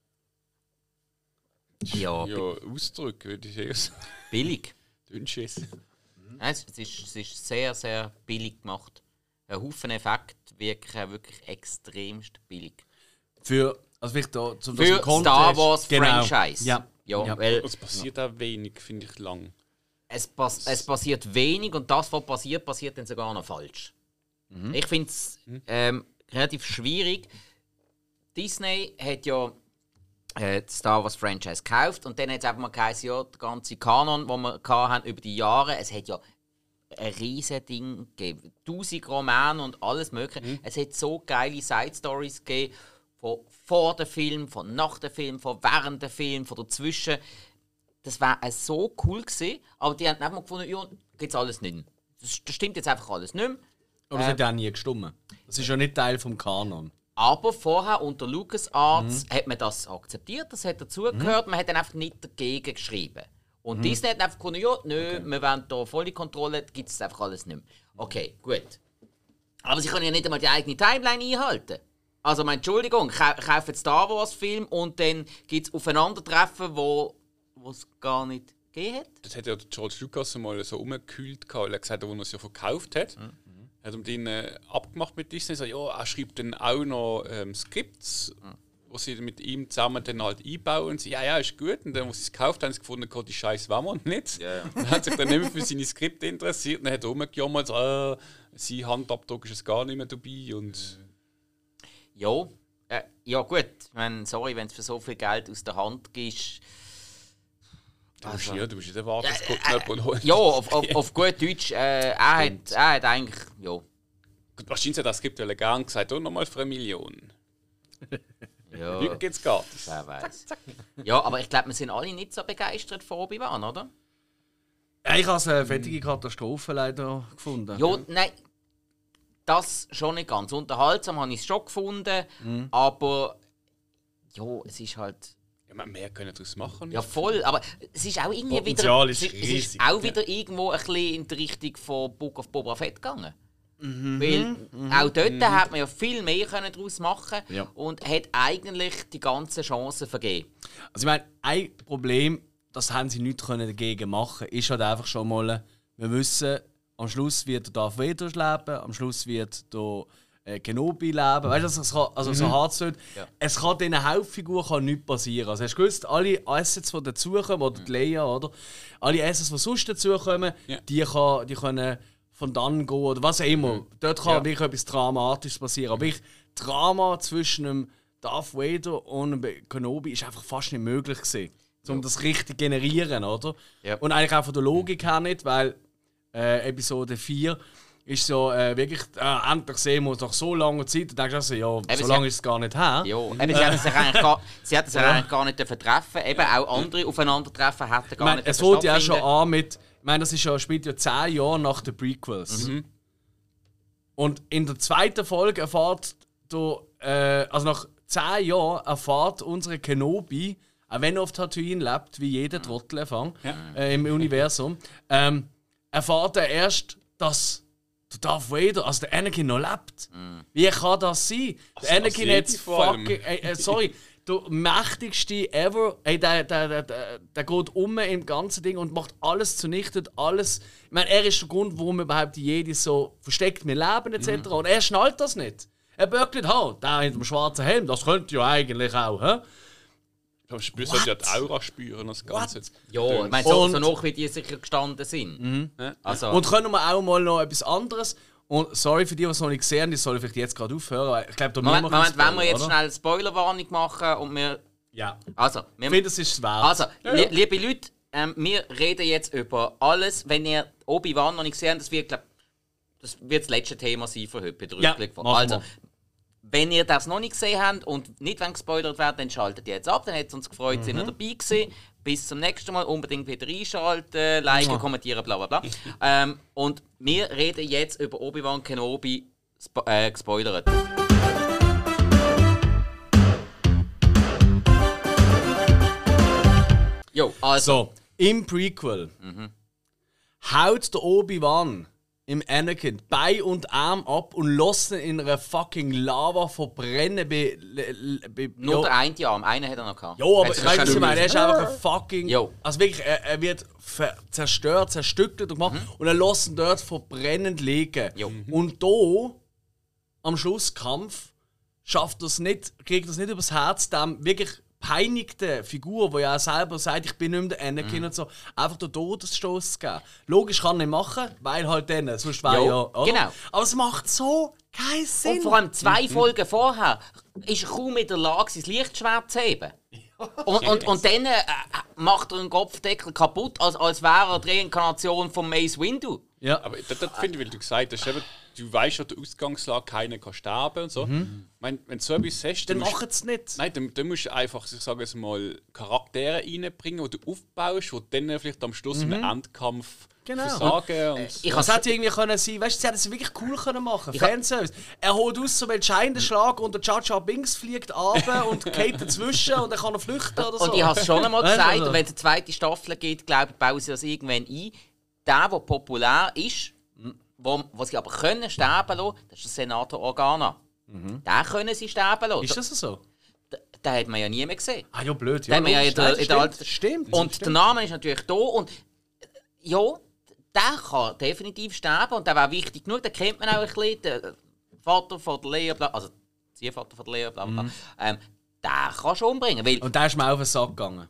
Ja, Ja, Ausdruck würde ich eher sagen. billig. Dünnschiss. Nein, es, ist, es ist sehr, sehr billig gemacht. Ein Haufen Effekte wirken wirklich extremst billig. Für, also vielleicht da, zum Für das im Star Kontext- Wars Genau. Franchise. Ja. Ja, Ja. weil Es passiert auch wenig, finde ich, lang. es, pass es passiert wenig und das, was passiert, passiert dann sogar noch falsch. Ich finde es ähm, relativ schwierig. Disney hat ja äh, die Star Wars Franchise gekauft und dann hat es einfach mal geheißen, ja, der ganze Kanon, den wir hatten über die Jahre, es hat ja ein riesen Ding gegeben. Tausend Romane und alles mögliche. Mhm. Es hat so geile Side-Stories gegeben, von vor dem Film, von nach dem Film, von während dem Film, von dazwischen. Das war äh, so cool gewesen, aber die haben einfach mal gefunden, ja, gibt's alles nicht mehr. Das, das stimmt jetzt einfach alles nicht mehr. Aber das hat ja auch nie gestimmt. Das ist ja nicht Teil vom Kanon. Aber vorher unter LucasArts mhm. hat man das akzeptiert, das hat dazugehört, mhm. man hat dann einfach nicht dagegen geschrieben. Und mhm. Disney hat einfach gesagt, ja, nö, okay. wir wollen da volle Kontrolle, gibt es einfach alles nicht mehr. Okay, gut. Aber sie können ja nicht einmal die eigene Timeline einhalten. Also, meine Entschuldigung, kaufen Star Wars Film und dann gibt es Aufeinandertreffen, wo es gar nicht gegeben hat. Das hat ja George Lucas mal so umgekühlt, weil er gesagt hat, als er es ja verkauft hat. Mhm. Er hat um den äh, abgemacht mit Disney, so, ja, er schreibt dann auch noch ähm, Skripts, mhm. wo sie mit ihm zusammen dann halt einbauen. Und sie, ja, ja, ist gut. Und dann, als sie es gekauft haben, haben sie gefunden, oh, die Scheiße wollen wir nicht. Ja, ja. Er hat sich dann nicht mehr für seine Skripte interessiert. Und dann hat er rumgejammert, so, äh, sein Handabdruck ist es gar nicht mehr dabei. Und ja, äh, ja gut. Ich meine, sorry, wenn es für so viel Geld aus der Hand gibst. Du musst, ja, du musst in den Wartungsknopf äh, holen. Ja, auf, auf, auf gut Deutsch, äh, er, hat, er hat eigentlich, ja. Gut, wahrscheinlich hat das Skript ja gern gesagt, oh, nochmal für eine Million. Ja. Heute geht's gratis. Wer weiß. Ja, aber ich glaube, wir sind alle nicht so begeistert von Obi-Wan, oder? Ja, ich habe es eine fettige Katastrophe leider gefunden. Ja, nein, das schon nicht ganz. Unterhaltsam habe ich es schon gefunden, mhm. aber ja, es ist halt... Ja, mehr können daraus machen. Ja, voll, aber es ist auch irgendwie Potenzial wieder... Ist es, es ist auch wieder ja. irgendwo ein bisschen in die Richtung von Book of Boba Fett gegangen. Mhm. Weil mhm. auch dort mhm. hat man ja viel mehr daraus machen ja. und hat eigentlich die ganzen Chancen vergeben. Also ich meine, ein Problem, das haben sie nicht dagegen machen können, ist halt einfach schon mal, wir wissen, am Schluss wird Darth Vader leben, am Schluss wird der äh, Kenobi leben. Weißt du, es kann, also mhm. so hart es nicht. Ja. Es kann diesen Hauptfiguren kann nichts passieren. Also hast du gewusst, alle Assets, die dazukommen, oder die Leia, oder? Alle Assets, die sonst dazukommen, ja. die, kann, die können von dann gehen oder was auch immer. Mhm. Dort kann Ja. wirklich etwas Dramatisches passieren. Aber ich, Drama zwischen einem Darth Vader und einem Kenobi ist einfach fast nicht möglich gewesen, um Ja. das richtig zu generieren, oder? Ja. Und eigentlich auch von der Logik her nicht, weil äh, Episode vier ist so äh, wirklich, äh, endlich sehen wir uns nach so langer Zeit. Da denkst du also, ja, Eben, so sie lange hat- ist es gar nicht her. Ja, eben, sie hätten sich eigentlich gar, sie hätten sich eigentlich gar nicht dürfen treffen. Eben auch andere aufeinandertreffen hätten Ich gar meine, nicht es dürfen fängt ja auch schon stattfinden. an mit, ich meine, das ist ja, spielt ja zehn Jahre nach den Prequels. Mhm. Und in der zweiten Folge erfahrt du, äh, also nach zehn Jahren erfahrt unsere Kenobi, auch wenn er auf Tatooine lebt, wie jeder Trottelfang äh, im Universum, ähm, erfahrt er erst, dass der Darth Vader, also der Anakin noch lebt. Wie kann das sein? Der als Anakin Jedi hat vor allem. fucking, äh, äh, sorry, der mächtigste ever, ey, der, der, der, der, der geht um im ganzen Ding und macht alles zunichte, alles. Ich meine, er ist der Grund, warum überhaupt die Jedi so versteckt mit Leben et cetera. Und er schnallt das nicht. Er böckelt, ha, der mit dem schwarzen Helm, das könnte ja eigentlich auch, hä? Du spürst halt ja die Aura spüren, das Ganze. Ja, ich meine, so, Und- so noch wie die sicher gestanden sind. Also, Und können wir auch mal noch etwas anderes? Und sorry für die, die es noch nicht gesehen haben, die sollen vielleicht jetzt gerade aufhören, weil ich glaube, da Moment, müssen wir Moment, wenn wir jetzt oder? schnell eine Spoilerwarnung machen und wir... Ja. Also, wir, Ich finde, das ist es wert. Also, li liebe Leute, ähm, wir reden jetzt über alles. Wenn ihr Obi-Wan noch nicht gesehen habt, das wird, glaub, das wird das letzte Thema sein für heute. Bei der Ja, Rückblick. machen Also, wir. wenn ihr das noch nicht gesehen habt und nicht wenn gespoilert wird, dann schaltet ihr jetzt ab. Dann hat es uns gefreut, sind ihr dabei gewesen. Bis zum nächsten Mal. Unbedingt wieder einschalten, liken, Ja. kommentieren, bla bla bla. ähm, und wir reden jetzt über Obi-Wan Kenobi spo äh, gespoilert. Jo, also. So, im Prequel haut der Obi-Wan im Anakin Bein und Arm ab und lässt ihn in einer fucking Lava verbrennen. Bei, bei, Nur ja. der eine Arm, einen hat er noch gehabt. Ja, aber Hat's ich weiß, was ich schon- meine. Er ist einfach ein fucking. Jo. Also wirklich, er, er wird ver zerstört, zerstückelt und gemacht und er lässt ihn dort verbrennend liegen. Jo. Und da, am Schlusskampf, schafft er es nicht, kriegt er es nicht übers Herz, dem wirklich peinigten Figur, die ja auch selber sagt, ich bin nicht mehr der Anakin und so, einfach den Todesstoß zu geben. Logisch kann er nicht machen, weil halt dann, sonst wäre Jo, ja. Oder? genau. Aber es macht so keinen Sinn. Und vor allem zwei Folgen vorher ist er kaum in der Lage, sein Lichtschwert zu heben. Und, und, und dann äh, macht er einen Kopfdeckel kaputt, als, als wäre er die Reinkarnation von Mace Windu. Ja. Aber das, das finde ich, weil du gesagt hast, eben, du weißt ja die Ausgangslage, keiner kann sterben und so. Ich meine, wenn du so etwas hast, Dann musst- machen sie es nicht. Nein, dann, dann musst du einfach, ich sage es mal, Charaktere reinbringen, die du aufbaust, die dann vielleicht am Schluss im Endkampf Genau. versagen. Und Ich Das has- hätte irgendwie können sein, weißt du, sie hätten es wirklich cool können machen. Ich hab- Fanservice. Er holt aus zum entscheidenden Schlag und der Jar Jar Binks fliegt runter und geht dazwischen und dann kann er flüchten oder so. Und ich habe es schon einmal Weißt du, gesagt, also- wenn es eine zweite Staffel gibt, glaube ich, bauen sie das irgendwann ein. Der, der populär ist, wo, wo sie aber können sterben lassen, das ist der Senator Organa. Den können sie sterben lassen. Ist das so? Den, den hat man ja nie mehr gesehen. Ah ja, blöd. Den haben wir ja in der, Nein, in der stimmt, alten... stimmt. Und stimmt. der Name ist natürlich da und... Ja, der kann definitiv sterben und der wäre wichtig genug. Den kennt man auch ein bisschen. Der Vater von der Lea, bla, also Ziehvater von der Lea, bla bla. Ähm, der kann schon umbringen, weil... Und da ist mir auf den Sack gegangen.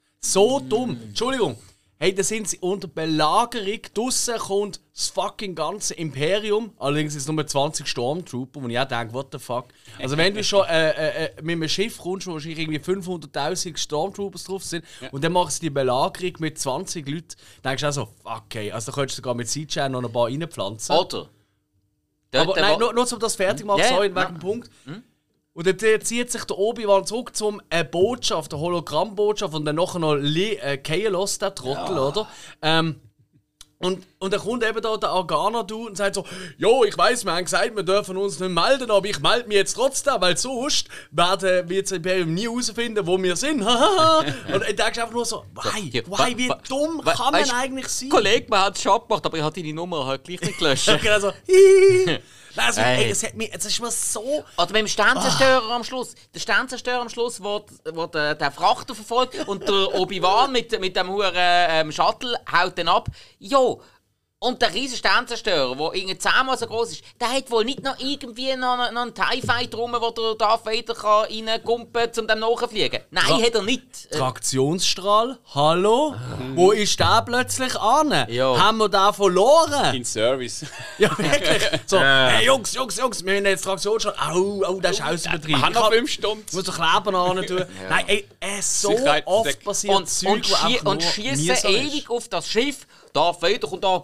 So dumm. Entschuldigung. Hey, da sind sie unter Belagerung. Draussen kommt das fucking ganze Imperium. Allerdings sind es nur zwanzig Stormtrooper, wo ich auch denke, what the fuck. Also wenn du schon äh, äh, äh, mit einem Schiff kommst, wo wahrscheinlich irgendwie fünfhunderttausend Stormtroopers drauf sind, und dann machen sie die Belagerung mit zwanzig Leuten, dann denkst du auch so, fuck, okay, also da könntest du sogar mit Sideschain noch ein paar reinpflanzen. Oder? Dort, Aber wo- nein, nur, nur um das fertig zu machen, Ja, sorry, ja. wegen dem Punkt. Und dann äh, zieht sich der Obi-Wan zurück zum äh, Botschaft, der Hologrammbotschaft, und dann nachher noch Le äh, Chaos, der Trottel, oder? Ähm, und, und dann kommt eben da der Organa-Du und sagt so: Jo, ich weiß, wir haben gesagt, wir dürfen uns nicht melden, aber ich melde mich jetzt trotzdem, weil sonst werden wir das Imperium nie herausfinden, wo wir sind. Und ich denke einfach nur so: Why? Ja, Why? Wie wa- dumm wa- kann man weißt- eigentlich sein? Kollege, man hat es schon abgemacht, aber ich habe deine Nummer halt gleich nicht gelöscht. Genau so. Hihi. Nein, also, Hey. ey, es, hat mich, es ist mir so. Oder beim Sternzerstörer am Schluss. Der Sternzerstörer am Schluss, wo, wo der, der Frachter verfolgt und der Obi-Wan mit, mit dem huren ähm, Shuttle haut dann ab. Jo, Und der riesige Sternzerstörer, der irgendwie zehnmal so groß ist, der hat wohl nicht noch irgendwie noch, noch, noch einen TIE Fighter rum, wo der Darth Vader kann reinkumpen kann, um dem nachzufliegen. Nein, Tra- hat er nicht. Traktionsstrahl? Hallo? Mhm. Wo ist der plötzlich an? Ja. Haben wir den verloren? In Service. Ja, wirklich. So, hey Jungs, Jungs, Jungs, wir haben jetzt Traktionsstrahl. Au, au, das ist alles übertrieben. Wir haben noch fünf Stunden. Ich muss doch Kleber noch tun. Ja. Nein, ey, äh, so Sicherheit oft passiert und, Zeug, und, schie- und schießen ewig auf das Schiff. Darth Vader kommt da.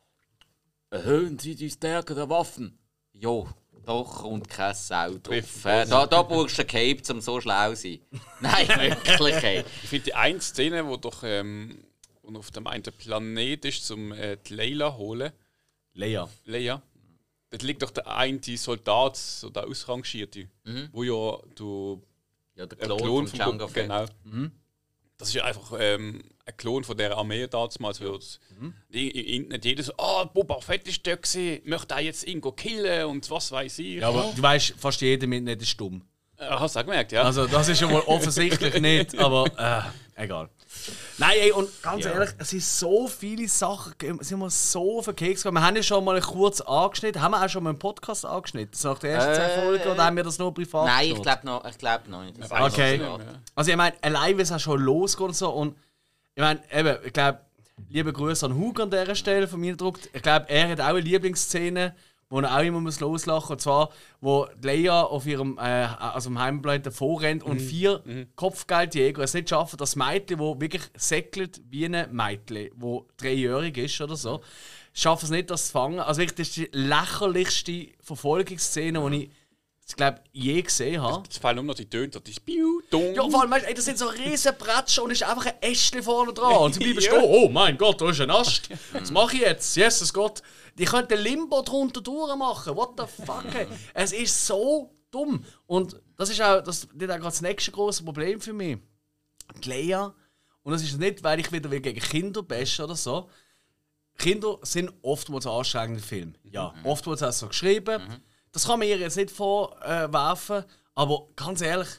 Erhöhen Sie die Stärke der Waffen. Jo, doch kommt kein Sau drauf. Äh, da, da brauchst du ein Cape, um so schlau zu sein. Nein, wirklich. Ey. Ich finde die eine Szene, wo doch ähm, auf dem einen Planet ist, zum äh, die Leia holen. Leia. Leia. Dort liegt doch der eine Soldat, so der Ausrangierte, mhm. wo ja du. Ja, der Klon, Klon von Jango Fett. Genau. Mhm. Das ist ja einfach ähm, ein Klon von der Armee damals. Mhm. Nicht jeder so, ah, oh, Boba Fett ist der gewesen, möchte er jetzt irgendwo killen und was weiß ich. Ja, aber du weißt, fast jeder mit nicht ist stumm. Äh, hast du auch gemerkt, ja? Also, das ist schon mal offensichtlich nicht, aber äh, egal. Nein, ey, und ganz ja. ehrlich, es sind so viele Sachen, es sind wir so verkehrt gegangen. Wir haben ja schon mal kurz angeschnitten, haben wir auch schon mal einen Podcast angeschnitten? Das nach der ersten äh, zwei Folgen oder haben wir das nur privat Nein, ich glaube noch, glaub noch nicht. Das okay. Noch also ich meine, allein, wie es auch schon losgeht und so. Und ich meine, eben, ich glaube, liebe Grüße an Hug an dieser Stelle von mir gedruckt. Ich glaube, er hat auch eine Lieblingsszene, wo er auch immer muss loslachen muss. Und zwar, wo Leia auf ihrem äh, also im Heimplaneten vorrennt und mhm. vier mhm. Kopfgeldjäger es nicht schaffen, das Mädchen, das wirklich säckelt wie ein Mädchen, das dreijährig ist oder so, schaffen es nicht, das zu fangen. Also wirklich, das ist die lächerlichste Verfolgungsszene, die ich ich glaube, je gesehen habe. Es fallen nur noch die Töne, die Spiu, Dong. Ja, vor allem, weißt, ey, das sind so riesen Bretschen und es ist einfach ein Ästchen vorne dran. Und sie bleiben stehen. Oh mein Gott, da ist ein Ast. Was mache ich jetzt? Jesus Gott. Die könnten Limbo drunter durchmachen. What the fuck, ey. Es ist so dumm. Und das ist auch das, das, ist auch das nächste große Problem für mich. Die Leia, und das ist nicht, weil ich wieder gegen Kinder bashe oder so. Kinder sind oftmals anstrengende Filme. Ja, mhm. oftmals auch so geschrieben. Mhm. Das kann man ihr jetzt nicht vorwerfen, aber ganz ehrlich,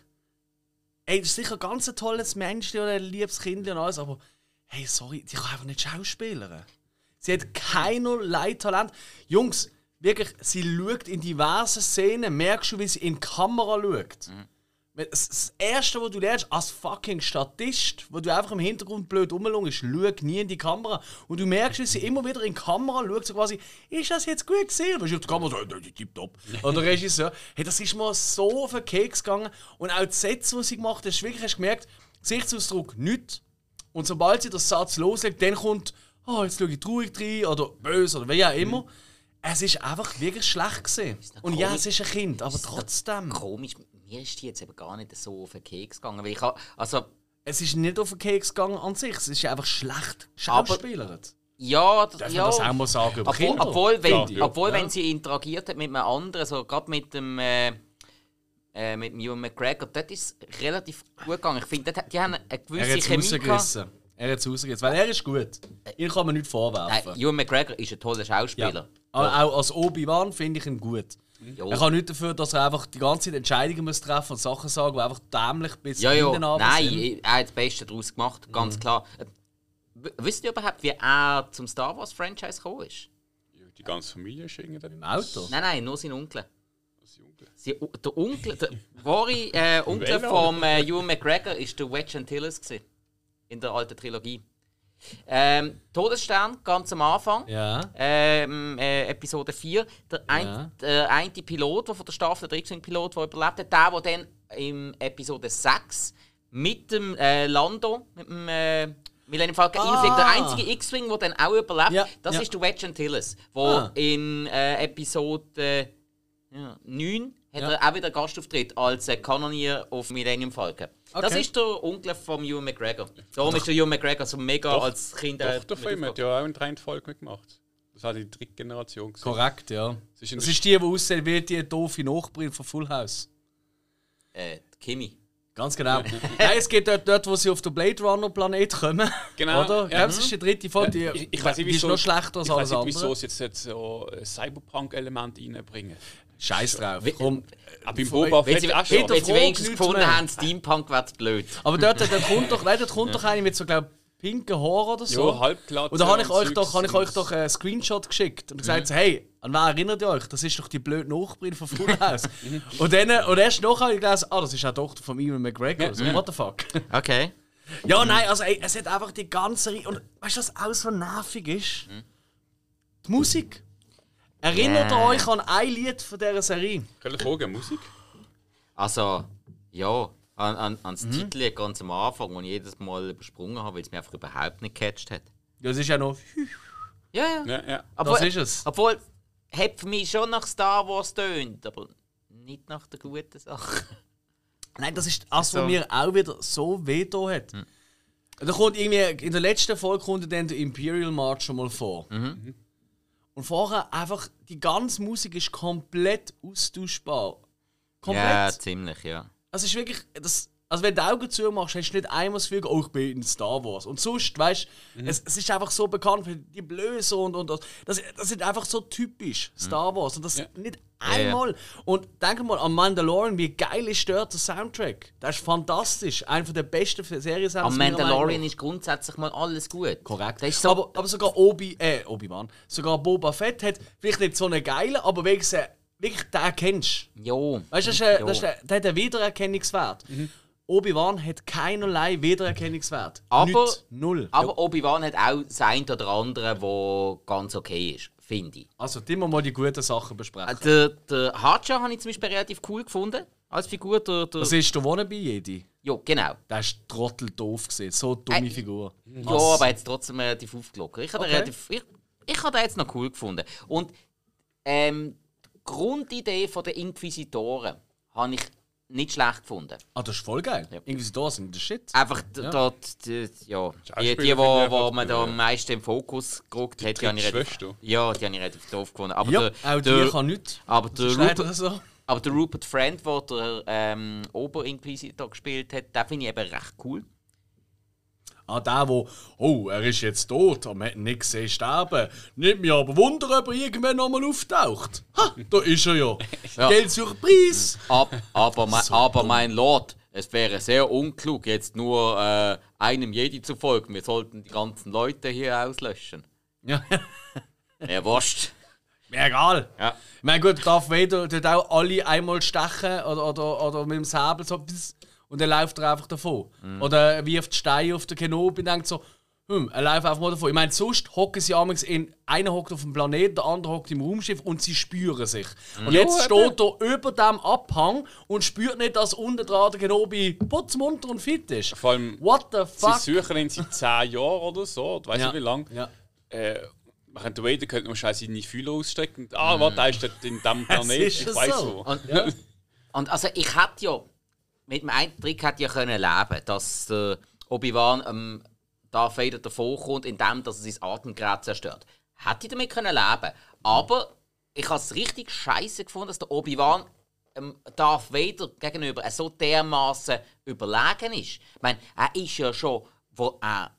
ey, das ist sicher ganz ein tolles Menschchen oder ein liebes Kind und alles, aber hey, sorry, die kann einfach nicht schauspielern. Sie hat keinerlei Talent. Jungs, wirklich, sie schaut in diverse Szenen, merkst du, wie sie in die Kamera schaut. Mhm. Das Erste, was du lernst als fucking Statist, wo du einfach im Hintergrund blöd rumlungst, schau nie in die Kamera. Und du merkst, wie sie immer wieder in die Kamera schaut, so quasi, ist das jetzt gut gesehen? Weißt du, auf der Kamera so, tipptopp. Oder der Regisseur, hey, das ist mir so auf den Keks gegangen. Und auch die Sätze, die sie gemacht hat, wirklich hast du gemerkt, Gesichtsausdruck nichts. Und sobald sie den Satz loslegt, dann kommt, oh, jetzt schaue ich traurig rein oder böse oder wie auch immer. Mhm. Es ist einfach wirklich schlecht gesehen. Und ja, es ist ein Kind, aber ist trotzdem. Komisch. Mir ist die jetzt eben gar nicht so auf den Keks gegangen. Weil ich ha, also es ist nicht auf den Keks gegangen an sich, es ist einfach schlecht geschauspielert. Ja, das, Darf ja. man das auch mal sagen über obwohl, Kinder? Obwohl, wenn, ja, obwohl ja. wenn sie interagiert hat mit einem anderen, so gerade mit dem äh, äh, mit dem Ewan McGregor, dort ist es relativ gut gegangen. Ich finde, die haben eine gewisse er Chemie gehabt. Er hat es rausgerissen, weil er ist gut. Ihn kann man nicht vorwerfen. Nein, Ewan McGregor ist ein toller Schauspieler. Ja. Aber auch als Obi-Wan finde ich ihn gut. Jo. Er kann nicht dafür, dass er einfach die ganze Zeit Entscheidungen muss treffen und Sachen sagen, die einfach dämlich bis ja, hinten ja. Nein, sind. Er hat das Beste daraus gemacht, ganz mhm. klar. W- wisst ihr überhaupt, wie er zum Star Wars Franchise gekommen ist? Ja, die ganze Familie ist irgendwie im Auto? Nein, nein, nur sein Onkel. Sie, der Onkel, der wahre äh, Onkel von äh, Ewan McGregor war der Wedge Antilles in der alten Trilogie. Ähm, Todesstern, ganz am Anfang, ja. ähm, äh, Episode vier. Der, ein, ja. der eine Pilot, der von der Staffel, der X-Wing-Pilot, der überlebt hat, der, der dann in Episode sechs mit dem äh, Lando, mit dem äh, Millennium Falcon ah. einfliegt. Der einzige X-Wing, der dann auch überlebt, ja. das ja. ist der Wedge Antilles, der ah. in äh, Episode ja, neun hat ja. er auch wieder Gastauftritt als äh, Kanonier auf Millennium Falcon. Okay. Das ist der Onkel von Ewan McGregor. Darum ist der Ewan McGregor so mega doch, als Kind. Doch, der Film hat ja auch in drei Folgen mitgemacht. Das hat die dritte Generation gesehen. Korrekt, ja. Das ist, das ist die, die aussehen wie die doofe Nachbarin von Full House. Äh, Kimi. Ganz genau. Nein, es geht dort, dort, wo sie auf den Blade Runner Planet kommen. Genau. Oder? Ich glaube, das ist die dritte Folge. Die, ich, ich weiß nicht, die ist noch schlechter als alles andere. Ich weiß nicht, wieso sie jetzt, jetzt so ein Cyberpunk-Element reinbringen. Scheiß drauf. Komm, aber im Boba Fett auch schon. Wenn sie wenigstens gefunden haben, Steampunk wird blöd. Aber dort, dort kommt doch, nein, dort kommt doch eine mit so, glaube pinken Haar oder so. Ja, halbglatt. Und da habe ich euch doch, habe ich euch doch einen Screenshot geschickt und gesagt, so, hey, an wen erinnert ihr euch? Das ist doch die blöde Nachbarin von Full House. und, dann, und erst nachher habe ich gelesen, ah, das ist auch die Tochter von Ewan McGregor. So, what the fuck? Okay. Ja, nein, also ey, es hat einfach die ganze Reihe. Und weißt du, was auch so nervig ist? Mhm. Die Musik. Erinnert Yeah. ihr euch an ein Lied von dieser Serie? Kann ich fragen, Musik? Also, ja, an, an, ans Mhm. Titellied ganz am Anfang, das ich jedes Mal übersprungen habe, weil es mich einfach überhaupt nicht gecatcht hat. Ja, es ist ja noch. Ja, ja. Ja, ja. Obwohl, Das ist es. Obwohl, hat für mich schon nach Star Wars tönt, aber nicht nach der guten Sache. Nein, das ist das, was So. mir auch wieder so wehgetan hat. Mhm. Da kommt irgendwie, in der letzten Folge kommt dann der Imperial March schon mal vor. Mhm. Und vorher einfach, die ganze Musik ist komplett austauschbar. Komplett. Ja, ziemlich, ja. Also es ist wirklich, das, also wenn du die Augen zumachst, hast du nicht einmal das Gefühl, oh, ich bin in Star Wars. Und sonst, weißt du, mhm. es, es ist einfach so bekannt für die Blöße und, und das, das, das ist einfach so typisch Star Wars. Und das Ja. nicht Ja, ja. einmal. Und denk mal an Mandalorian, wie geil ist dort der Soundtrack. Das ist fantastisch. Einer der besten Serien. Am Mandalorian ist grundsätzlich mal alles gut. Korrekt. Das ist so, aber, aber sogar Obi, äh, Obi-Wan, sogar Boba Fett hat vielleicht nicht so einen geilen, aber wenigstens wirklich den erkennst. jo. Weißt du, das ist, ein- Jo. das ist, ein- der hat einen Wiedererkennungswert. Obi-Wan hat keinerlei Wiedererkennungswert. Aber- Nichts. Null. Aber Obi-Wan hat auch das eine oder andere, wo ganz okay ist, finde ich. Also, immer mal die guten Sachen besprechen. Äh, Der, der Haja habe ich zum Beispiel relativ cool gefunden als Figur. Der, der, Das ist der Wannabe-Jedi. ja, genau. Der ist trotteldoof gesehen. So eine dumme Äh, Figur. Ja, aber jetzt trotzdem relativ aufgelockert. Ich habe Okay. den relativ, ich, ich habe den jetzt noch cool gefunden. Und ähm, die Grundidee von der Inquisitoren habe ich nicht schlecht gefunden. Ah, das ist voll geil. Ja. Irgendwie da sind der Shit. Einfach d- Ja. dort, die, ja, die, Schauspieler die, wo, finde ich wo einfach, man da äh, am meisten im Fokus gerückt hat, die habe ich dritte relativ, Schwester. ja, die habe ich relativ doof gefunden. Aber Ja, der, auch die der, kann nichts. aber Das der ist leider Rupert, so. aber der Rupert Friend, der der ähm, Oberinquisitor gespielt hat, den finde ich eben recht cool. Ah, der, wo, oh, er ist jetzt tot, aber man hat ihn nicht gesehen sterben. Nicht mich aber wundern, ob er irgendwann nochmal auftaucht. Ha, da ist er ja. Ja. Geld Surprise. Ab, aber, mein, So aber dumm. mein Lord, es wäre sehr unklug, jetzt nur äh, einem Jedi zu folgen. Wir sollten die ganzen Leute hier auslöschen. Ja, Ja, wurscht. mir egal. Ja. Ich meine, gut, Darth Vader tut auch alle einmal stechen oder, oder, oder mit dem Säbel so pss, und dann läuft er einfach davon. Mhm. Oder er wirft Steine auf den Kenobi und denkt so, hm, er läuft einfach mal davon. Ich meine, sonst hocken sie amigs in, einer hockt auf dem Planeten, der andere hockt im Raumschiff und sie spüren sich. Und jetzt Ja, steht er über dem Abhang und spürt nicht, dass unten dran der Kenobi putzmunter und fit ist. Vor allem, What the fuck? sie suchen ihn seit zehn Jahren oder so, ich weiß Ja. nicht wie lange. Ja. Äh, während der Vader könnte man schnell seine Fühler ausstrecken. Und, ah, warte, der ist dort in diesem Planet, ist ich es weiß so. wo. Und, und also ich hätte ja, mit dem einen Trick hätte ich ja können leben, dass der Obi-Wan ähm, Darth Vader davonkommt, indem dass er sein Atemgerät zerstört. Hätte ich damit können leben. Aber ich habe es richtig scheiße gefunden, dass der Obi-Wan ähm, Darth Vader gegenüber so dermaßen überlegen ist. Ich meine, er ist ja schon, wo er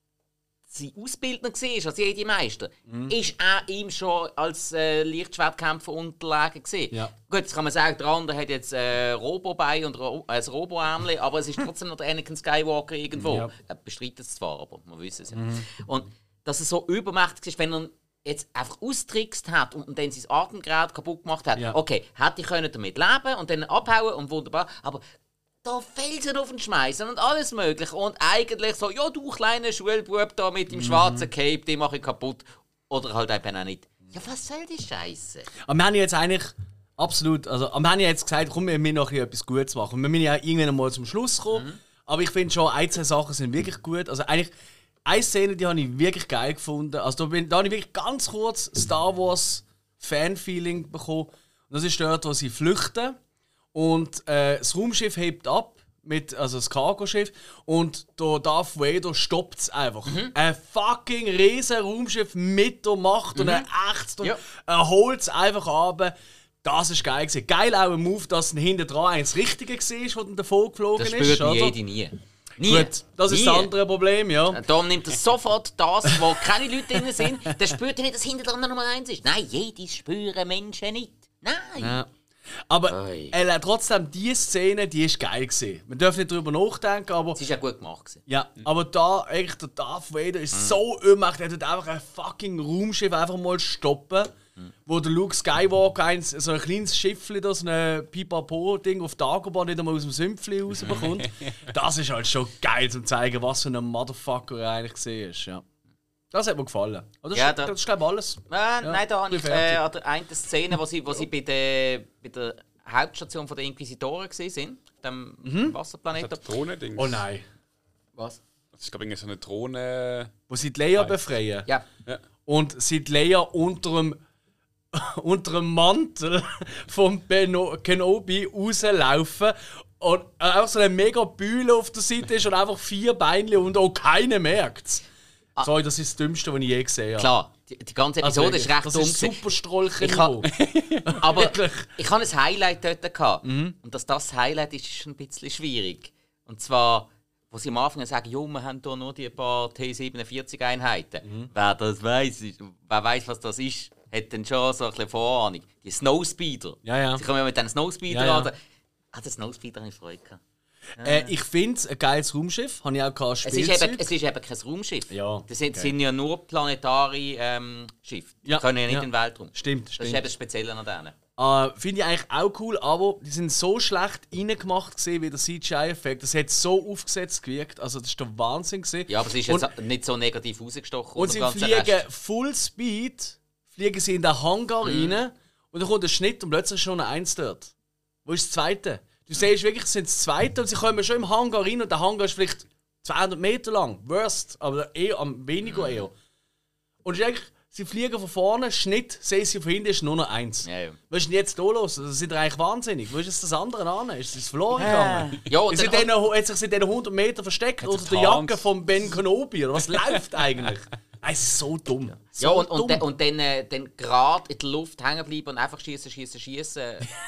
sein Ausbildner war, als Jedi-Meister, Mhm. ist er ihm schon als äh, Lichtschwertkämpfer unterlegen gewesen. Ja. Gut, jetzt kann man sagen, der andere hat jetzt äh, Robo-Bein und Ro äh, ein Robo-Ärmchen, aber es ist trotzdem noch der Anakin Skywalker irgendwo. Ja. Er bestreitet es zwar, aber man weiß es ja. Und dass er so übermächtig ist, wenn er jetzt einfach austrickst hat und dann sein Atemgerät kaputt gemacht hat, Ja. okay, hätte ich können damit leben und dann abhauen und wunderbar, aber da Felsen auf den Schmeißen und alles mögliche und eigentlich so, ja du kleiner Schulbub da mit dem schwarzen Cape, den mache ich kaputt oder halt eben auch nicht. Ja, was soll die Scheiße? Aber wir haben ja jetzt eigentlich absolut, also wir haben ja jetzt gesagt, komm, wir müssen noch etwas Gutes machen. Wir müssen ja irgendwann mal zum Schluss kommen. Mhm. Aber ich finde schon, ein, zwei Sachen sind wirklich gut. Also eigentlich, eine Szene, die habe ich wirklich geil gefunden. Also da, bin, da habe ich wirklich ganz kurz Star Wars Fan-Feeling bekommen. Und das ist dort, wo sie flüchten. Und äh, das Raumschiff hebt ab, mit, also das Cargoschiff, und der Darth Vader stoppt es einfach. Mhm. Ein fucking riesen Raumschiff mit der Macht und er ächzt und Ja. er holt es einfach runter. Das ist geil gewesen. Geil auch ein Move, dass hinten dran eins Richtige war, das dann davon geflogen Das ist. spürt oder? Jedi nie. Nie. Gut, das ist nie. das andere Problem, ja. Darum nimmt er sofort das, wo keine Leute drin sind. Der spürt ja nicht, dass hinter dran Nummer eins ist. Nein, Jedis spüren Menschen nicht. Nein. Ja. Aber Oi. äh, trotzdem, diese Szene, die ist geil gewesen. Man darf nicht darüber nachdenken, aber... Es ist ja gut gemacht gewesen. Ja, aber da, eigentlich, der Darth Vader ist so übermacht, er tut einfach ein fucking Raumschiff einfach mal stoppen, wo der Luke Skywalker eins, so ein kleines Schiffchen, da, so ein Pipapo-Ding auf Dagobah nicht einmal aus dem Sümpfli rausbekommt. Das ist halt schon geil, um zu zeigen, was für ein Motherfucker er eigentlich gesehen ist. Ja. Das hat mir gefallen. Aber das, Ja, ist, da- das ist, glaube ich, alles. Äh, nein, da habe bin ich fertig. äh, an der einen Szene, wo sie, wo sie bei, der, bei der Hauptstation der Inquisitoren gesehen sind, dem Mhm. Wasserplaneten. Das Drohnen-Ding. Oh nein. Was? Das ist, glaube ich, so eine Drohne. Wo sie die Leia befreien. Ja. Und sie die Leia unter dem, unter dem Mantel vom Beno Kenobi rauslaufen und einfach so eine mega Bühle auf der Seite ist und einfach vier Beine und auch keiner merkt es. Sorry, das ist das Dümmste, was ich je gesehen habe. Klar, die, die ganze Also Episode ist recht das dumm. ist gewesen. super Strolchen. Ich ha- Aber Wirklich. ich hatte ein Highlight dort. Gehabt. Mhm. Und dass das Highlight ist, ist schon ein bisschen schwierig. Und zwar, wo sie am Anfang sagen, jo, wir haben hier nur die paar T siebenundvierzig-Einheiten. Mhm. Wer das weiss, ist, wer weiss, was das ist, hat dann schon so ein bisschen Vorahnung. Die Snowspeeder. Ja, ja. Sie kommen ja mit diesen Snowspeeder Ja, ja. an. Ah, den Snowspeeder habe ich Freude gehabt. Äh, ich finde es ein geiles Raumschiff. Habe ich auch gehabt, Es ist, Spielzeug. eben, es ist eben kein Raumschiff. Ja, Das sind, okay. sind ja nur planetare ähm, Schiffe. Die Ja, können ja nicht ja. in den Weltraum. Stimmt, Das ist stimmt. eben das Spezielle an denen. Äh, finde ich eigentlich auch cool, aber die sind so schlecht reingemacht gewesen, wie der C G I-Effekt. Das hat so aufgesetzt gewirkt. Also das ist der Wahnsinn gewesen. Ja, aber es ist Und- jetzt nicht so negativ rausgestochen. Und unter sie dem ganzen fliegen Rest. Full Speed, fliegen sie in den Hangar Mhm. rein und dann kommt ein Schnitt und plötzlich ist schon eine Eins dort. Wo ist das Zweite? Du siehst wirklich, es sind das Zweite und sie kommen schon im Hangar rein und der Hangar ist vielleicht zweihundert Meter lang. Worst, aber eher, am weniger Mhm. eher. Und es ist eigentlich, sie fliegen von vorne, Schnitt, sehen sie von hinten, ist nur noch eins. Ja, ja. Was ist denn jetzt hier los? Das sind eigentlich wahnsinnig. Wo ist jetzt das andere an? Ist es verloren gegangen? Ja, und Ist in dann- denen, hat sich in diesen hundert Metern versteckt Hat oder sich der Jacke getarnt. von Ben Kenobi? Oder was läuft eigentlich? Es ist so dumm. So Ja, und, und, dumm. dann- und dann, äh, dann gerade in der Luft hängen bleiben und einfach schießen, schießen, schießen.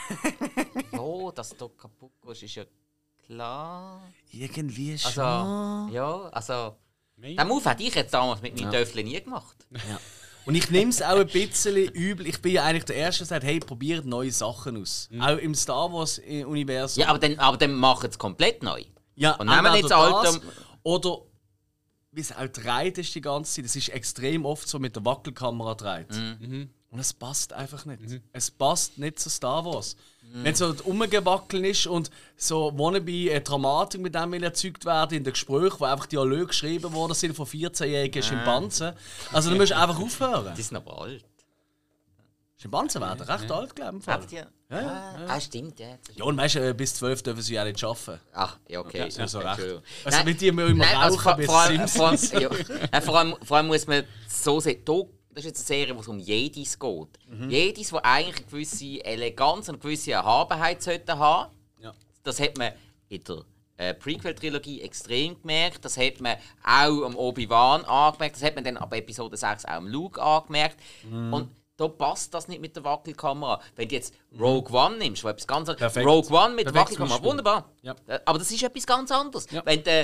Ja, dass du kaputt gehst, ist ja klar. Irgendwie schon. Also, ja, also. Den Move hätte ich jetzt damals mit meinem Töffel nie gemacht. Und ich nehme es auch ein bisschen übel. Ich bin ja eigentlich der Erste, der sagt, hey, probiert neue Sachen aus. Auch im Star Wars-Universum. Ja, aber dann, aber dann machen sie es komplett neu. Ja, Und nehmen entweder jetzt alte- das, oder wie es auch dreht ist die ganze Zeit. Es ist extrem oft so mit der Wackelkamera dreht. Mhm. Und es passt einfach nicht. Es passt nicht zu Star Wars. Wenn so umgewackeln ist und so wannabe äh, Dramatik mit dem will erzeugt werden in den Gesprächen, wo einfach Dialoge geschrieben worden sind von vierzehnjährigen Schimpansen. Also dann musst du einfach aufhören. Die sind aber alt. Schimpansen werden recht alt, glaube ich. im Fall. Habt ihr? Ja, ja, Ah, ah, stimmt, ja. jetzt ist- Ja, und weißt du, äh, bis zwölf dürfen sie ja nicht arbeiten. Ach, ja, okay. Ja, so recht. Entschuldigung. Also Nein, mit dir immer immer nein, also rauchen vor, bis vor, allem, vor, allem, Simpsons. ja, Nein, vor, allem, vor allem muss man so sehen, da, das ist jetzt eine Serie, wo es um Jedis geht. Mhm. Jedis, die eigentlich eine gewisse Eleganz und eine gewisse Erhabenheit sollten haben. Ja. Das hat man in der äh, Prequel-Trilogie extrem gemerkt. Das hat man auch am Obi-Wan angemerkt. Das hat man dann ab Episode sechs auch am Luke angemerkt. Mhm. Und da passt das nicht mit der Wackelkamera. Wenn du jetzt Rogue One nimmst, wo etwas ganz anderes. Perfekt. Rogue One mit Perfektes Wackelkamera, Beispiel. wunderbar. Ja. Äh, Aber das ist etwas ganz anderes. Ja. Wenn du,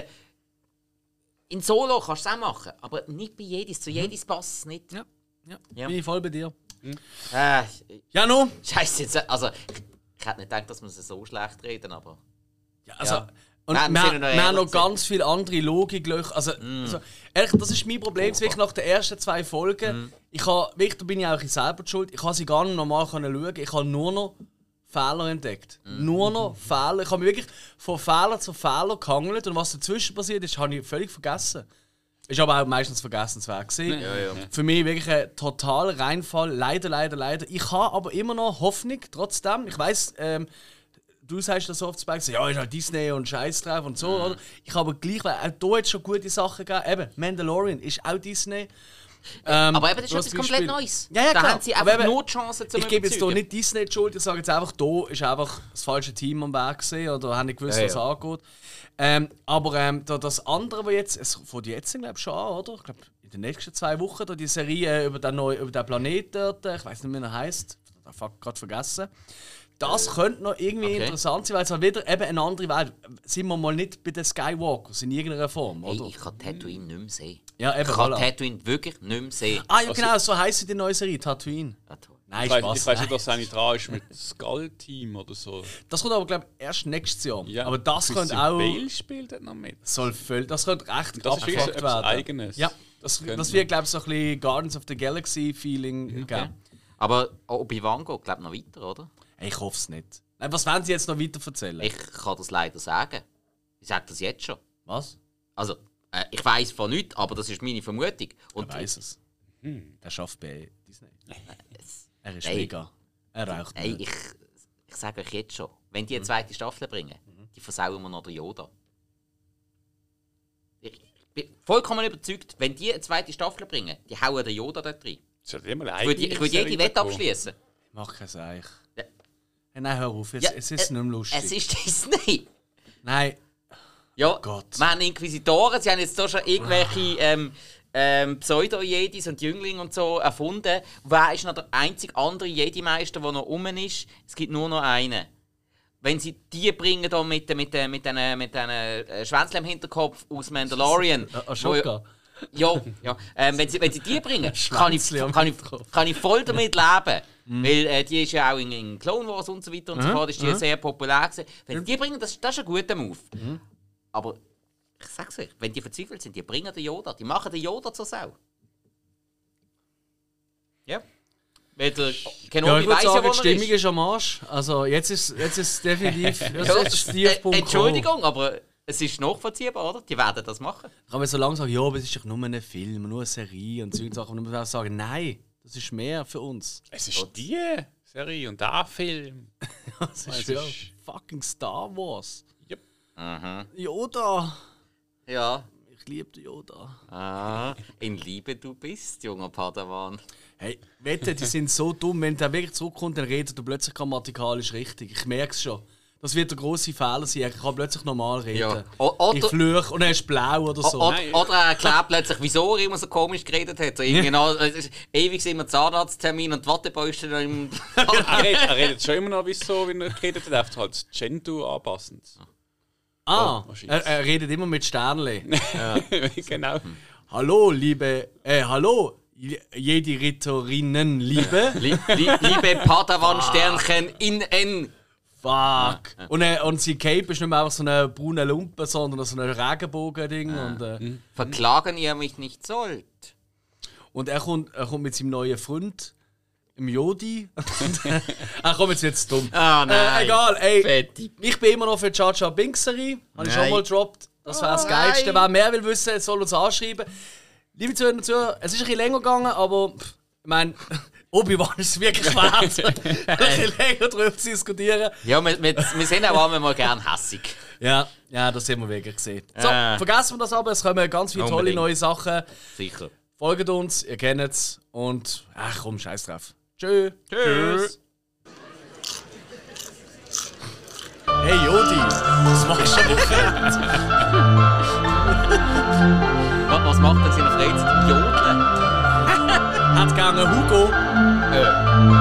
in Solo kannst du es auch machen, aber nicht bei jedis. Mhm. Zu jedis passt es nicht. Ja, ja. Ja. Bin ich voll bei dir. Äh, Ja, no. Scheiße, jetzt, also ich, ich hätte nicht gedacht, dass wir es so schlecht reden, aber. Ja, also, Ja. Und Nein, wir, wir wir, sind noch haben noch ehrlich ganz viele andere Logiklöcher. Also, also, ehrlich, das ist mein Problem. Wirklich nach den ersten zwei Folgen. Ich habe, wirklich, da bin ich auch ein selber schuld. Ich habe sie gar nicht normal können schauen. Ich habe nur noch Fehler entdeckt. Nur noch Fehler. Ich habe mich wirklich von Fehler zu Fehler gehangelt. Und was dazwischen passiert ist, habe ich völlig vergessen. Ist aber auch meistens vergessenswert gewesen. Ja, ja. Für mich wirklich ein totaler Reinfall. Leider, leider, leider. Ich habe aber immer noch Hoffnung, trotzdem. Ich weiss, ähm, du sagst das oft, ja, ist halt Disney und Scheiß drauf und so, oder? Ich habe aber gleich, weil auch hier jetzt schon gute Sachen gegeben. Eben, Mandalorian ist auch Disney. Ähm, Aber eben, das ist du etwas hast komplett Beispiel- Neues. Ja, ja, da klar. haben sie Aber einfach eben, nur die Chance zum Ich gebe jetzt hier Überzeugen. nicht Disney die Schuld, ich sage jetzt einfach, hier ist einfach das falsche Team am Weg gewesen, oder haben nicht gewusst, Ja, was ja. angeht. Ähm, aber ähm, da, das andere, was jetzt, es fängt jetzt glaube ich schon an, oder? Ich glaube, in den nächsten zwei Wochen, da die Serie über den, neuen, über den Planeten dort, ich weiß nicht, wie er heisst, ich habe gerade vergessen. Das könnte noch irgendwie Okay. interessant sein, weil es halt wieder eben eine andere Welt. Sind wir mal nicht bei den Skywalkers in irgendeiner Form, Hey, oder? ich kann Tatooine nicht mehr sehen. Ja, eben, Ich kann voilà. Tatooine wirklich nicht mehr sehen. Ah ja, genau, so heisst die neue Serie, Tatooine. Ja, toll. Nein, Ich weiß, Spaß. ich weiss nicht, dass eine dran ist mit Skull-Team oder so. Das kommt aber, glaube ich, erst nächstes Jahr. Ja, aber das Christian könnte auch... Bale spielt dort noch mit. Soll völlig, das könnte recht Das ist wirklich so abgefuckt etwas werden. Eigenes. Ja, das, Könnte das man. wird, glaube ich, so ein bisschen Guardians of the Galaxy-Feeling Okay. geben. Aber Obi-Wan geht, glaube ich, noch weiter, oder? Ich hoffe es nicht. Nein, was wollen sie jetzt noch weiter erzählen? Ich kann das leider sagen. Ich sage das jetzt schon. Was? Also, äh, ich weiss von nichts, aber das ist meine Vermutung. Und Er weiß es. Hm. Der schafft bei Disney. es- Er ist Ey. mega. Er raucht Ey, nicht. ich, ich sage euch jetzt schon, wenn die eine zweite Staffel bringen, die versauen wir noch den Yoda. Ich bin vollkommen überzeugt, wenn die eine zweite Staffel bringen, die hauen den Yoda dort rein. Es hat immer eine Ich würde, ich würde jede Serie Wette bekommen. abschließen. Ich mach kein Seich. Ja. Hey, nein, hör auf. Jetzt, Ja, es ist äh, nicht mehr lustig. Es ist Disney. Nein. Ja, Gott. wir haben Inquisitoren, sie haben jetzt hier schon irgendwelche ähm, ähm, Pseudo-Jedis und Jünglinge und so erfunden. Wer ist noch der einzige andere Jedi-Meister, der noch rum ist? Es gibt nur noch einen. Wenn sie die bringen da mit, mit, mit, mit diesen mit den, äh, Schwänzchen im Hinterkopf aus Mandalorian. Äh, Ashoka. Ja, ja. Ähm, wenn, sie, wenn sie die bringen, kann ich, Schwänzchen am kann, ich, Hinterkopf. kann ich voll damit leben. Weil äh, die ist ja auch in, in Clone Wars und so weiter und so fort, ist die sehr populär gewesen. Wenn sie die bringen, das, das ist ein guter Move. Aber ich sag's euch, wenn die verzweifelt sind, die bringen den Yoda, die machen den Yoda zur Sau. Ja. Weil der Ja, Kenobi ich würde weiss ja, sagen, wo die er Stimmung ist. ist am Arsch. Also jetzt ist, jetzt ist es definitiv jetzt Ja, ist der Tiefpunkt äh, Entschuldigung, aber es ist nachvollziehbar, oder? Die werden das machen. gekommen. Kann man so lange sagen, ja, aber es ist doch nur ein Film, nur eine Serie und solche Sachen. Und man muss auch sagen, nein, das ist mehr für uns. Es ist die Serie und der Film. Das ist Es ja ist- fucking Star Wars. Yep. Yoda. Ja. Ich liebe den Yoda. Ah, in Liebe du bist, junger Padawan. Hey, wette, die sind so dumm, wenn der wirklich zurückkommt, dann redet er plötzlich grammatikalisch richtig. Ich merke es schon. Das wird der grosse Fehler sein. Er kann plötzlich normal reden. Ja. O- oder- ich fluche und er ist blau oder so. O- Nein. Oder, oder er erklärt plötzlich, wieso er immer so komisch geredet hat. So irgendwie noch, es ist ewig immer Zahnarzttermin und die Wattebäuste noch im... er, redet, er redet schon immer noch wie so, wie er geredet hat, einfach halt das Gender anpassend. ah, Oh, wahrscheinlich. er, er redet immer mit Sternle. Genau. Hallo, liebe, äh, hallo, Jedi-Ritterinnen, liebe. Lie- lie- Liebe Padawan-Sternchen in N. Fuck. Und, äh, und sein Cape ist nicht mehr einfach so eine braune Lumpe, sondern so ein Regenbogen-Ding. Und, äh, Verklagen ihr mich nicht sollt. und er kommt, er kommt mit seinem neuen Freund, im Jodi. Er kommt jetzt jetzt dumm. Ah, nein. Äh, egal, ey. Fettig. Ich bin immer noch für Jar Jar Binks-Serie. Habe ich schon Nein. mal gedroppt. Das wäre das Oh, Geilste. nein. Wer mehr will wissen, soll uns anschreiben. Liebe Zuhörer und Zuhörer, es ist ein bisschen länger gegangen, aber pff, ich meine, Obi-Wan ist es wirklich wert, ein bisschen länger darüber zu diskutieren. Ja, wir, wir, wir sind auch einmal gern hässig. Ja, ja, das haben wir wirklich gesehen. So, Äh. vergessen wir das aber, es kommen ganz viele tolle Unbedingt. neue Sachen. Sicher. Folgt uns, ihr kennt es. Und, ach komm, scheiß drauf. Tschö. Tschüss. Hey Jodi, was machst du am Wochenende? Was, was macht er in seiner Freizeit? Jodeln? Hat gegangen Hugo. Äh.